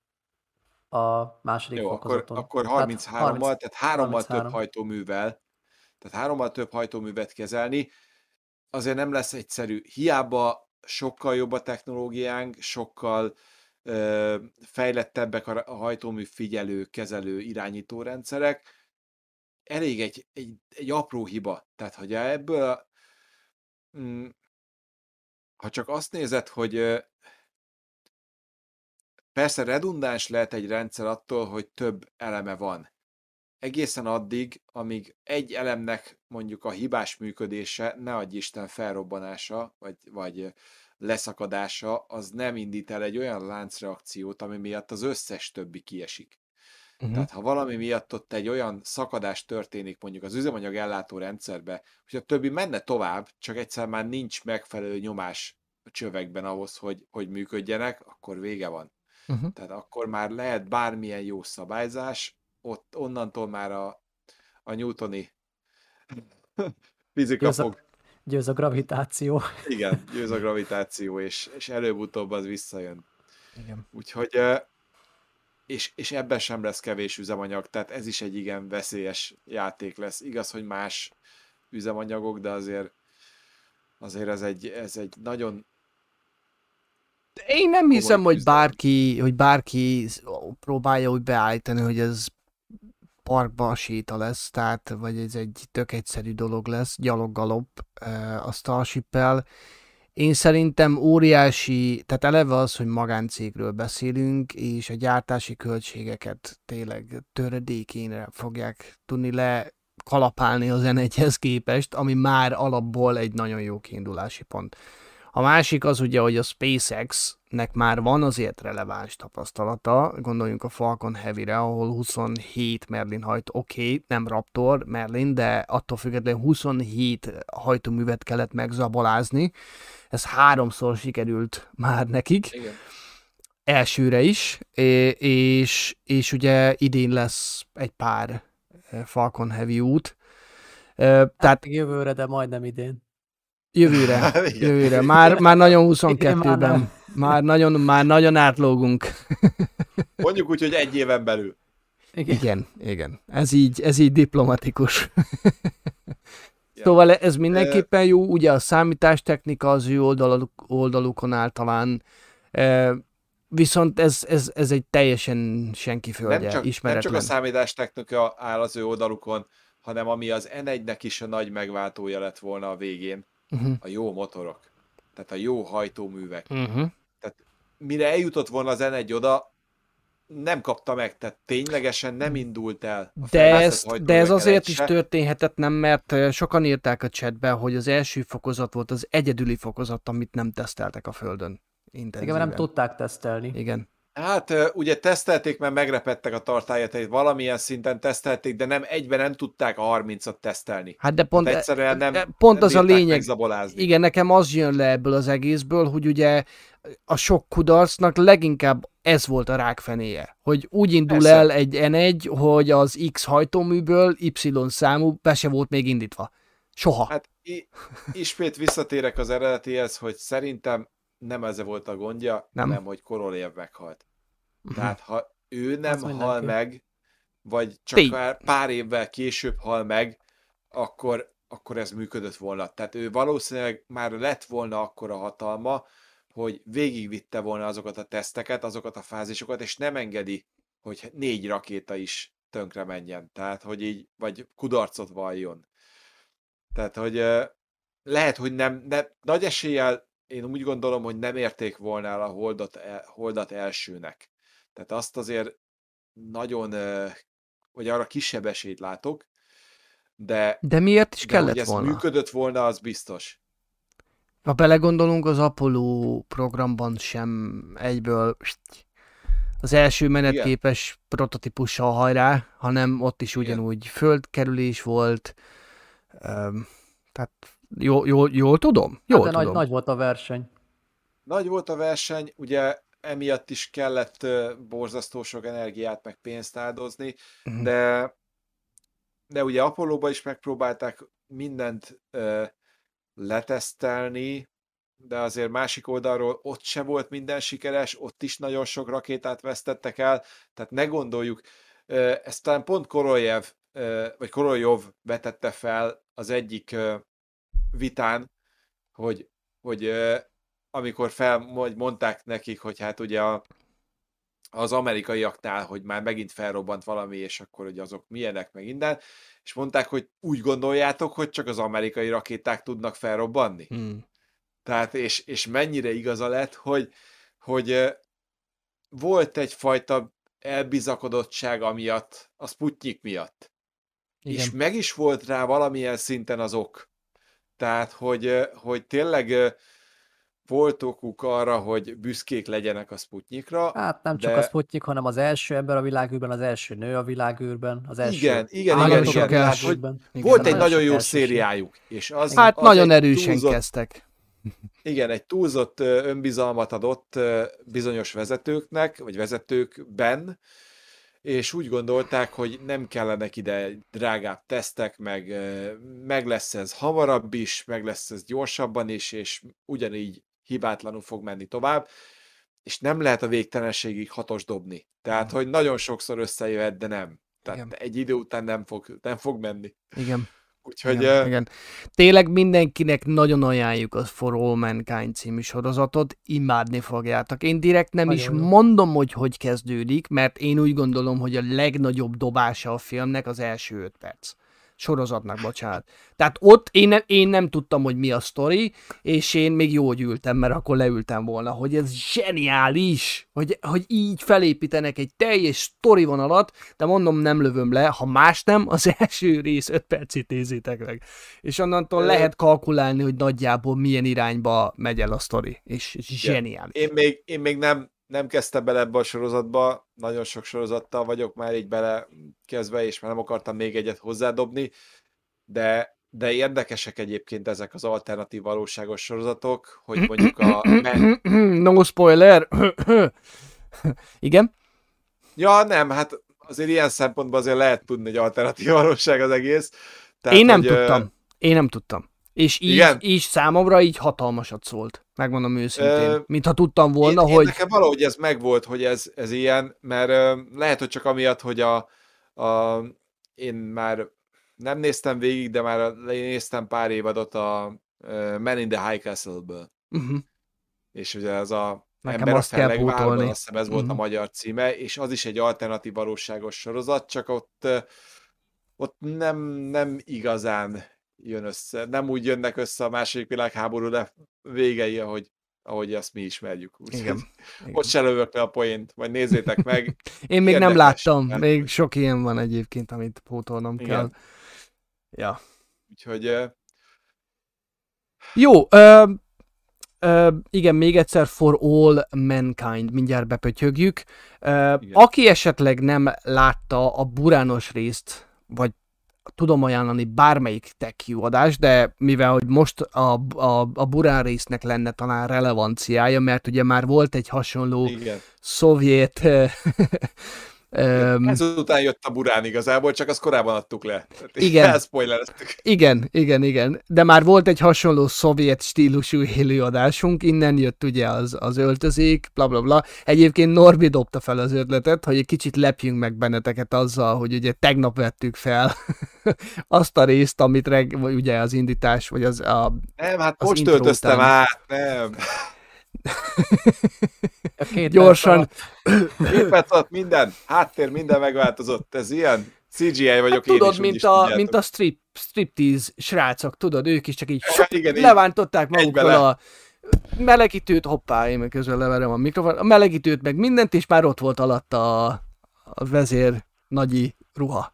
a második Jó, fokozaton. akkor Tehát 33-mal, tehát 3-mal több 33. hajtóművel, tehát 3-mal több hajtóművet kezelni, azért nem lesz egyszerű. Hiába sokkal jobb a technológiánk, sokkal fejlettebbek a hajtómű figyelő, kezelő, irányító rendszerek, elég egy apró hiba. Tehát, hogy ebből, ha csak azt nézed, hogy persze redundáns lehet egy rendszer attól, hogy több eleme van. Egészen addig, amíg egy elemnek mondjuk a hibás működése, ne adj Isten felrobbanása, vagy leszakadása, az nem indít el egy olyan láncreakciót, ami miatt az összes többi kiesik. Tehát ha valami miatt ott egy olyan szakadás történik mondjuk az üzemanyag ellátó rendszerbe, hogy a többi menne tovább, csak egyszer már nincs megfelelő nyomás a csövekben ahhoz, hogy működjenek, akkor vége van. Tehát akkor már lehet bármilyen jó szabályzás, ott onnantól már a newtoni fizika fog... Győz a gravitáció. Igen, győz a gravitáció, és előbb-utóbb az visszajön. Igen. Úgyhogy, és ebben sem lesz kevés üzemanyag, tehát ez is egy igen veszélyes játék lesz. Igaz, hogy más üzemanyagok, de azért ez egy nagyon... Én nem hiszem, hogy bárki próbálja úgy beállítani, hogy ez parkba séta lesz, tehát, vagy ez egy tök egyszerű dolog lesz, gyaloggalop a Starship-el. Én szerintem óriási, tehát eleve az, hogy magáncégről beszélünk, és a gyártási költségeket tényleg töredékére fogják tudni lekalapálni az N1-hez képest, ami már alapból egy nagyon jó kiindulási pont. A másik az ugye, hogy a SpaceX-nek már van azért releváns tapasztalata, gondoljunk a Falcon Heavy-re, ahol 27 Merlin hajtó, oké, nem Raptor, Merlin, de attól függetlenül 27 hajtóművet kellett megzabolázni. Ez 3-szor sikerült már nekik. Igen. Elsőre is, és ugye idén lesz egy pár Falcon Heavy út. Tehát Jövőre, de majdnem idén. Jövőre. Már nagyon 22-ben. Már nagyon átlógunk. Mondjuk úgy, hogy egy éven belül. Igen. Ez így diplomatikus. Szóval ez mindenképpen jó, ugye a számítástechnika az ő oldalukon áll talán, viszont ez egy teljesen senki földje, ismeretlen. Nem csak a számítástechnika áll az ő oldalukon, hanem ami az N1-nek is a nagy megváltója lett volna a végén, a jó motorok, tehát a jó hajtóművek. Tehát mire eljutott volna az N1 oda, nem kapta meg, tehát ténylegesen nem indult el. De ez azért is történhetett, nem, mert sokan írták a chatbe, hogy az első fokozat volt az egyedüli fokozat, amit nem teszteltek a Földön. Igen, nem tudták tesztelni. Igen. Hát ugye tesztelték, mert megrepettek a tartályát, tehát valamilyen szinten tesztelték, de nem egyben nem tudták a 30-at tesztelni. Hát de pont, egyszerűen nem az a lényeg. Megzabolázni. Igen, nekem az jön le ebből az egészből, hogy ugye a sok kudarcnak leginkább ez volt a rákfenéje, hogy úgy indul el egy N1, hogy az X hajtóműből Y számú be se volt még indítva. Soha. Hát ismét visszatérek az eredetihez, hogy szerintem nem ez volt a gondja, hanem hogy Korolev meghalt. Tehát ha ő nem hal meg, vagy csak pár évvel később hal meg, akkor ez működött volna. Tehát ő valószínűleg már lett volna akkora hatalma, hogy végigvitte volna azokat a teszteket, azokat a fázisokat, és nem engedi, hogy 4 rakéta is tönkre menjen. Tehát, hogy így, vagy kudarcot valljon. Tehát, hogy lehet, hogy nem nagy eséllyel én úgy gondolom, hogy nem érték volna el a holdat elsőnek. Tehát azt azért nagyon, vagy arra kisebb esélyt látok, de miért is kellett hogy ez volna? Működött volna, az biztos. Ha belegondolunk, az Apollo programban sem egyből az első menetképes prototípussal hajrá, hanem ott is ugyanúgy földkerülés volt, Tehát jól tudom? Jól Hát de tudom. nagy volt a verseny. Nagy volt a verseny, ugye emiatt is kellett borzasztó sok energiát meg pénzt áldozni, Mhm. de ugye Apollóba is megpróbálták mindent letesztelni, de azért másik oldalról ott se volt minden sikeres, ott is nagyon sok rakétát vesztettek el, tehát ne gondoljuk, ezt talán pont Koroljov vetette fel az egyik vitán, hogy amikor mondták nekik, hogy hát ugye az amerikaiaknál, hogy már megint felrobbant valami, és akkor hogy azok milyenek, meg minden, és mondták, hogy úgy gondoljátok, hogy csak az amerikai rakéták tudnak felrobbanni. Tehát, és mennyire igaza lett, hogy volt egyfajta elbizakodottság amiatt, a Sputnik miatt. Igen. És meg is volt rá valamilyen szinten az ok. Tehát, hogy tényleg volt okuk arra, hogy büszkék legyenek a Sputnikra. Hát nem csak a Sputnik, hanem az első ember a világűrben, az első nő a világűrben, az első Igen, állatok a sokás. világűrben. Volt egy Nagyon nagyon sok jó elsőség. szériájuk, és az Nagyon egy erősen kezdtek. Igen, egy túlzott önbizalmat adott bizonyos vezetőknek, vagy vezetőkben, és úgy gondolták, hogy nem kellenek ide drágább tesztek, meg lesz ez hamarabb is, meg lesz ez gyorsabban is, és ugyanígy hibátlanul fog menni tovább, és nem lehet a végtelenségig hatos dobni. Tehát, hogy nagyon sokszor összejöhet, de nem. Tehát Igen. egy idő után nem fog menni. Igen. Úgyhogy Igen. Tényleg mindenkinek nagyon ajánljuk a For All Mankind című sorozatot, imádni fogjátok. Én direkt nem Nagyon is jó. mondom, hogy kezdődik, mert én úgy gondolom, hogy a legnagyobb dobása a filmnek az első 5 perc. Sorozatnak, bocsánat. Tehát ott én nem tudtam, hogy mi a sztori, és én még jól ültem, mert akkor leültem volna, hogy ez zseniális, hogy így felépítenek egy teljes sztori vonalat, de mondom, nem lövöm le, ha más nem, az első rész 5 percét nézzétek meg. És onnantól lehet kalkulálni, hogy nagyjából milyen irányba megy el a sztori, és zseniális. Én még nem kezdtem bele ebbe a sorozatba, nagyon sok sorozattal vagyok már így belekezdve, és már nem akartam még egyet hozzádobni, de érdekesek egyébként ezek az alternatív valóságos sorozatok, hogy mondjuk No spoiler! Igen? Ja, nem, hát azért ilyen szempontból azért lehet tudni, hogy alternatív valóság az egész. Tehát, Én nem tudtam. És így számomra így hatalmasat szólt. Megmondom őszintén. Mintha tudtam volna, hogy... Nekem valahogy ez megvolt, hogy ez ilyen, mert lehet, hogy csak amiatt, hogy én már nem néztem végig, de már néztem pár évadot a Man in the High Castle-ből. És ugye ez a Nekem Ember a azt kell Fellegvárban, pótolni. azt hiszem ez volt a magyar címe, és az is egy alternatív valóságos sorozat, csak ott nem igazán jön össze, nem úgy jönnek össze a második világháború végei, ahogy azt mi ismerjük. Igen. Ott se lövök le a poént, majd nézzétek meg. Én még nem Érdekes, láttam, mert- még sok ilyen van egyébként, amit pótolnom Igen. kell. Ja. Úgyhogy Jó, igen, még egyszer For All Mankind, mindjárt bepötyögjük. Aki esetleg nem látta a burános részt, vagy tudom ajánlani bármelyik TechQ adás, de mivel hogy most a burán résznek lenne talán relevanciája, mert ugye már volt egy hasonló igen. szovjet Ezután jött a burán igazából, csak azt korábban adtuk le. Igen. Elspoilereztük. Igen. De már volt egy hasonló szovjet stílusú élőadásunk, innen jött ugye az öltözék, bla. Egyébként Norbi dobta fel az ötletet, hogy egy kicsit lepjünk meg benneteket azzal, hogy ugye tegnap vettük fel azt a részt, amit ugye az indítás, vagy Nem, hát az most intro töltöztem után. át, nem. A 2 Gyorsan. perc alatt 2 perc alatt minden, háttér, minden megváltozott. Ez ilyen CGI vagyok én Tudod, is, mint a striptease srácok, tudod, ők is csak így Igen, így levántották magukkal egybele. a melegítőt, hoppá, én meg közben leverem a mikrofon, a melegítőt, meg mindent, és már ott volt alatt a vezér nagyi ruha.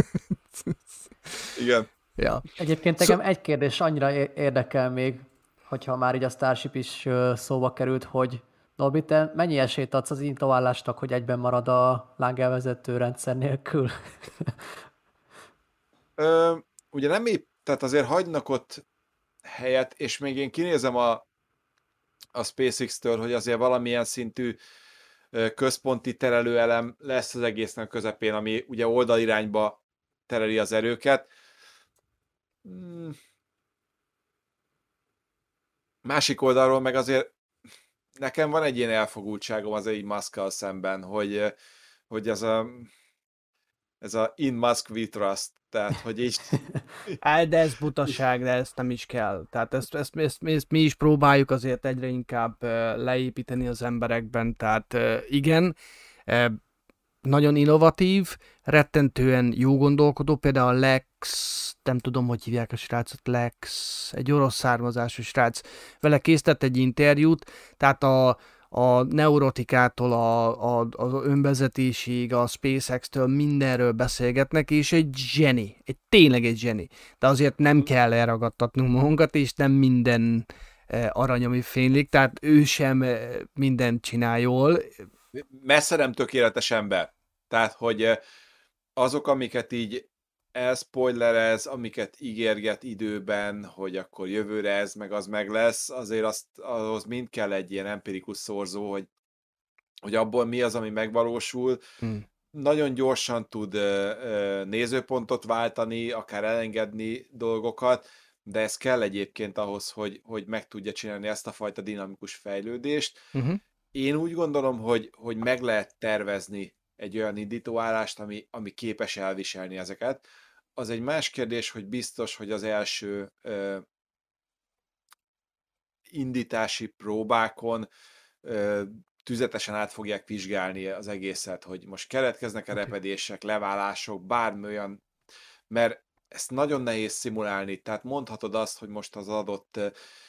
Igen. Ja. Egyébként engem egy kérdés annyira érdekel még, hogyha már így a Starship is szóba került, hogy Norbi, te mennyi esélyt adsz az intoválásnak, hogy egyben marad a lángelvezető rendszer nélkül? Ugye nem épp tehát azért hagynak ott helyet, és még én kinézem a SpaceX-től, hogy azért valamilyen szintű központi terelőelem lesz az egésznek a közepén, ami ugye oldalirányba tereli az erőket. Másik oldalról meg azért nekem van egy ilyen elfogultságom az így Muskkal szemben, hogy ez a in Musk we trust, tehát hogy így... De ez butaság, de ezt nem is kell. Tehát ezt mi is próbáljuk azért egyre inkább leépíteni az emberekben, tehát igen, nagyon innovatív, rettentően jó gondolkodó, például a Lex, nem tudom, hogy hívják a srácot, Lex, egy orosz származású srác, vele készített egy interjút, tehát a neurotikától az önvezetésig, a SpaceX-től mindenről beszélgetnek, és egy zseni, tényleg egy zseni. De azért nem kell elragadtatnunk magunkat, és nem minden arany, ami fénylik, tehát ő sem mindent csinál jól. Messze nem tökéletes ember. Tehát, hogy azok, amiket így elspoilerez, amiket ígérget időben, hogy akkor jövőre ez meg az meg lesz, azért ahhoz mind kell egy ilyen empirikus szorzó, hogy abból mi az, ami megvalósul. Nagyon gyorsan tud nézőpontot váltani, akár elengedni dolgokat, de ez kell egyébként ahhoz, hogy meg tudja csinálni ezt a fajta dinamikus fejlődést. Én úgy gondolom, hogy meg lehet tervezni egy olyan indítóállást, ami képes elviselni ezeket. Az egy más kérdés, hogy biztos, hogy az első indítási próbákon tüzetesen át fogják vizsgálni az egészet, hogy most keletkeznek-e repedések, leválások, bármi olyan, mert ezt nagyon nehéz szimulálni, tehát mondhatod azt, hogy most az adott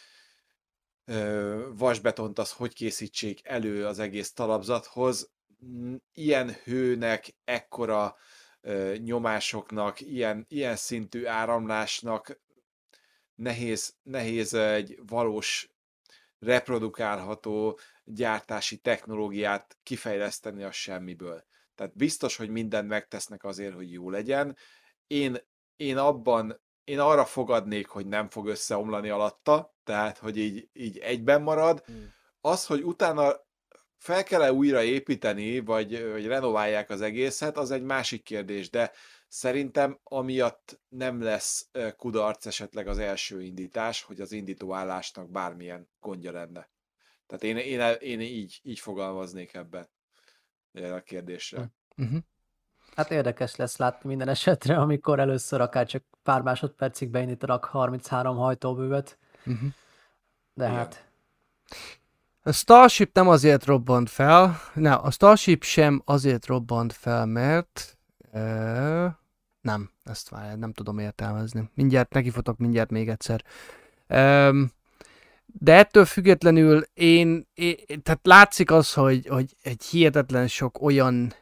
vasbetont az hogy készítsék elő az egész talapzathoz. Ilyen hőnek, ekkora nyomásoknak, ilyen szintű áramlásnak nehéz egy valós reprodukálható gyártási technológiát kifejleszteni a semmiből. Tehát biztos, hogy mindent megtesznek azért, hogy jó legyen. Én arra fogadnék, hogy nem fog összeomlani alatta, tehát, hogy így egyben marad. Az, hogy utána fel kell-e újra építeni, vagy renoválják az egészet, az egy másik kérdés, de szerintem amiatt nem lesz kudarc esetleg az első indítás, hogy az indítóállásnak bármilyen gondja lenne. Tehát én így fogalmaznék ebben a kérdésre. Hát érdekes lesz látni minden esetre, amikor először akár csak pár másodpercig beindítanak 33 hajtóművet. De igen. hát... A Starship nem azért robbant fel, a Starship sem azért robbant fel, mert nem, ezt nem tudom értelmezni. Mindjárt nekifutok mindjárt még egyszer. De ettől függetlenül tehát látszik az, hogy egy hihetetlen sok olyan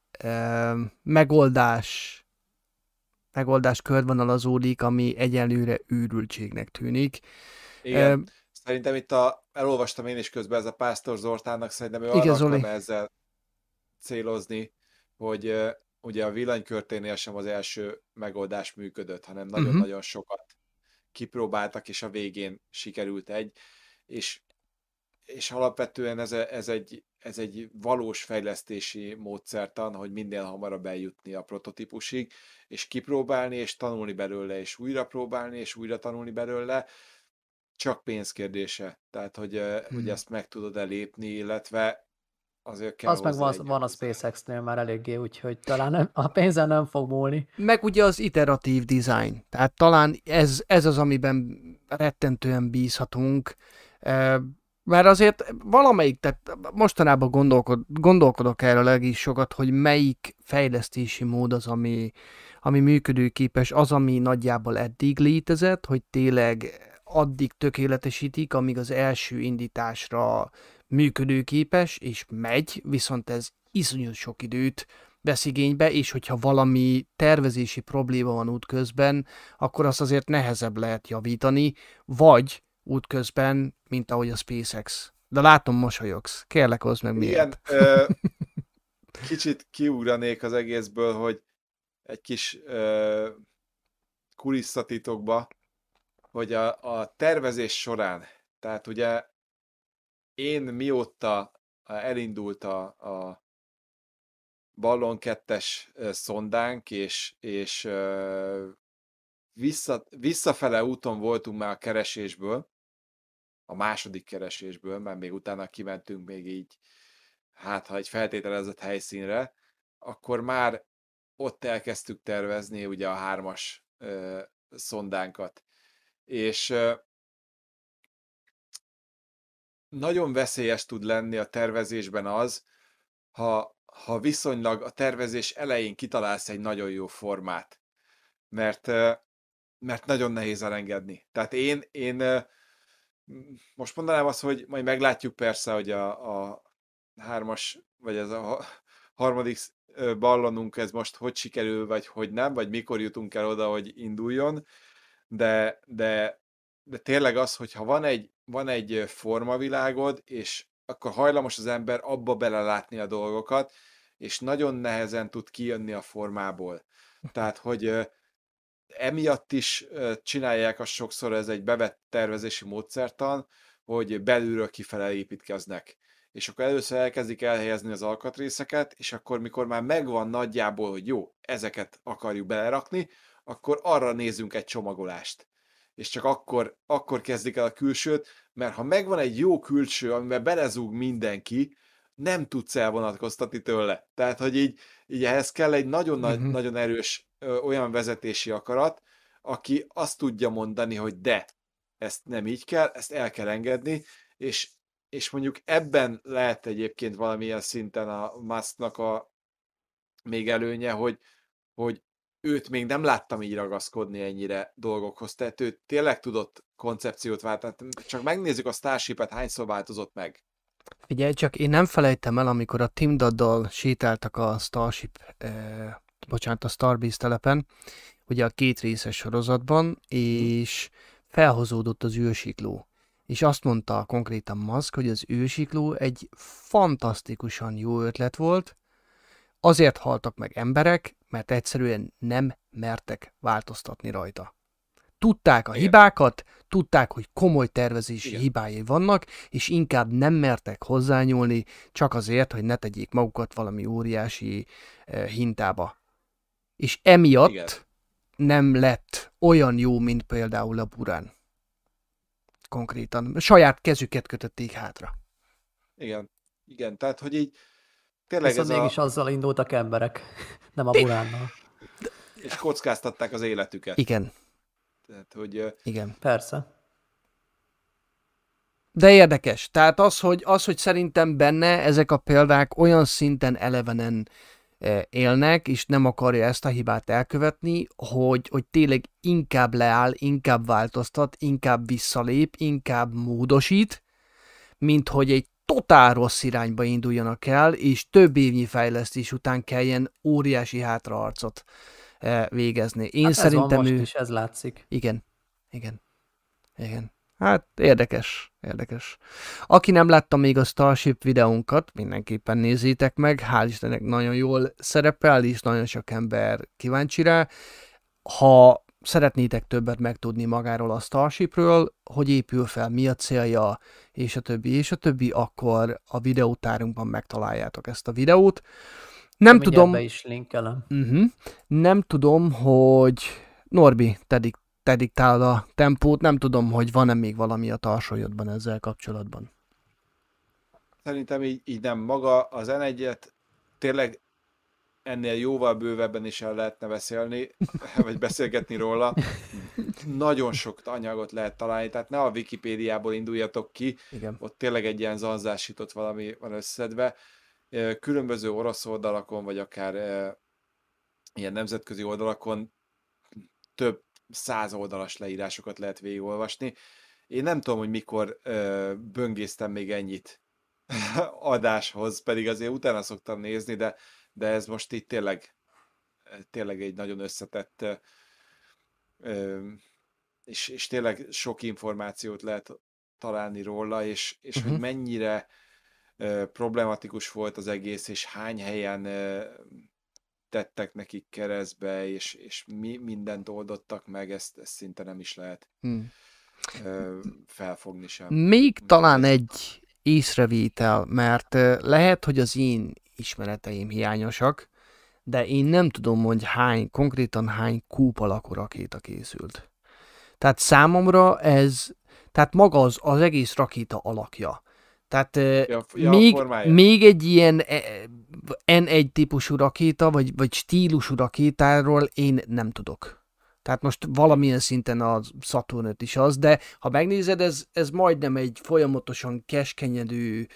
megoldás körvonalazódik, ami egyenlőre őrültségnek tűnik. Igen. Szerintem itt elolvastam én is közben, ez a Pásztor Zoltánnak, szerintem ő arra akarna ezzel célozni, hogy ugye a villanykörténél sem az első megoldás működött, hanem nagyon-nagyon sokat kipróbáltak, és a végén sikerült egy, és alapvetően ez egy valós fejlesztési módszertan, hogy minél hamarabb eljutni a prototípusig, és kipróbálni, és tanulni belőle, és újra próbálni, és újra tanulni belőle, csak pénzkérdése. Tehát, hogy ezt meg tudod elépni, illetve azért kell az meg van a SpaceX-nél már eléggé, úgyhogy talán a pénzen nem fog múlni. Meg ugye az iteratív design. Tehát talán ez az, amiben rettentően bízhatunk. Mert azért valamelyik, tehát mostanában gondolkodok erről egész sokat, hogy melyik fejlesztési mód az, ami működőképes, az, ami nagyjából eddig létezett, hogy tényleg addig tökéletesítik, amíg az első indításra működőképes, és megy, viszont ez iszonyú sok időt vesz igénybe, és hogyha valami tervezési probléma van útközben, akkor azt azért nehezebb lehet javítani, vagy útközben, mint ahogy a SpaceX. De látom, mosolyogsz. Kérlek, hozd meg miért. Igen, kicsit kiugranék az egészből, hogy egy kis kulisszatitokba, hogy a tervezés során, tehát ugye én mióta elindult a Ballon 2-es szondánk, és visszafele úton voltunk már a keresésből, a második keresésből, mert még utána kimentünk még így, hát ha egy feltételezett helyszínre, akkor már ott elkezdtük tervezni ugye a 3-as szondánkat. És nagyon veszélyes tud lenni a tervezésben az, ha viszonylag a tervezés elején kitalálsz egy nagyon jó formát, mert nagyon nehéz elengedni. Tehát én most mondanám azt, hogy majd meglátjuk persze, hogy a 3-as, vagy ez a harmadik ballonunk ez most hogy sikerül, vagy hogy nem, vagy mikor jutunk el oda, hogy induljon, de tényleg az, hogyha van egy formavilágod, és akkor hajlamos az ember abba belelátni a dolgokat, és nagyon nehezen tud kijönni a formából. Tehát, hogy emiatt is csinálják azt sokszor, ez egy bevett tervezési módszertan, hogy belülről kifele építkeznek. És akkor először elkezdik elhelyezni az alkatrészeket, és akkor mikor már megvan nagyjából, hogy jó, ezeket akarjuk belerakni, akkor arra nézzünk egy csomagolást. És csak akkor kezdik el a külsőt, mert ha megvan egy jó külső, amiben belezúg mindenki, nem tudsz elvonatkoztatni tőle. Tehát, hogy így ehhez kell egy nagyon, nagyon erős olyan vezetési akarat, aki azt tudja mondani, hogy de, ezt nem így kell, ezt el kell engedni, és mondjuk ebben lehet egyébként valamilyen szinten a Musknak a még előnye, hogy őt még nem láttam így ragaszkodni ennyire dolgokhoz, tehát ő tényleg tudott koncepciót váltani. Csak megnézzük a Starship-et, hányszor változott meg. Figyelj csak, én nem felejtem el, amikor a Tim Doddal sétáltak a a Starbase telepen, ugye a 2 részes sorozatban, és felhozódott az űrsikló. És azt mondta konkrétan Musk, hogy az űrsikló egy fantasztikusan jó ötlet volt, azért haltak meg emberek, mert egyszerűen nem mertek változtatni rajta. Tudták a hibákat, tudták, hogy komoly tervezési hibái vannak, és inkább nem mertek hozzányúlni, csak azért, hogy ne tegyék magukat valami óriási hintába. És emiatt nem lett olyan jó, mint például a Buran. Konkrétan. Saját kezüket kötötték hátra. Igen, tehát, hogy így tényleg viszont ez mégis azzal indultak emberek, nem a Buránnal. És kockáztatták az életüket. Igen. Tehát, hogy... Igen. Persze. De érdekes. Tehát az, hogy szerintem benne ezek a példák olyan szinten elevenen élnek, és nem akarja ezt a hibát elkövetni, hogy tényleg inkább leáll, inkább változtat, inkább visszalép, inkább módosít, mint hogy egy totál rossz irányba induljanak el, és több évnyi fejlesztés után kelljen óriási hátraharcot végezni. Én hát szerintem ez van most is, ez látszik. Igen. Hát érdekes. Aki nem látta még a Starship videónkat, mindenképpen nézzétek meg, hál' Istennek nagyon jól szerepel, és nagyon sok ember kíváncsi rá. Ha szeretnétek többet megtudni magáról a Starshipről, hogy épül fel, mi a célja, és a többi, akkor a videótárunkban megtaláljátok ezt a videót. Nem tudom... Be is linkelem. Nem tudom, hogy Norbi, te diktálod a tempót, nem tudom, hogy van-e még valami a tarsolyodban ezzel kapcsolatban. Szerintem így nem. Maga az N1-et tényleg ennél jóval bővebben is el lehetne beszélni, vagy beszélgetni róla. Nagyon sok anyagot lehet találni, tehát ne a Wikipédiából induljatok ki, Igen. Ott tényleg egy ilyen zanzásított valami van összedve. Különböző orosz oldalakon, vagy akár ilyen nemzetközi oldalakon több 100 oldalas leírásokat lehet végigolvasni. Én nem tudom, hogy mikor böngésztem még ennyit adáshoz, pedig azért utána szoktam nézni, de ez most itt tényleg egy nagyon összetett és tényleg sok információt lehet találni róla, és hogy mennyire problematikus volt az egész, és hány helyen tettek nekik keresztbe, és mindent oldottak meg, ezt szinte nem is lehet felfogni sem. Még Úgyhogy talán egy észrevétel, mert lehet, hogy az én ismereteim hiányosak, de én nem tudom, hogy konkrétan hány kúp alakú rakéta készült. Tehát számomra tehát maga az egész rakéta alakja. Tehát még egy ilyen N1 típusú rakéta, vagy stílusú rakétáról én nem tudok. Tehát most valamilyen szinten a Saturn 5 is az, de ha megnézed, ez majdnem egy folyamatosan keskenyedő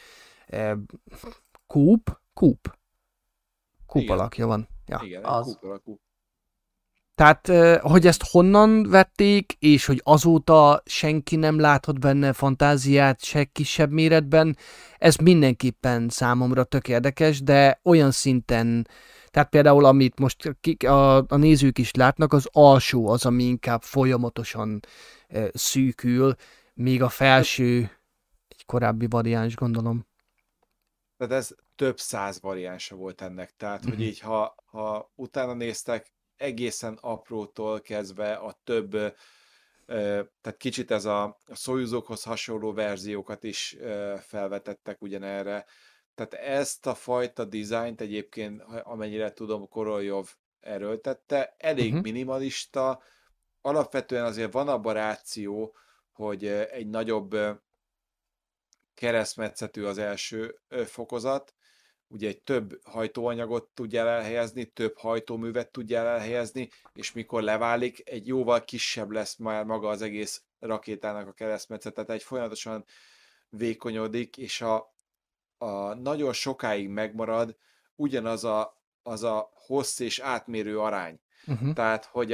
kúp alakja van. Ja. Igen, Az. egy kúp alakú. Tehát, hogy ezt honnan vették, és hogy azóta senki nem látott benne fantáziát, se kisebb méretben, ez mindenképpen számomra tök érdekes, de olyan szinten, tehát például amit most a nézők is látnak, az alsó az, ami inkább folyamatosan szűkül, még a felső egy korábbi variáns, gondolom. Tehát ez több száz variánsa volt ennek, tehát hogy így ha utána néztek, egészen aprótól kezdve a több, tehát kicsit ez a Szojuzokhoz hasonló verziókat is felvetettek ugyanerre. Tehát ezt a fajta dizájnt egyébként, amennyire tudom, Koroljov erőltette, elég minimalista, alapvetően azért van abban ráció, hogy egy nagyobb keresztmetszetű az első fokozat, ugye egy több hajtóanyagot tudjál elhelyezni, több hajtóművet tudjál elhelyezni, és mikor leválik, egy jóval kisebb lesz már maga az egész rakétának a keresztmetszet, tehát egy folyamatosan vékonyodik, és a nagyon sokáig megmarad ugyanaz az a hossz és átmérő arány. Tehát, hogy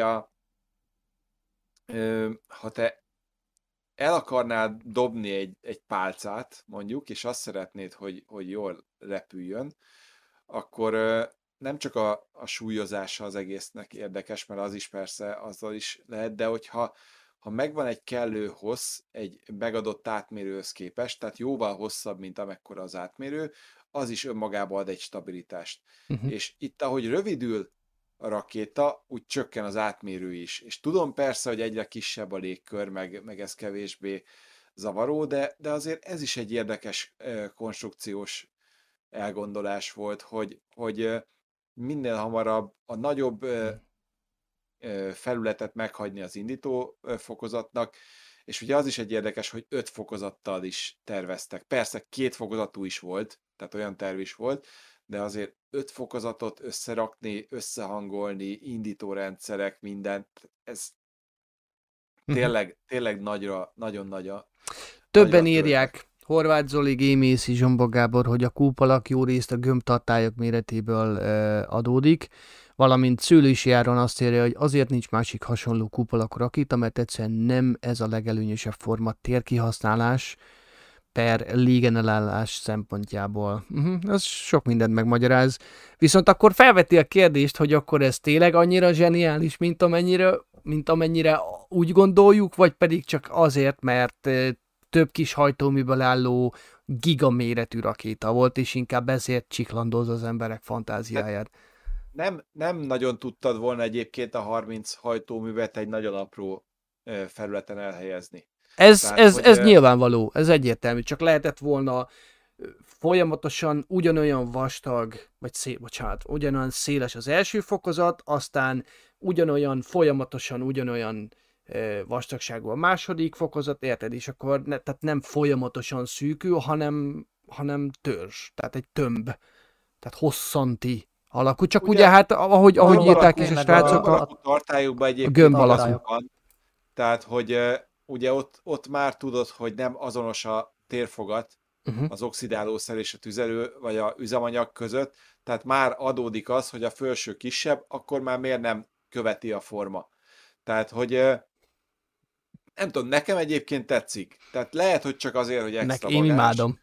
ha te el akarnál dobni egy pálcát, mondjuk, és azt szeretnéd, hogy jól repüljön, akkor nem csak a súlyozása az egésznek érdekes, mert az is persze azzal is lehet, de hogyha megvan egy kellő hossz egy megadott átmérőhöz képest, tehát jóval hosszabb, mint amekkora az átmérő, az is önmagában ad egy stabilitást. És itt, ahogy rövidül a rakéta, úgy csökken az átmérő is. És tudom persze, hogy egyre kisebb a légkör, meg ez kevésbé zavaró, de azért ez is egy érdekes konstrukciós elgondolás volt, hogy minél hamarabb a nagyobb felületet meghagyni az indító fokozatnak, és ugye az is egy érdekes, hogy 5 fokozattal is terveztek. Persze 2 fokozatú is volt, tehát olyan terv is volt, de azért 5 fokozatot összerakni, összehangolni, indítórendszerek, mindent, ez tényleg nagyon nagy a... Többen írják, Horváth Zoli, Gémészi, Zsomba Gábor, hogy a kúpalak jó részt a gömbtartályok méretéből adódik, valamint Szőlősi Áron azt írja, hogy azért nincs másik hasonló kúpalakú rakéta, mert egyszerűen nem ez a legelőnyösebb forma térkihasználás per légenelállás szempontjából. Ez sok mindent megmagyaráz. Viszont akkor felveti a kérdést, hogy akkor ez tényleg annyira zseniális, mint amennyire úgy gondoljuk, vagy pedig csak azért, mert több kis hajtóműből álló gigaméretű rakéta volt, és inkább ezért csiklandozza az emberek fantáziáját. Nem nagyon tudtad volna egyébként a 30 hajtóművet egy nagyon apró felületen elhelyezni. Ez nyilvánvaló, ez egyértelmű, csak lehetett volna folyamatosan ugyanolyan vastag, ugyanolyan széles az első fokozat, aztán folyamatosan ugyanolyan vastagságú a második fokozat, érted? És akkor tehát nem folyamatosan szűkül, hanem törzs, tehát egy tömb, tehát hosszanti alakú, csak ugye hát ahogy írták is a srácok, a tartályukban egyébként gömb alakú van, tehát hogy ugye ott már tudod, hogy nem azonos a térfogat az oxidálószer és a tüzelő, vagy a üzemanyag között, tehát már adódik az, hogy a felső kisebb, akkor már miért nem követi a forma. Tehát, hogy nem tudom, nekem egyébként tetszik. Tehát lehet, hogy csak azért, hogy extravagáns. Én imádom.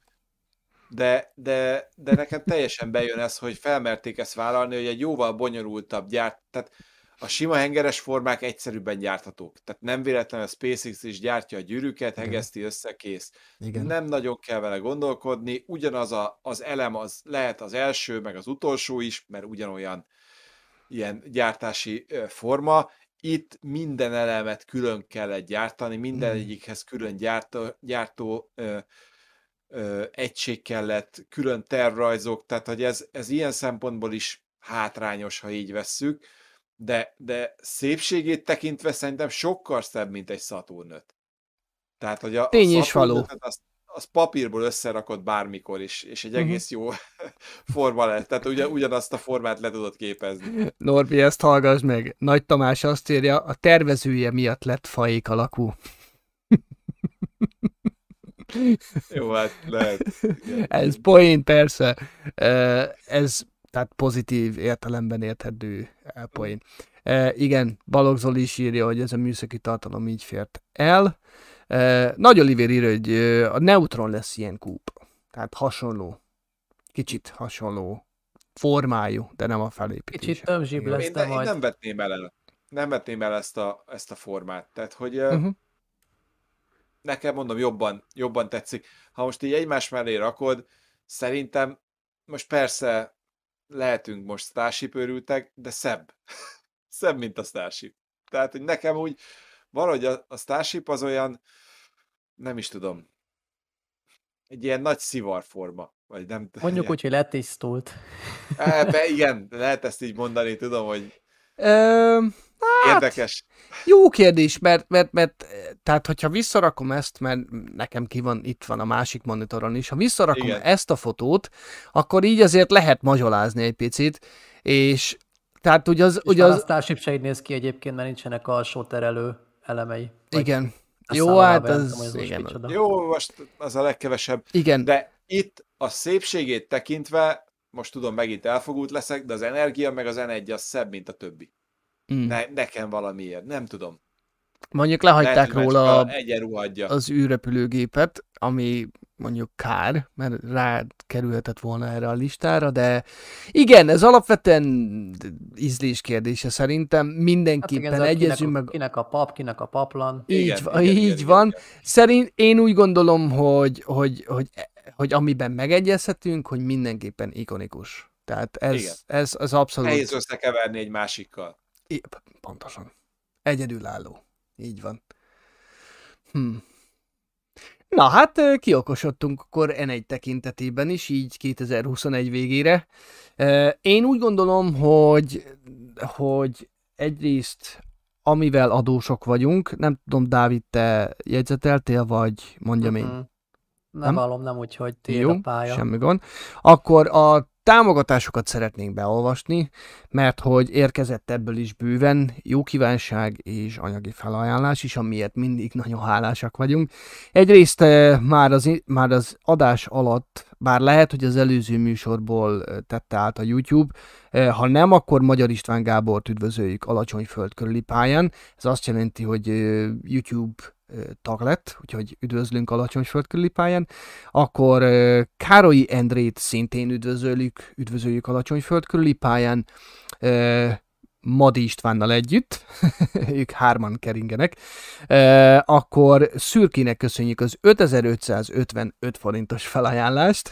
De nekem teljesen bejön ez, hogy felmerték ezt vállalni, hogy egy jóval bonyolultabb tehát a sima hengeres formák egyszerűbben gyárthatók. Tehát nem véletlenül a SpaceX is gyártja a gyűrűket, hegeszti össze, kész. Igen. Nem nagyon kell vele gondolkodni, ugyanaz az elem az lehet az első, meg az utolsó is, mert ugyanolyan ilyen gyártási forma. Itt minden elemet külön kellett gyártani, minden egyikhez külön gyártó egység kellett, külön tervrajzok, tehát hogy ez ilyen szempontból is hátrányos, ha így vesszük, de szépségét tekintve szerintem sokkal szebb, mint egy Saturn 5. Tehát, hogy a Tény és Saturn való. 5-et az papírból összerakott bármikor is, és egy egész jó forma lett. Tehát ugyanazt a formát le tudod képezni. Norbi, ezt hallgass meg. Nagy Tamás azt írja, a tervezője miatt lett faék alakú. Jó, hát lehet. Ez poén, persze. Ez tehát pozitív értelemben érthető poén. Igen, Balogh Zoli is írja, hogy ez a műszaki tartalom így fért el. Nagy Oliver írja, hogy a Neutron lesz ilyen kúp. Tehát hasonló. Kicsit hasonló formájú, de nem a felépítés. Kicsit tömzsibb lesz, Én de majd... nem vetném el ezt a formát. Tehát, hogy nekem mondom, jobban tetszik. Ha most így egymás mellé rakod, szerintem most persze lehetünk most Starship őrültek, de szebb. Szebb, mint a Starship. Tehát, hogy nekem úgy valahogy a Starship az olyan, nem is tudom, egy ilyen nagy szivarforma. Vagy nem, Mondjuk úgy, hogy letisztult. Igen, lehet ezt így mondani, tudom, hogy Hát, érdekes. jó kérdés, mert tehát, hogyha visszarakom ezt, mert nekem itt van a másik monitoron is, ha visszarakom ezt a fotót, akkor így azért lehet mazsolázni egy picit, és tehát ugye az... a Starship se így néz ki egyébként, mert nincsenek alsó terelő elemei. Igen. Jó, hát az... Igen. Jó, most az a legkevesebb. Igen. De itt a szépségét tekintve, most tudom, megint elfogult leszek, de az energia meg az N1 az szebb, mint a többi. Nekem valamiért, nem tudom. Mondjuk lehagyták róla az űrrepülőgépet, ami mondjuk kár, mert rá kerülhetett volna erre a listára, de igen, ez alapvetően ízlés kérdése szerintem. Mindenképpen hát egyezünk meg. Kinek a pap, kinek a paplan. Így van. Szerint én úgy gondolom, hogy amiben megegyezhetünk, hogy mindenképpen ikonikus. Tehát ez abszolút... Nehéz összekeverni egy másikkal. Pontosan. Egyedülálló. Így van. Na hát kiokosodtunk akkor N1 tekintetében is, így 2021 végére. Én úgy gondolom, hogy egyrészt amivel adósok vagyunk, nem tudom, Dávid, te jegyzeteltél, vagy mondjam én? Nem vallom, nem úgy, hogy tiéd a pálya. Semmi gond. Akkor a támogatásokat szeretnénk beolvasni, mert hogy érkezett ebből is bőven jó kívánság és anyagi felajánlás is, amiért mindig nagyon hálásak vagyunk. Egyrészt már az adás alatt, bár lehet, hogy az előző műsorból tette át a YouTube, ha nem, akkor Magyar István Gábort üdvözöljük Alacsony föld körüli pályán. Ez azt jelenti, hogy YouTube tag lett, úgyhogy üdvözlünk Alacsony föld körüli pályán. Akkor Károlyi Endrét szintén üdvözöljük Alacsony föld körüli pályán, Madi Istvánnal együtt, ők hárman keringenek. Akkor Szürkének köszönjük az 5555 forintos felajánlást.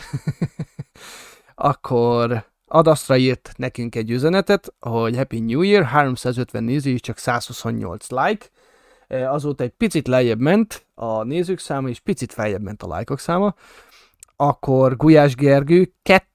Akkor Adasztra írt nekünk egy üzenetet, hogy Happy New Year, 350 néző és csak 128 like. Azóta egy picit lejjebb ment a nézők száma, és picit feljebb ment a lájkok száma. Akkor Gulyás Gergő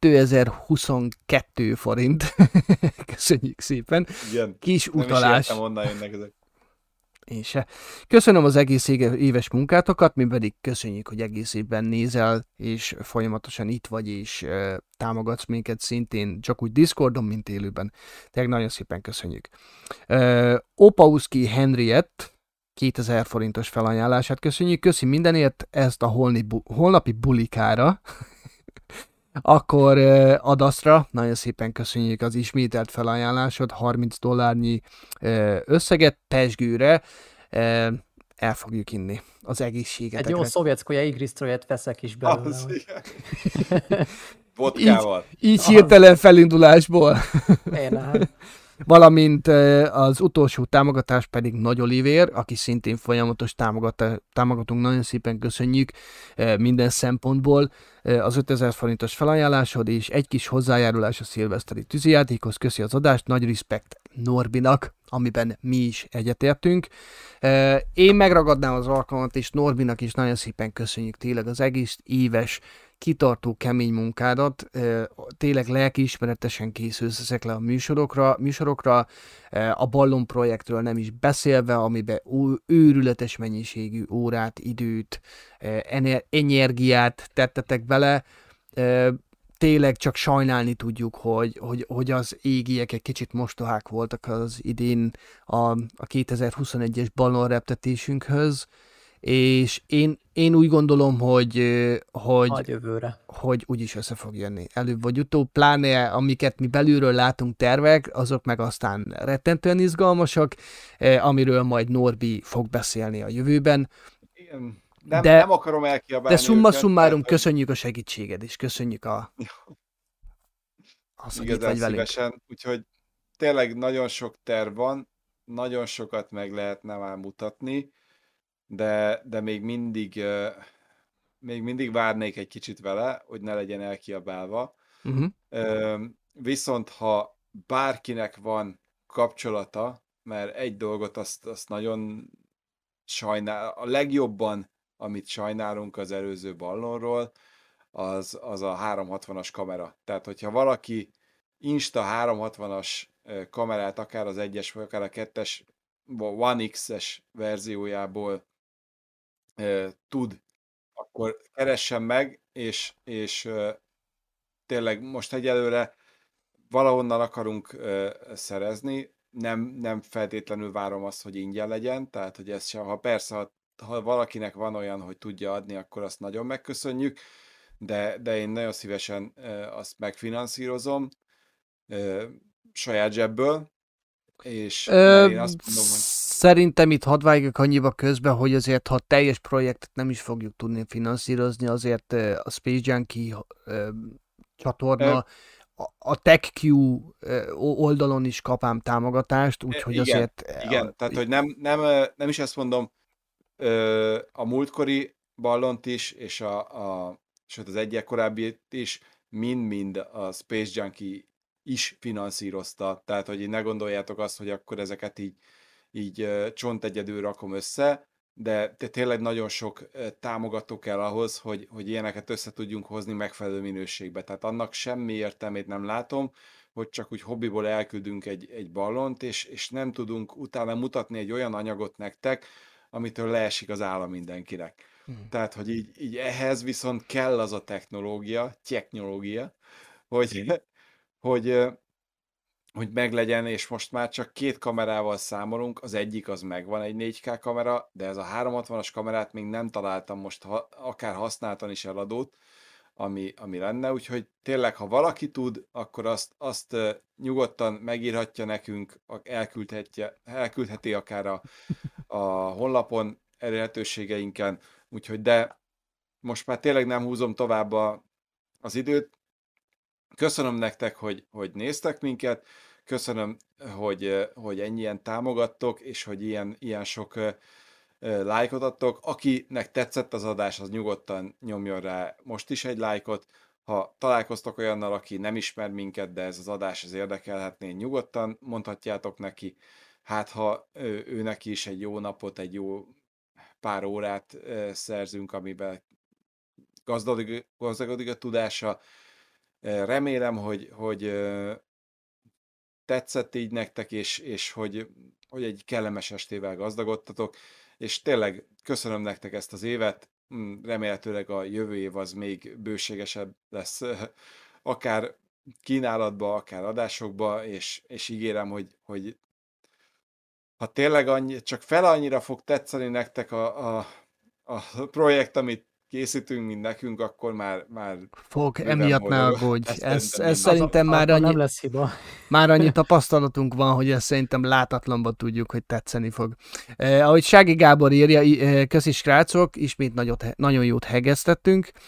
2022 forint. Köszönjük szépen. Igen, kis utalás. Nem is értem, onnan jönnek ezek. Én se. Köszönöm az egész éves munkátokat, mi pedig köszönjük, hogy egész évben nézel, és folyamatosan itt vagy, és támogatsz minket szintén, csak úgy Discordon, mint élőben. Tehát nagyon szépen köszönjük. Opauszki Henriett 2000 forintos felajánlását köszönjük. Köszi mindenért, ezt a holnapi bulikára. Akkor Adasztra, nagyon szépen köszönjük az ismételt felajánlásod, $30 összeget, Pezsgőre, el fogjuk inni az egészségetekre. Egy jó szovjetszkoja igrisztrojet veszek is belőle. Vodkával. Így hirtelen felindulásból. Én Valamint az utolsó támogatás pedig Nagy Olivér, aki szintén folyamatos támogatunk, nagyon szépen köszönjük minden szempontból. Az 5000 forintos felajánlásod és egy kis hozzájárulás a szilveszteri tűzijátékhoz. Köszi az adást, nagy respekt Norbinak, amiben mi is egyetértünk. Én megragadnám az alkalmat, és Norbinak is nagyon szépen köszönjük tényleg az egész éves kitartó, kemény munkádat, tényleg lelkiismeretesen készülsz ezekre a műsorokra, a Ballon projektről nem is beszélve, amiben őrületes mennyiségű órát, időt, energiát tettetek bele. Tényleg csak sajnálni tudjuk, hogy az égiek egy kicsit mostohák voltak az idén a 2021-es Ballon reptetésünkhöz, és én úgy gondolom, hogy úgyis össze fog jönni. Előbb vagy utóbb, pláne amiket mi belülről látunk tervek, azok meg aztán rettentően izgalmasak, amiről majd Norbi fog beszélni a jövőben. Igen. Nem akarom elkiabálni. De summa summarum, köszönjük a segítséged, és köszönjük azt, hogy itt vagy velünk. Szívesen, úgyhogy tényleg nagyon sok terv van, nagyon sokat meg lehetne már mutatni, de még mindig várnék egy kicsit vele, hogy ne legyen elkiabálva. Viszont ha bárkinek van kapcsolata, mert egy dolgot azt nagyon sajnál, a legjobban, amit sajnálunk az előző Ballonról, az a 360-as kamera. Tehát, hogyha valaki Insta 360-as kamerát, akár az 1-es, vagy akár a 2-es, One X-es verziójából tud, akkor keressen meg, és tényleg most egyelőre valahonnan akarunk szerezni, nem feltétlenül várom azt, hogy ingyen legyen, tehát hogy ez sem, ha valakinek van olyan, hogy tudja adni, akkor azt nagyon megköszönjük, de én nagyon szívesen azt megfinanszírozom saját zsebből, és én azt mondom, hogy... Szerintem itt hadd vágjak annyiba közbe, hogy azért, ha teljes projektet nem is fogjuk tudni finanszírozni, azért a Space Junkie csatorna a TechQ oldalon is kapám támogatást, úgyhogy azért... Igen, tehát hogy nem is ezt mondom, a múltkori Ballont is, és az egyik korábbi is mind a Space Junkie is finanszírozta, tehát hogy ne gondoljátok azt, hogy akkor ezeket így csont egyedül rakom össze, de tényleg nagyon sok támogató kell ahhoz, hogy ilyeneket össze tudjunk hozni megfelelő minőségbe. Tehát annak semmi értelmét nem látom, hogy csak úgy hobbiból elküldünk egy Ballont, és nem tudunk utána mutatni egy olyan anyagot nektek, amitől leesik az álla mindenkinek. Tehát, hogy így ehhez viszont kell az a technológia, hogy meglegyen, és most már csak 2 kamerával számolunk, az egyik az megvan, egy 4K kamera, de ez a 360-as kamerát még nem találtam most, akár használtan is eladót, ami lenne, úgyhogy tényleg, ha valaki tud, akkor azt nyugodtan megírhatja nekünk, elküldheti akár a honlapon, elérhetőségeinken, úgyhogy de most már tényleg nem húzom tovább az időt. Köszönöm nektek, hogy néztek minket, köszönöm, hogy ennyien támogattok, és hogy ilyen sok lájkot adtok. Akinek tetszett az adás, az nyugodtan nyomjon rá most is egy lájkot. Ha találkoztok olyannal, aki nem ismer minket, de ez az adás az érdekelhetné, nyugodtan mondhatjátok neki. Hát ha ő neki is egy jó napot, egy jó pár órát szerzünk, amiben gazdagodik a tudása. Remélem, hogy tetszett így nektek, és hogy egy kellemes estével gazdagodtatok, és tényleg köszönöm nektek ezt az évet, remélhetőleg a jövő év az még bőségesebb lesz, akár kínálatba, akár adásokba, és ígérem, hogy ha tényleg csak annyira fog tetszeni nektek a projekt, amit készítünk, mint nekünk, akkor már fog, emiatt ne aggódj. Ez szerintem nem lesz hiba. Már annyi tapasztalatunk van, hogy ezt szerintem látatlanban tudjuk, hogy tetszeni fog. Ahogy Sági Gábor írja, köszi srácok, ismét nagyon jót hegesztettünk.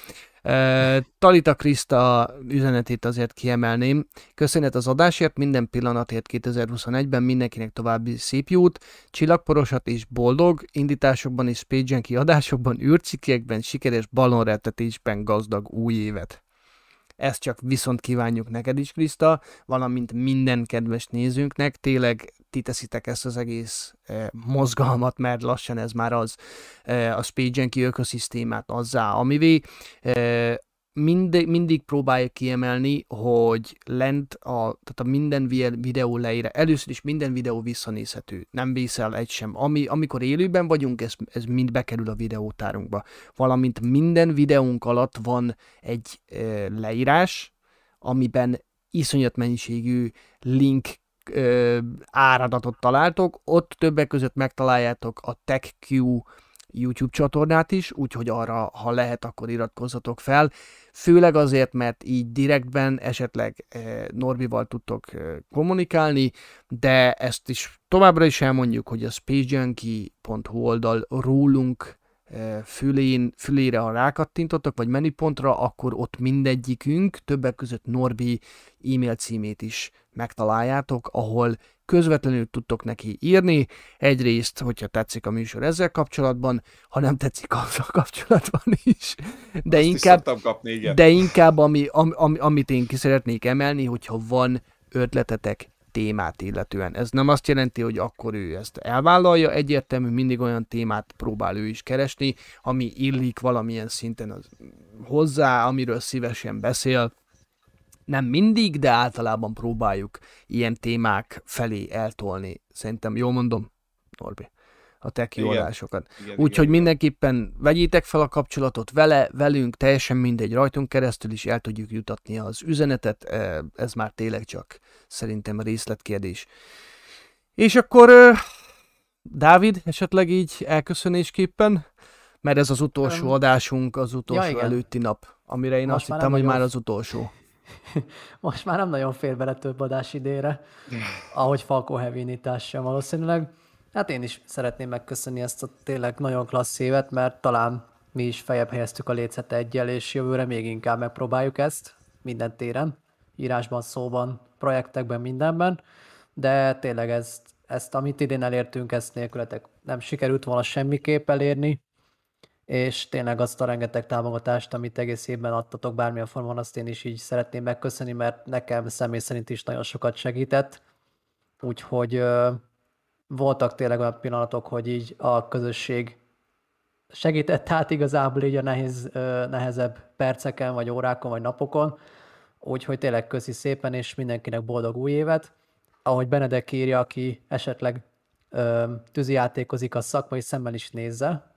Talita Kriszta üzenetét azért kiemelném. Köszönet az adásért, minden pillanatért 2021-ben, mindenkinek további szép jót, csillagporosat és boldog, indításokban és Space Junkie adásokban, űrcikkekben, sikeres ballonrettetésben gazdag új évet. Ezt csak viszont kívánjuk neked is, Kriszta, valamint minden kedves nézőnknek. Tényleg ti teszitek ezt az egész mozgalmat, mert lassan ez már az a Space Junkie ökoszisztémát azzá, amivé. Mindig próbáljuk kiemelni, hogy lent tehát a minden videó leír, először is minden videó visszanézhető, nem vészel egy sem. Amikor élőben vagyunk, ez mind bekerül a videótárunkba. Valamint minden videónk alatt van egy leírás, amiben iszonyat mennyiségű link áradatot találtok, ott többek között megtaláljátok a TechQ YouTube csatornát is, úgyhogy arra, ha lehet, akkor iratkozzatok fel. Főleg azért, mert így direktben esetleg Norbival tudtok kommunikálni, de ezt is továbbra is elmondjuk, hogy a spacejunkie.hu oldal rólunk fülére, ha rákattintottak, vagy menüpontra, akkor ott mindegyikünk, többek között Norbi e-mail címét is megtaláljátok, ahol közvetlenül tudtok neki írni. Egyrészt, hogyha tetszik a műsor ezzel kapcsolatban, ha nem tetszik azzal kapcsolatban is. De inkább amit én ki szeretnék emelni, hogyha van ötletetek témát illetően. Ez nem azt jelenti, hogy akkor ő ezt elvállalja, egyértelmű, mindig olyan témát próbál ő is keresni, ami illik valamilyen szinten hozzá, amiről szívesen beszél. Nem mindig, de általában próbáljuk ilyen témák felé eltolni. Szerintem jól mondom, Norbi, a te kiadásokat. Úgyhogy mindenképpen vegyétek fel a kapcsolatot velünk, teljesen mindegy, rajtunk keresztül is el tudjuk jutatni az üzenetet, ez már tényleg csak szerintem részletkérdés. És akkor Dávid, esetleg így elköszönésképpen, mert ez az utolsó adásunk, az utolsó előtti nap, amire én azt hittem, hogy már az utolsó. Most már nem nagyon fér bele több adás idére, ahogy Falco Heavy-nitás sem valószínűleg. Hát én is szeretném megköszönni ezt a tényleg nagyon klassz évet, mert talán mi is feljebb helyeztük a lécet egyel, és jövőre még inkább megpróbáljuk ezt minden téren, írásban, szóban, projektekben, mindenben, de tényleg ezt amit idén elértünk, ezt nélkületek nem sikerült volna semmiképp elérni, és tényleg azt a rengeteg támogatást, amit egész évben adtatok bármilyen formában, azt én is így szeretném megköszönni, mert nekem személy szerint is nagyon sokat segített. Úgyhogy voltak tényleg olyan pillanatok, hogy így a közösség segített át igazából így a nehezebb perceken, vagy órákon, vagy napokon. Úgyhogy tényleg köszi szépen, és mindenkinek boldog új évet. Ahogy Benedek írja, aki esetleg tűzijátékozik, a szakmai szemmel is nézze.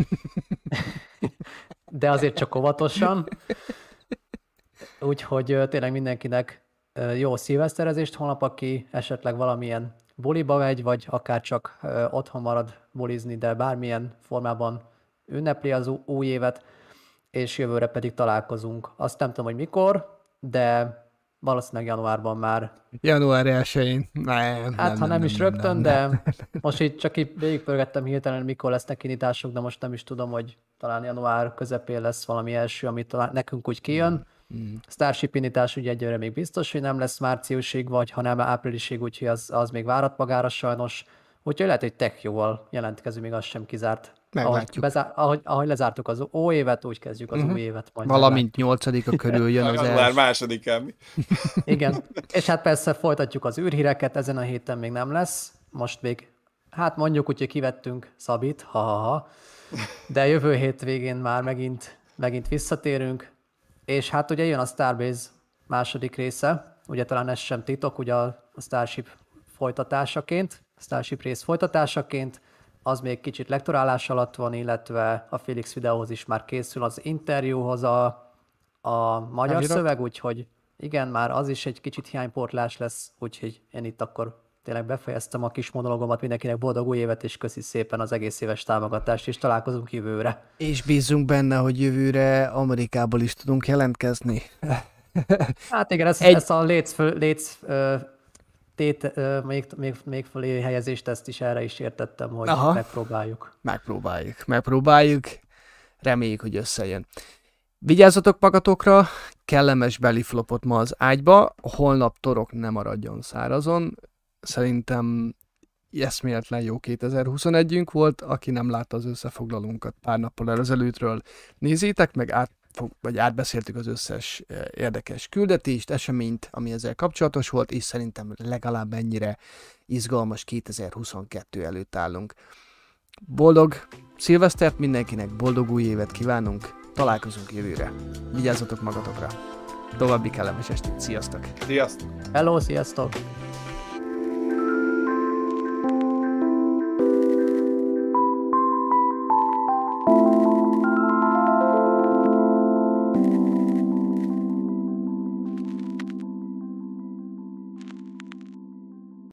De azért csak óvatosan. Úgyhogy tényleg mindenkinek jó szilveszterezést holnap, aki esetleg valamilyen buliba megy, vagy akár csak otthon marad bulizni, de bármilyen formában ünnepli az új évet, és jövőre pedig találkozunk. Azt nem tudom, hogy mikor, de valószínűleg januárban már. Január 1-én. Hát ha nem is rögtön, de most így csak így végigpörgettem hirtelen, mikor lesznek kinyitások, de most nem is tudom, hogy talán január közepén lesz valami első, ami nekünk úgy kijön. Starship indítás ugye egyelőre még biztos, hogy nem lesz márciusig, vagy ha nem áprilisig, úgyhogy az még várat magára sajnos. Úgyhogy lehet, hogy tech jóval jelentkezünk, még az sem kizárt. Ahogy lezártuk az új évet, úgy kezdjük az új évet. Majd valamint 8-a körül jön az január 2-án. Igen, és hát persze folytatjuk az űrhíreket, ezen a héten még nem lesz. Most még, hát mondjuk úgy, hogy kivettünk Szabit, de jövő hétvégén már megint visszatérünk. És hát ugye jön a Starbase második része, ugye talán ez sem titok, ugye a Starship rész folytatásaként, az még kicsit lektorálás alatt van, illetve a Felix videóhoz is már készül az interjúhoz a magyar szöveg, úgyhogy igen, már az is egy kicsit hiánypótlás lesz, úgyhogy én itt akkor tényleg befejeztem a kis monologomat, mindenkinek boldog új évet, és köszi szépen az egész éves támogatást, és találkozunk jövőre. És bízzunk benne, hogy jövőre Amerikából is tudunk jelentkezni. Hát igen, ezt a még fölé helyezést, ezt is erre is értettem, hogy megpróbáljuk. Megpróbáljuk. Reméljük, hogy összejön. Vigyázzatok magatokra, kellemes beliflopot ma az ágyba, holnap torok ne maradjon szárazon. Szerintem eszméletlen jó 2021-ünk volt, aki nem látta az összefoglalónkat pár nappal ezelőttről, nézzétek meg, átbeszéltük az összes érdekes küldetést, eseményt, ami ezzel kapcsolatos volt, és szerintem legalább ennyire izgalmas 2022 előtt állunk. Boldog szilvesztert mindenkinek, boldog új évet kívánunk, találkozunk jövőre. Vigyázzatok magatokra. További kellemes estét, sziasztok! Sziasztok! Hello, sziasztok!